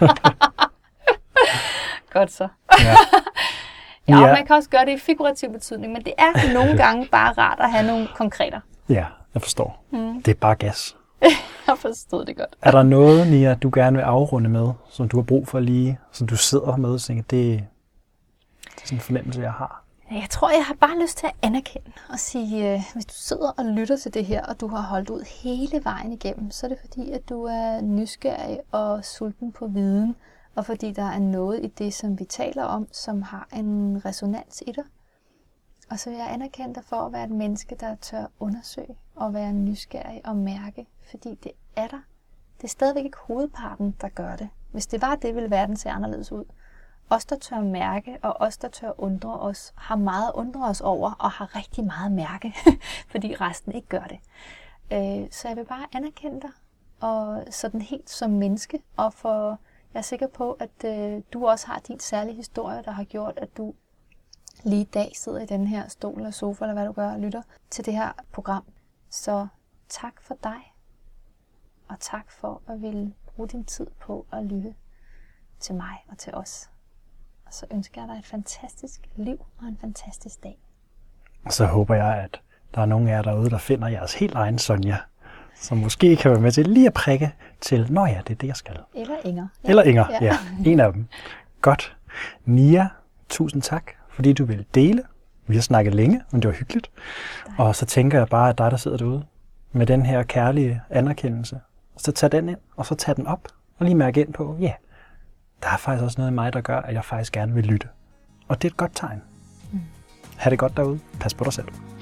Godt så. Ja. Ja, og ja, man kan også gøre det i figurativ betydning, men det er nogle gange bare rart at have nogle konkreter. Ja, jeg forstår. Mm. Det er bare gas. Jeg forstod det godt. Er der noget, Nia, du gerne vil afrunde med, som du har brug for lige, som du sidder med og tænker, det, det er sådan en fornemmelse, jeg har? Jeg tror, jeg har bare lyst til at anerkende og sige, øh, hvis du sidder og lytter til det her, og du har holdt ud hele vejen igennem, så er det fordi, at du er nysgerrig og sulten på viden, og fordi der er noget i det, som vi taler om, som har en resonans i dig. Og så vil jeg anerkende dig for at være et menneske, der tør undersøge og være nysgerrig og mærke, fordi det er der. Det er stadigvæk ikke hovedparten, der gør det. Hvis det var det, ville verden se anderledes ud. Os, der tør mærke, og os, der tør undre os, har meget at undre os over, og har rigtig meget at mærke, fordi resten ikke gør det. Så jeg vil bare anerkende dig, og sådan helt som menneske, og for jeg er sikker på, at du også har din særlige historie, der har gjort, at du lige i dag sidder i den her stol eller sofa, eller hvad du gør, og lytter til det her program. Så tak for dig, og tak for at ville bruge din tid på at lytte til mig og til os. Og så ønsker jeg dig et fantastisk liv og en fantastisk dag. Og så håber jeg, at der er nogen af jer derude, der finder jeres helt egen Sonja, som måske kan være med til lige at prikke til, nå ja, det er det, jeg skal. Eller Inger. Ja. Eller Inger, ja. ja. En af dem. Godt. Nia, tusind tak, fordi du ville dele. Vi har snakket længe, men det var hyggeligt. Nej. Og så tænker jeg bare, at dig, der sidder derude, med den her kærlige anerkendelse, så tag den ind, og så tag den op, og lige mærke ind på, ja, yeah, der er faktisk også noget i mig, der gør, at jeg faktisk gerne vil lytte. Og det er et godt tegn. Mm. Ha' det godt derude. Pas på dig selv.